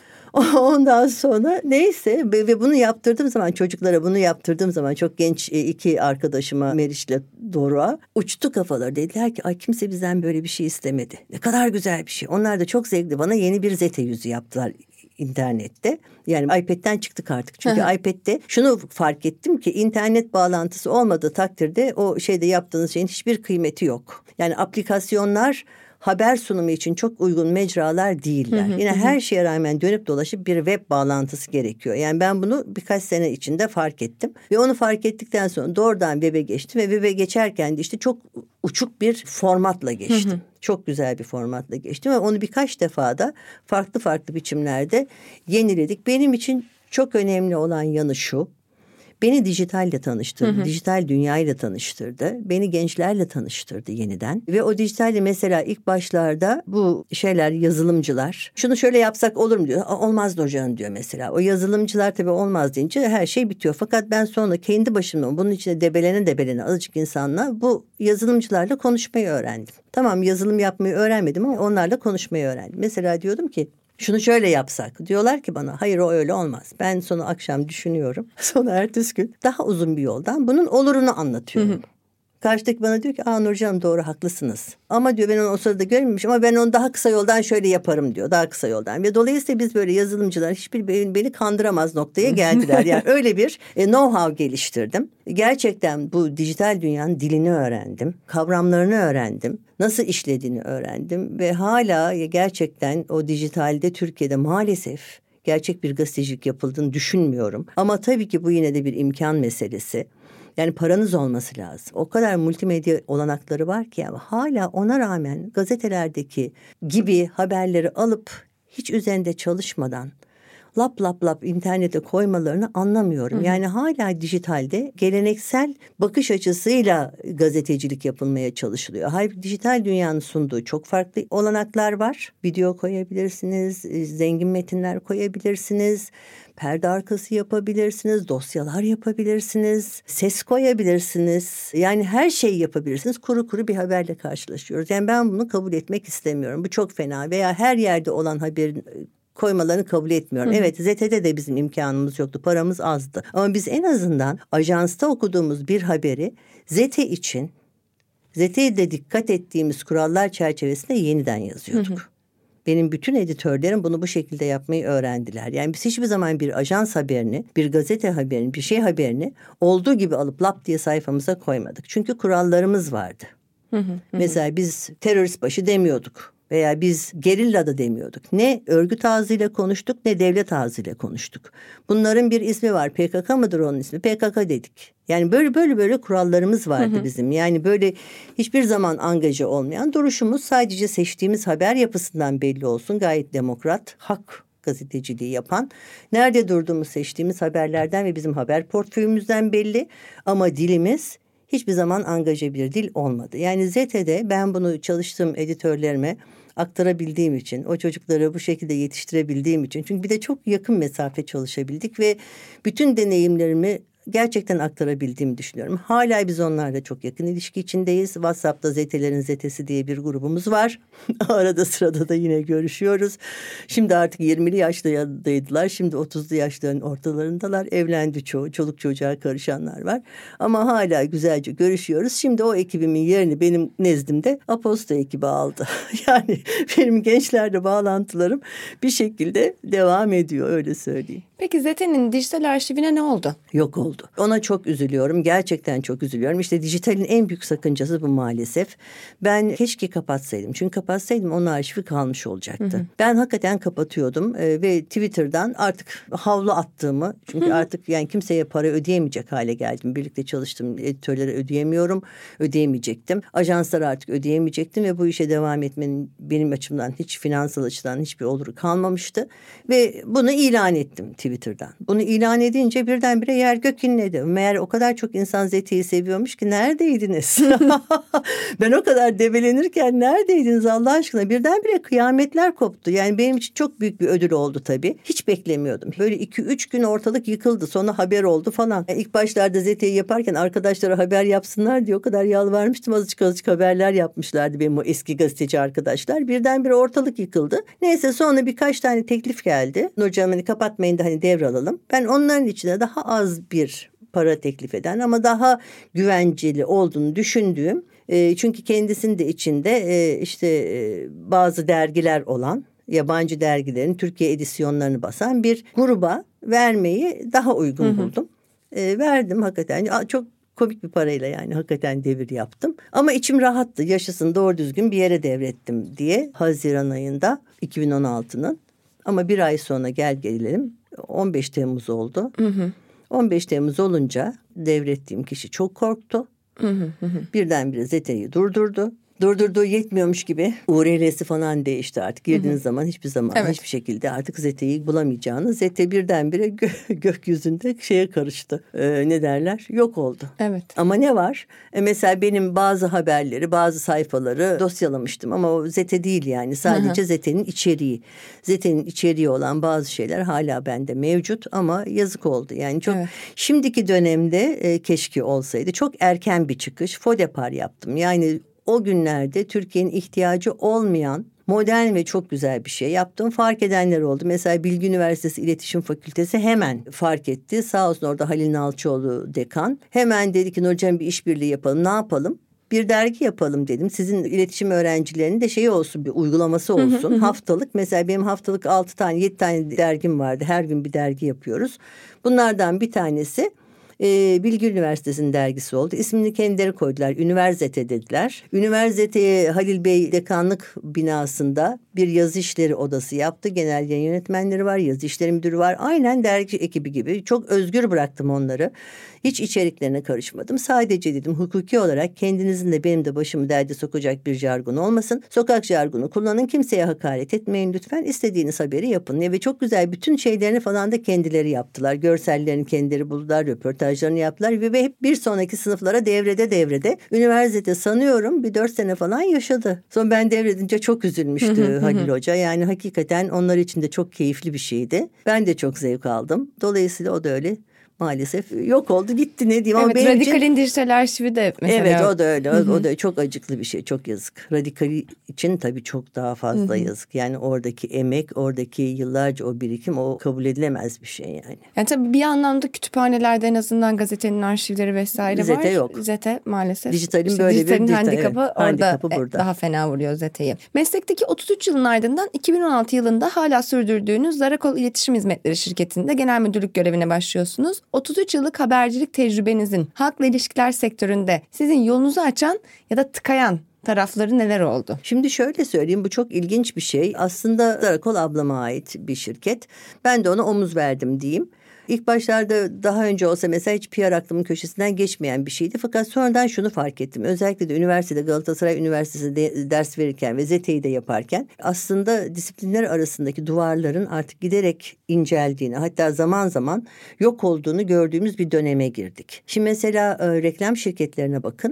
Ondan sonra neyse ve bunu yaptırdığım zaman, çocuklara bunu yaptırdığım zaman, çok genç iki arkadaşıma, Meriç'le Doruk'a, uçtu kafaları. Dediler ki ay, kimse bizden böyle bir şey istemedi. Ne kadar güzel bir şey. Onlar da çok zevkli, bana yeni bir Zete yüzü yaptılar internette. Yani iPad'den çıktık artık. Çünkü Hı-hı. iPad'de şunu fark ettim ki internet bağlantısı olmadığı takdirde o şeyde yaptığınız şeyin hiçbir kıymeti yok. Yani aplikasyonlar haber sunumu için çok uygun mecralar değiller. Hı hı, Yine hı. her şeye rağmen dönüp dolaşıp bir web bağlantısı gerekiyor. Yani ben bunu birkaç sene içinde fark ettim. Ve onu fark ettikten sonra doğrudan web'e geçtim. Ve web'e geçerken de işte çok uçuk bir formatla geçtim. Hı hı. Çok güzel bir formatla geçtim. Ve onu birkaç defa da farklı farklı biçimlerde yeniledik. Benim için çok önemli olan yanı şu: beni dijitalle tanıştırdı. Hı hı. Dijital dünyayla tanıştırdı. Beni gençlerle tanıştırdı yeniden. Ve o dijitalle mesela ilk başlarda bu şeyler, yazılımcılar, şunu şöyle yapsak olur mu diyor. Olmaz hocam diyor mesela. O yazılımcılar tabii olmaz deyince her şey bitiyor. Fakat ben sonra kendi başıma bunun içinde debelene debelene azıcık insanla bu yazılımcılarla konuşmayı öğrendim. Tamam, yazılım yapmayı öğrenmedim ama onlarla konuşmayı öğrendim. Mesela diyordum ki şunu şöyle yapsak. Diyorlar ki bana hayır, o öyle olmaz. Ben sonra akşam düşünüyorum. Sonra ertesi gün daha uzun bir yoldan bunun olurunu anlatıyorum. Hı hı. Karşıdaki bana diyor ki aa Nurcanım, doğru, haklısınız. Ama diyor ben onu o sırada görmemişim ama ben onu daha kısa yoldan şöyle yaparım diyor. Daha kısa yoldan. Ve dolayısıyla biz böyle yazılımcılar hiçbir beni, beni kandıramaz noktaya geldiler. Yani öyle bir e, know-how geliştirdim. Gerçekten bu dijital dünyanın dilini öğrendim. Kavramlarını öğrendim. Nasıl işlediğini öğrendim. Ve hala gerçekten o dijitalde Türkiye'de maalesef gerçek bir gazetecilik yapıldığını düşünmüyorum. Ama tabii ki bu yine de bir imkan meselesi. Yani paranız olması lazım. O kadar multimedya olanakları var ki ama hala ona rağmen gazetelerdeki gibi haberleri alıp hiç üzerinde çalışmadan lap lap lap internete koymalarını anlamıyorum. Hı hı. Yani hala dijitalde geleneksel bakış açısıyla gazetecilik yapılmaya çalışılıyor. Halbuki dijital dünyanın sunduğu çok farklı olanaklar var. Video koyabilirsiniz, zengin metinler koyabilirsiniz, perde arkası yapabilirsiniz, dosyalar yapabilirsiniz, ses koyabilirsiniz. Yani her şeyi yapabilirsiniz. Kuru kuru bir haberle karşılaşıyoruz. Yani ben bunu kabul etmek istemiyorum. Bu çok fena. Veya her yerde olan haberin koymalarını kabul etmiyorum. Hı hı. Evet, Zete'de de bizim imkanımız yoktu. Paramız azdı. Ama biz en azından ajansta okuduğumuz bir haberi Zete için, Zete'ye de dikkat ettiğimiz kurallar çerçevesinde yeniden yazıyorduk. Hı hı. Benim bütün editörlerim bunu bu şekilde yapmayı öğrendiler. Yani biz hiçbir zaman bir ajans haberini, bir gazete haberini, bir şey haberini olduğu gibi alıp lap diye sayfamıza koymadık. Çünkü kurallarımız vardı. Hı hı hı. Mesela biz terörist başı demiyorduk. Veya biz gerilla da demiyorduk. Ne örgüt ağzıyla konuştuk ne devlet ağzıyla konuştuk. Bunların bir ismi var. P K K mıdır onun ismi? P K K dedik. Yani böyle böyle böyle kurallarımız vardı hı hı. bizim. Yani böyle hiçbir zaman angaje olmayan duruşumuz, sadece seçtiğimiz haber yapısından belli olsun. Gayet demokrat, hak gazeteciliği yapan, nerede durduğumuz seçtiğimiz haberlerden ve bizim haber portföyümüzden belli. Ama dilimiz hiçbir zaman angaje bir dil olmadı. Yani Zete'de ben bunu çalıştığım editörlerime aktarabildiğim için, o çocukları bu şekilde yetiştirebildiğim için, çünkü bir de çok yakın mesafe çalışabildik ve bütün deneyimlerimi gerçekten aktarabildiğimi düşünüyorum. Hala biz onlarla çok yakın ilişki içindeyiz. WhatsApp'ta Zetelerin Zetesi diye bir grubumuz var. Arada sırada da yine görüşüyoruz. Şimdi artık yirmili yaşlardaydılar. Şimdi otuzlu yaşların ortalarındalar. Evlendi çoğu. Çoluk çocuğa karışanlar var. Ama hala güzelce görüşüyoruz. Şimdi o ekibimin yerini benim nezdimde Aposto ekibi aldı. Yani benim gençlerle bağlantılarım bir şekilde devam ediyor, öyle söyleyeyim. Peki Zete'nin dijital arşivine ne oldu? Yok oldu. Ona çok üzülüyorum. Gerçekten çok üzülüyorum. İşte dijitalin en büyük sakıncası bu maalesef. Ben keşke kapatsaydım. Çünkü kapatsaydım onun arşivi kalmış olacaktı. Hı hı. Ben hakikaten kapatıyordum ee, ve Twitter'dan artık havlu attığımı, çünkü hı hı. artık yani kimseye para ödeyemeyecek hale geldim. Birlikte çalıştım. Editörlere ödeyemiyorum. Ödeyemeyecektim. Ajanslara artık ödeyemeyecektim ve bu işe devam etmenin benim açımdan hiç finansal açıdan hiçbir oluru kalmamıştı. Ve bunu ilan ettim Twitter'dan. Bunu ilan edince birdenbire yer gök inledi. Meğer o kadar çok insan Zete'yi seviyormuş ki neredeydiniz? Ben o kadar debelenirken neredeydiniz Allah aşkına? Birdenbire kıyametler koptu. Yani benim için çok büyük bir ödül oldu tabii. Hiç beklemiyordum. Böyle iki üç gün ortalık yıkıldı. Sonra haber oldu falan. Yani ilk başlarda Zete'yi yaparken arkadaşlara haber yapsınlar diye o kadar yalvarmıştım. Azıcık azıcık haberler yapmışlardı benim o eski gazeteci arkadaşlar. Birdenbire ortalık yıkıldı. Neyse sonra birkaç tane teklif geldi. Nurcan hani kapatmayın da hani devralalım. Ben onların içine daha az bir para teklif eden ama daha güvenceli olduğunu düşündüğüm, e, çünkü kendisinin de içinde e, işte e, bazı dergiler olan, yabancı dergilerin Türkiye edisyonlarını basan bir gruba vermeyi daha uygun hı hı. buldum. E, verdim hakikaten çok komik bir parayla, yani hakikaten devir yaptım. Ama içim rahattı, yaşasın doğru düzgün bir yere devrettim diye. Haziran ayında iki bin on altının, ama bir ay sonra gel gelelim on beş Temmuz oldu. Hı hı. on beş Temmuz olunca devrettiğim kişi çok korktu. Hı hı hı. Birdenbire Zete'yi durdurdu. Durdurduğu yetmiyormuş gibi U R L'si falan değişti artık. Girdiğiniz hı hı. zaman hiçbir zaman evet. hiçbir şekilde artık Zete'yi bulamayacağınız. Zete birdenbire gö- gökyüzünde şeye karıştı. Ee, ne derler? Yok oldu. Evet. Ama ne var? E mesela benim bazı haberleri, bazı sayfaları dosyalamıştım ama o Zete değil yani. Sadece hı hı. Zete'nin içeriği. Zete'nin içeriği olan bazı şeyler hala bende mevcut ama yazık oldu. Yani çok evet. şimdiki dönemde e, keşke olsaydı. Çok erken bir çıkış. Fodepar yaptım. Yani o günlerde Türkiye'nin ihtiyacı olmayan modern ve çok güzel bir şey yaptım. Fark edenler oldu. Mesela Bilgi Üniversitesi İletişim Fakültesi hemen fark etti. Sağ olsun orada Halil Nalçıoğlu dekan. Hemen dedi ki Nurcan bir işbirliği yapalım. Ne yapalım? Bir dergi yapalım dedim. Sizin iletişim öğrencilerinin de şeyi olsun, bir uygulaması olsun. Haftalık, mesela benim haftalık altı tane yedi tane dergim vardı. Her gün bir dergi yapıyoruz. Bunlardan bir tanesi E, Bilgi Üniversitesi'nin dergisi oldu. İsmini kendileri koydular. Üniverzete dediler. Üniverzete Halil Bey dekanlık binasında bir yazı işleri odası yaptı. Genel yayın yönetmenleri var, yazı işleri müdürü var. Aynen dergi ekibi gibi. Çok özgür bıraktım onları. Hiç içeriklerine karışmadım. Sadece dedim hukuki olarak kendinizin de benim de başımı derde sokacak bir jargon olmasın. Sokak jargonu kullanın. Kimseye hakaret etmeyin lütfen. İstediğiniz haberi yapın. Ve çok güzel bütün şeylerini falan da kendileri yaptılar. Görsellerini kendileri buldular. Röportajlarını yaptılar. Ve hep bir sonraki sınıflara devrede devrede. Üniversitede sanıyorum bir dört sene falan yaşadı. Sonra ben devredince çok üzülmüştü Halil Hoca. Yani hakikaten onlar için de çok keyifli bir şeydi. Ben de çok zevk aldım. Dolayısıyla o da öyle maalesef yok oldu gitti, ne diyeyim. Evet, ama Radikal'in için dijital arşivi de mesela. Evet, o da öyle. O, o da çok acıklı bir şey, çok yazık. Radikal için tabii çok daha fazla hı hı. yazık. Yani oradaki emek, oradaki yıllarca o birikim, o kabul edilemez bir şey yani. Yani tabii bir anlamda kütüphanelerde en azından gazetenin arşivleri vesaire Zete var. Zete yok. Zete maalesef. Dijitalin işte böyle dijitalin bir handikapı evet, orada handikapı burada. daha fena vuruyor Zete'yi. Meslekteki otuz üç yılın ardından iki bin on altı yılında hala sürdürdüğünüz Zarakol İletişim Hizmetleri şirketinde genel müdürlük görevine başlıyorsunuz. otuz üç yıllık habercilik tecrübenizin halkla ilişkiler sektöründe sizin yolunuzu açan ya da tıkayan tarafları neler oldu? Şimdi şöyle söyleyeyim, bu çok ilginç bir şey. Aslında Zarakol ablama ait bir şirket. Ben de ona omuz verdim diyeyim. İlk başlarda daha önce olsa mesela hiç P R aklımın köşesinden geçmeyen bir şeydi. Fakat sonradan şunu fark ettim. Özellikle de üniversitede, Galatasaray Üniversitesi'nde ders verirken ve Zete'yi de yaparken aslında disiplinler arasındaki duvarların artık giderek inceldiğini, hatta zaman zaman yok olduğunu gördüğümüz bir döneme girdik. Şimdi mesela e, reklam şirketlerine bakın.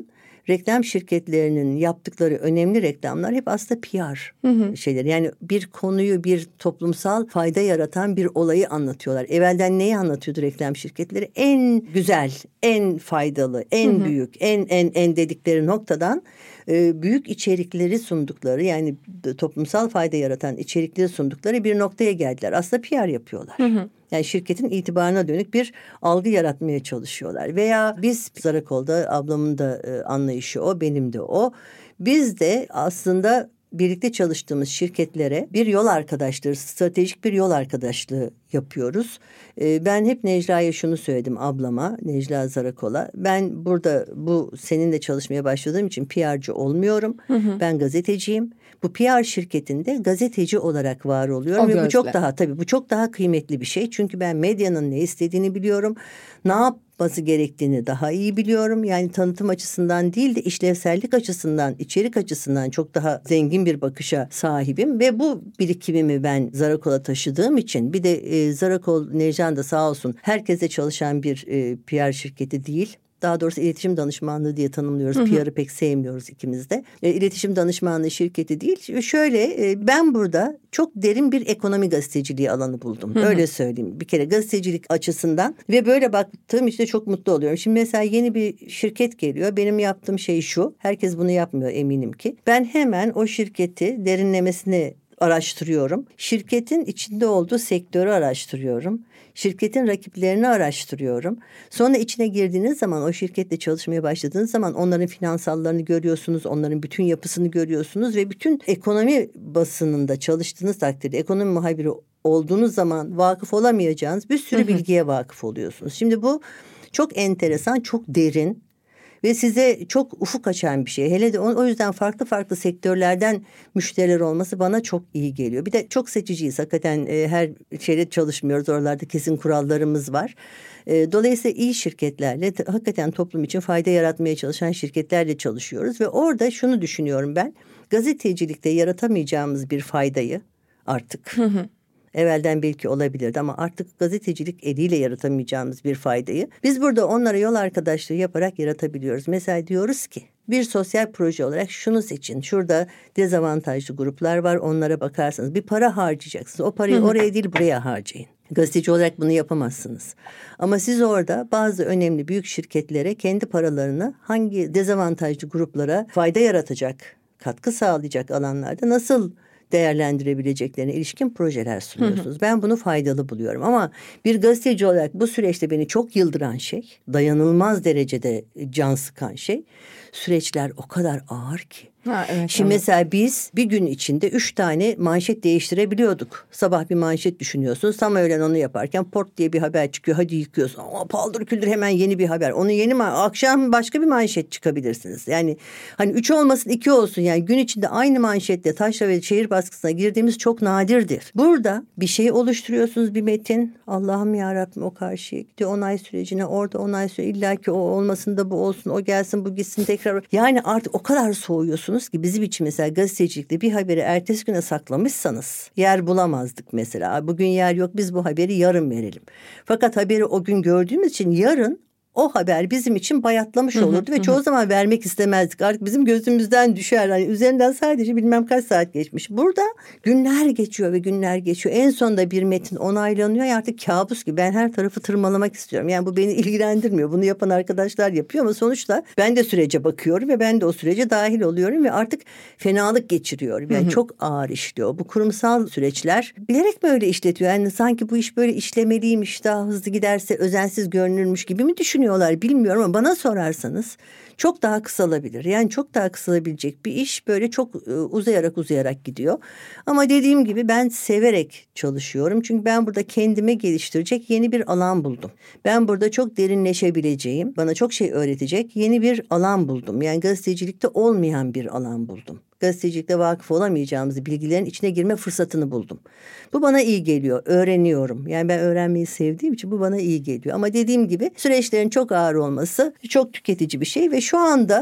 reklam şirketlerinin yaptıkları önemli reklamlar hep aslında P R hı hı. şeyler. Yani bir konuyu, bir toplumsal fayda yaratan bir olayı anlatıyorlar. Evvelden neyi anlatıyordu reklam şirketleri? En güzel, en faydalı, en hı hı. büyük, en en en dedikleri noktadan e, büyük içerikleri sundukları, yani toplumsal fayda yaratan içerikleri sundukları bir noktaya geldiler. Aslında P R yapıyorlar. Hı hı. Yani şirketin itibarına dönük bir algı yaratmaya çalışıyorlar. Veya biz Zarakol'da, ablamın da e, anlayışı o, benim de o. Biz de aslında birlikte çalıştığımız şirketlere bir yol arkadaşlığı, stratejik bir yol arkadaşlığı yapıyoruz. Ee, ben hep Necla'ya şunu söyledim, ablama, Necla Zarakol'a. Ben burada bu seninle çalışmaya başladığım için P R'cı olmuyorum. Hı hı. Ben gazeteciyim. Bu P R şirketinde gazeteci olarak var oluyorum. O Ve gözle. bu çok daha tabii bu çok daha kıymetli bir şey. Çünkü ben medyanın ne istediğini biliyorum. Ne yapması gerektiğini daha iyi biliyorum. Yani tanıtım açısından değil de işlevsellik açısından, içerik açısından çok daha zengin bir bakışa sahibim. Ve bu birikimimi ben Zarakol'a taşıdığım için, bir de e, Zarakol, Necla da sağ olsun, herkese çalışan bir e, P R şirketi değil. Daha doğrusu iletişim danışmanlığı diye tanımlıyoruz. Hı hı. P R'ı pek sevmiyoruz ikimiz de. E, iletişim danışmanlığı şirketi değil. Şöyle e, ben burada çok derin bir ekonomi gazeteciliği alanı buldum. Hı hı. Öyle söyleyeyim. Bir kere gazetecilik açısından ve böyle baktığım işte çok mutlu oluyorum. Şimdi mesela yeni bir şirket geliyor. Benim yaptığım şey şu. Herkes bunu yapmıyor eminim ki. Ben hemen o şirketi derinlemesine araştırıyorum. Şirketin içinde olduğu sektörü araştırıyorum. Şirketin rakiplerini araştırıyorum. Sonra içine girdiğiniz zaman, o şirketle çalışmaya başladığınız zaman onların finansallarını görüyorsunuz. Onların bütün yapısını görüyorsunuz ve bütün ekonomi basınında çalıştığınız takdirde, ekonomi muhabiri olduğunuz zaman vakıf olamayacağınız bir sürü hı hı. bilgiye vakıf oluyorsunuz. Şimdi bu çok enteresan, çok derin ve size çok ufuk açan bir şey. Hele de o yüzden farklı farklı sektörlerden müşteriler olması bana çok iyi geliyor. Bir de çok seçiciyiz. Hakikaten e, her şeyde çalışmıyoruz. Oralarda kesin kurallarımız var. E, dolayısıyla iyi şirketlerle, t- hakikaten toplum için fayda yaratmaya çalışan şirketlerle çalışıyoruz. Ve orada şunu düşünüyorum ben. Gazetecilikte yaratamayacağımız bir faydayı artık... Hı hı. Evvelden belki olabilirdi ama artık gazetecilik eliyle yaratamayacağımız bir faydayı biz burada onlara yol arkadaşlığı yaparak yaratabiliyoruz. Mesela diyoruz ki bir sosyal proje olarak şunu seçin. Şurada dezavantajlı gruplar var, onlara bakarsanız bir para harcayacaksınız. O parayı oraya değil buraya harcayın. Gazeteci olarak bunu yapamazsınız. Ama siz orada bazı önemli büyük şirketlere kendi paralarını hangi dezavantajlı gruplara fayda yaratacak, katkı sağlayacak alanlarda nasıl değerlendirebileceklerine ilişkin projeler sunuyorsunuz. Hı hı. Ben bunu faydalı buluyorum ama bir gazeteci olarak bu süreçte beni çok yıldıran şey, dayanılmaz derecede can sıkan şey, süreçler o kadar ağır ki. Ha, evet, Şimdi evet. mesela biz bir gün içinde üç tane manşet değiştirebiliyorduk. Sabah bir manşet düşünüyorsunuz. Tam öğlen onu yaparken port diye bir haber çıkıyor. Hadi yıkıyorsun. Ama paldır küldür hemen yeni bir haber. Onu yeni ma- akşam başka bir manşet çıkabilirsiniz. Yani hani üç olmasın iki olsun. Yani gün içinde aynı manşetle taşra ve şehir baskısına girdiğimiz çok nadirdir. Burada bir şey oluşturuyorsunuz, bir metin. Allah'ım yarabbim, o karşıya gidiyor. Onay sürecine, orada onay süreci. İlla ki o olmasın da bu olsun. O gelsin, bu gitsin tekrar. Yani artık o kadar soğuyorsunuz ki bizim için mesela gazetecilikte bir haberi ertesi güne saklamışsanız yer bulamazdık mesela. Bugün yer yok, biz bu haberi yarın verelim. Fakat haberi o gün gördüğümüz için yarın o haber bizim için bayatlamış olurdu hı hı, ve çoğu hı. zaman vermek istemezdik. Artık bizim gözümüzden düşer. Hani üzerinden sadece bilmem kaç saat geçmiş. Burada günler geçiyor ve günler geçiyor. En sonunda bir metin onaylanıyor. Artık kabus gibi. Ben her tarafı tırmalamak istiyorum. Yani bu beni ilgilendirmiyor. Bunu yapan arkadaşlar yapıyor ama sonuçta ben de sürece bakıyorum ve ben de o sürece dahil oluyorum ve artık fenalık geçiriyorum. Yani hı hı. çok ağır işliyor. Bu kurumsal süreçler bilerek mi öyle işletiyor? Yani sanki bu iş böyle işlemeliymiş, daha hızlı giderse özensiz görünürmüş gibi mi düşünüyor? Bilmiyorum ama bana sorarsanız çok daha kısalabilir. Yani çok daha kısalabilecek bir iş böyle çok uzayarak uzayarak gidiyor. Ama dediğim gibi ben severek çalışıyorum. Çünkü ben burada kendime geliştirecek yeni bir alan buldum. Ben burada çok derinleşebileceğim, bana çok şey öğretecek yeni bir alan buldum. Yani gazetecilikte olmayan bir alan buldum. Gazetecilikte vakıf olamayacağımız bilgilerin içine girme fırsatını buldum. Bu bana iyi geliyor. Öğreniyorum. Yani ben öğrenmeyi sevdiğim için bu bana iyi geliyor. Ama dediğim gibi süreçlerin çok ağır olması çok tüketici bir şey ve şu anda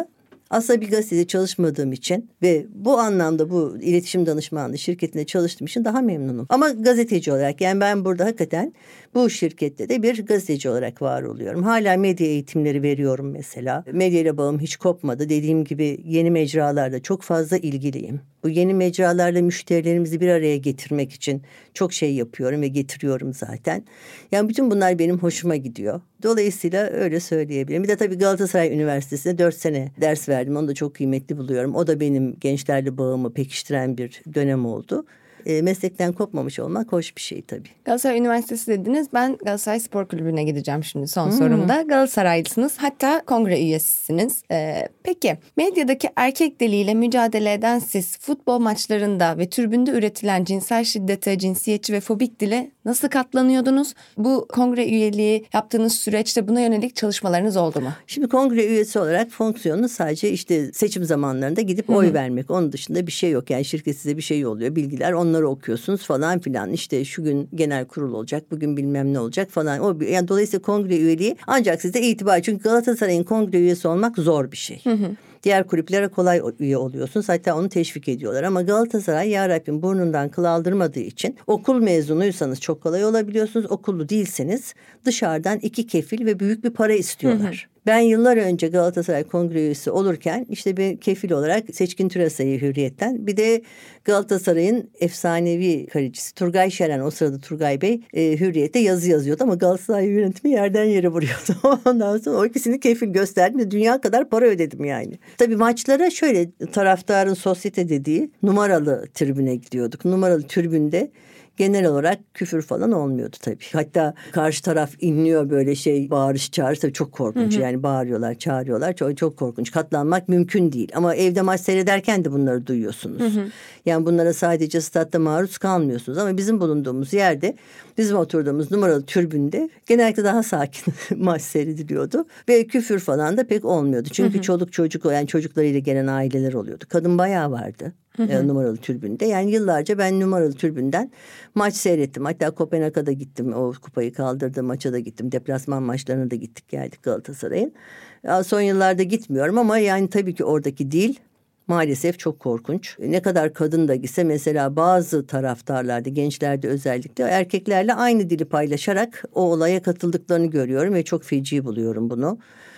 Aslında bir gazetede çalışmadığım için ve bu anlamda bu iletişim danışmanlığı şirketinde çalıştığım için daha memnunum. Ama gazeteci olarak, yani ben burada hakikaten bu şirkette de bir gazeteci olarak var oluyorum. Hala medya eğitimleri veriyorum mesela. Medyayla bağım hiç kopmadı. Dediğim gibi yeni mecralarla çok fazla ilgiliyim. Bu yeni mecralarla müşterilerimizi bir araya getirmek için çok şey yapıyorum ve getiriyorum zaten. Yani bütün bunlar benim hoşuma gidiyor. Dolayısıyla öyle söyleyebilirim. Bir de tabii Galatasaray Üniversitesi'nde dört sene ders verdim. Onu da çok kıymetli buluyorum. O da benim gençlerle bağımı pekiştiren bir dönem oldu. E, meslekten kopmamış olmak hoş bir şey tabii. Galatasaray Üniversitesi dediniz. Ben Galatasaray Spor Kulübü'ne gideceğim şimdi son hmm. sorumda. Galatasaraylısınız. Hatta kongre üyesisiniz. Ee, peki medyadaki erkek diliyle mücadele eden siz futbol maçlarında ve tribünde üretilen cinsel şiddete, cinsiyetçi ve fobik dile nasıl katlanıyordunuz? Bu kongre üyeliği yaptığınız süreçte buna yönelik çalışmalarınız oldu mu? Şimdi kongre üyesi olarak fonksiyonu sadece işte seçim zamanlarında gidip oy hmm. vermek. Onun dışında bir şey yok. Yani şirket size bir şey yolluyor. Bilgiler onlar Onları okuyorsunuz falan filan, işte şu gün genel kurul olacak, bugün bilmem ne olacak falan. O, yani dolayısıyla kongre üyeliği ancak sizde itibar. Çünkü Galatasaray'ın kongre üyesi olmak zor bir şey. Hı hı. Diğer kulüplere kolay üye oluyorsunuz. Hatta onu teşvik ediyorlar. Ama Galatasaray ya Rabbim burnundan kıl aldırmadığı için okul mezunuysanız çok kolay olabiliyorsunuz. Okullu değilseniz dışarıdan iki kefil ve büyük bir para istiyorlar. Hı hı. Ben yıllar önce Galatasaray Kongre üyesi olurken işte bir kefil olarak Seçkin Türesa'yı Hürriyet'ten, bir de Galatasaray'ın efsanevi kalecisi Turgay Şeren, o sırada Turgay Bey e, Hürriyet'te yazı yazıyordu ama Galatasaray yönetimi yerden yere vuruyordu. Ondan sonra o ikisini kefil gösterdim. Dünya kadar para ödedim yani. Tabii maçlara şöyle, taraftarın sosyete dediği numaralı tribüne gidiyorduk. Numaralı tribünde genel olarak küfür falan olmuyordu tabii. Hatta karşı taraf inliyor, böyle şey bağırış çağırış, tabii çok korkunç. Hı hı. Yani bağırıyorlar, çağırıyorlar. Çok, çok korkunç. Katlanmak mümkün değil. Ama evde maç seyrederken de bunları duyuyorsunuz. Hı hı. Yani bunlara sadece statta maruz kalmıyorsunuz. Ama bizim bulunduğumuz yerde, bizim oturduğumuz numaralı tribünde genellikle daha sakin maç seyrediliyordu. Ve küfür falan da pek olmuyordu. Çünkü hı hı. çoluk çocuk, yani çocuklarıyla gelen aileler oluyordu. Kadın bayağı vardı. Hı hı. Numaralı tribünde. Yani yıllarca ben numaralı tribünden maç seyrettim. Hatta Kopenhag'a da gittim. O kupayı kaldırdı maça da gittim. Deplasman maçlarına da gittik geldik Galatasaray'ın. Son yıllarda gitmiyorum ama yani tabii ki oradaki dil maalesef çok korkunç. Ne kadar kadın da gitse mesela bazı taraftarlarda, gençlerde özellikle erkeklerle aynı dili paylaşarak o olaya katıldıklarını görüyorum ve çok feci buluyorum bunu.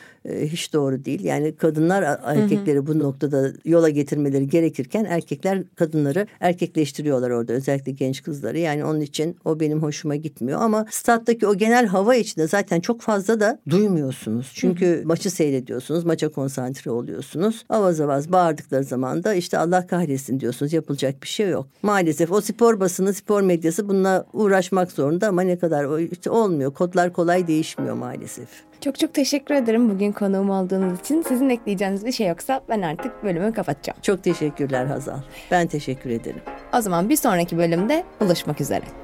Hiç doğru değil. Yani kadınlar erkekleri hı hı. bu noktada yola getirmeleri gerekirken erkekler kadınları erkekleştiriyorlar orada, özellikle genç kızları. Yani onun için o benim hoşuma gitmiyor. Ama stattaki o genel hava içinde zaten çok fazla da duymuyorsunuz. Çünkü hı hı. maçı seyrediyorsunuz, maça konsantre oluyorsunuz. Avaz avaz bağırdıkları zaman da işte Allah kahretsin diyorsunuz. Yapılacak bir şey yok. Maalesef o spor basını, spor medyası bununla uğraşmak zorunda ama ne kadar işte olmuyor. Kodlar kolay değişmiyor maalesef. Çok çok teşekkür ederim bugün konuğum olduğunuz için. Sizin ekleyeceğiniz bir şey yoksa ben artık bölümü kapatacağım. Çok teşekkürler Hazal. Ben teşekkür ederim. O zaman bir sonraki bölümde buluşmak üzere.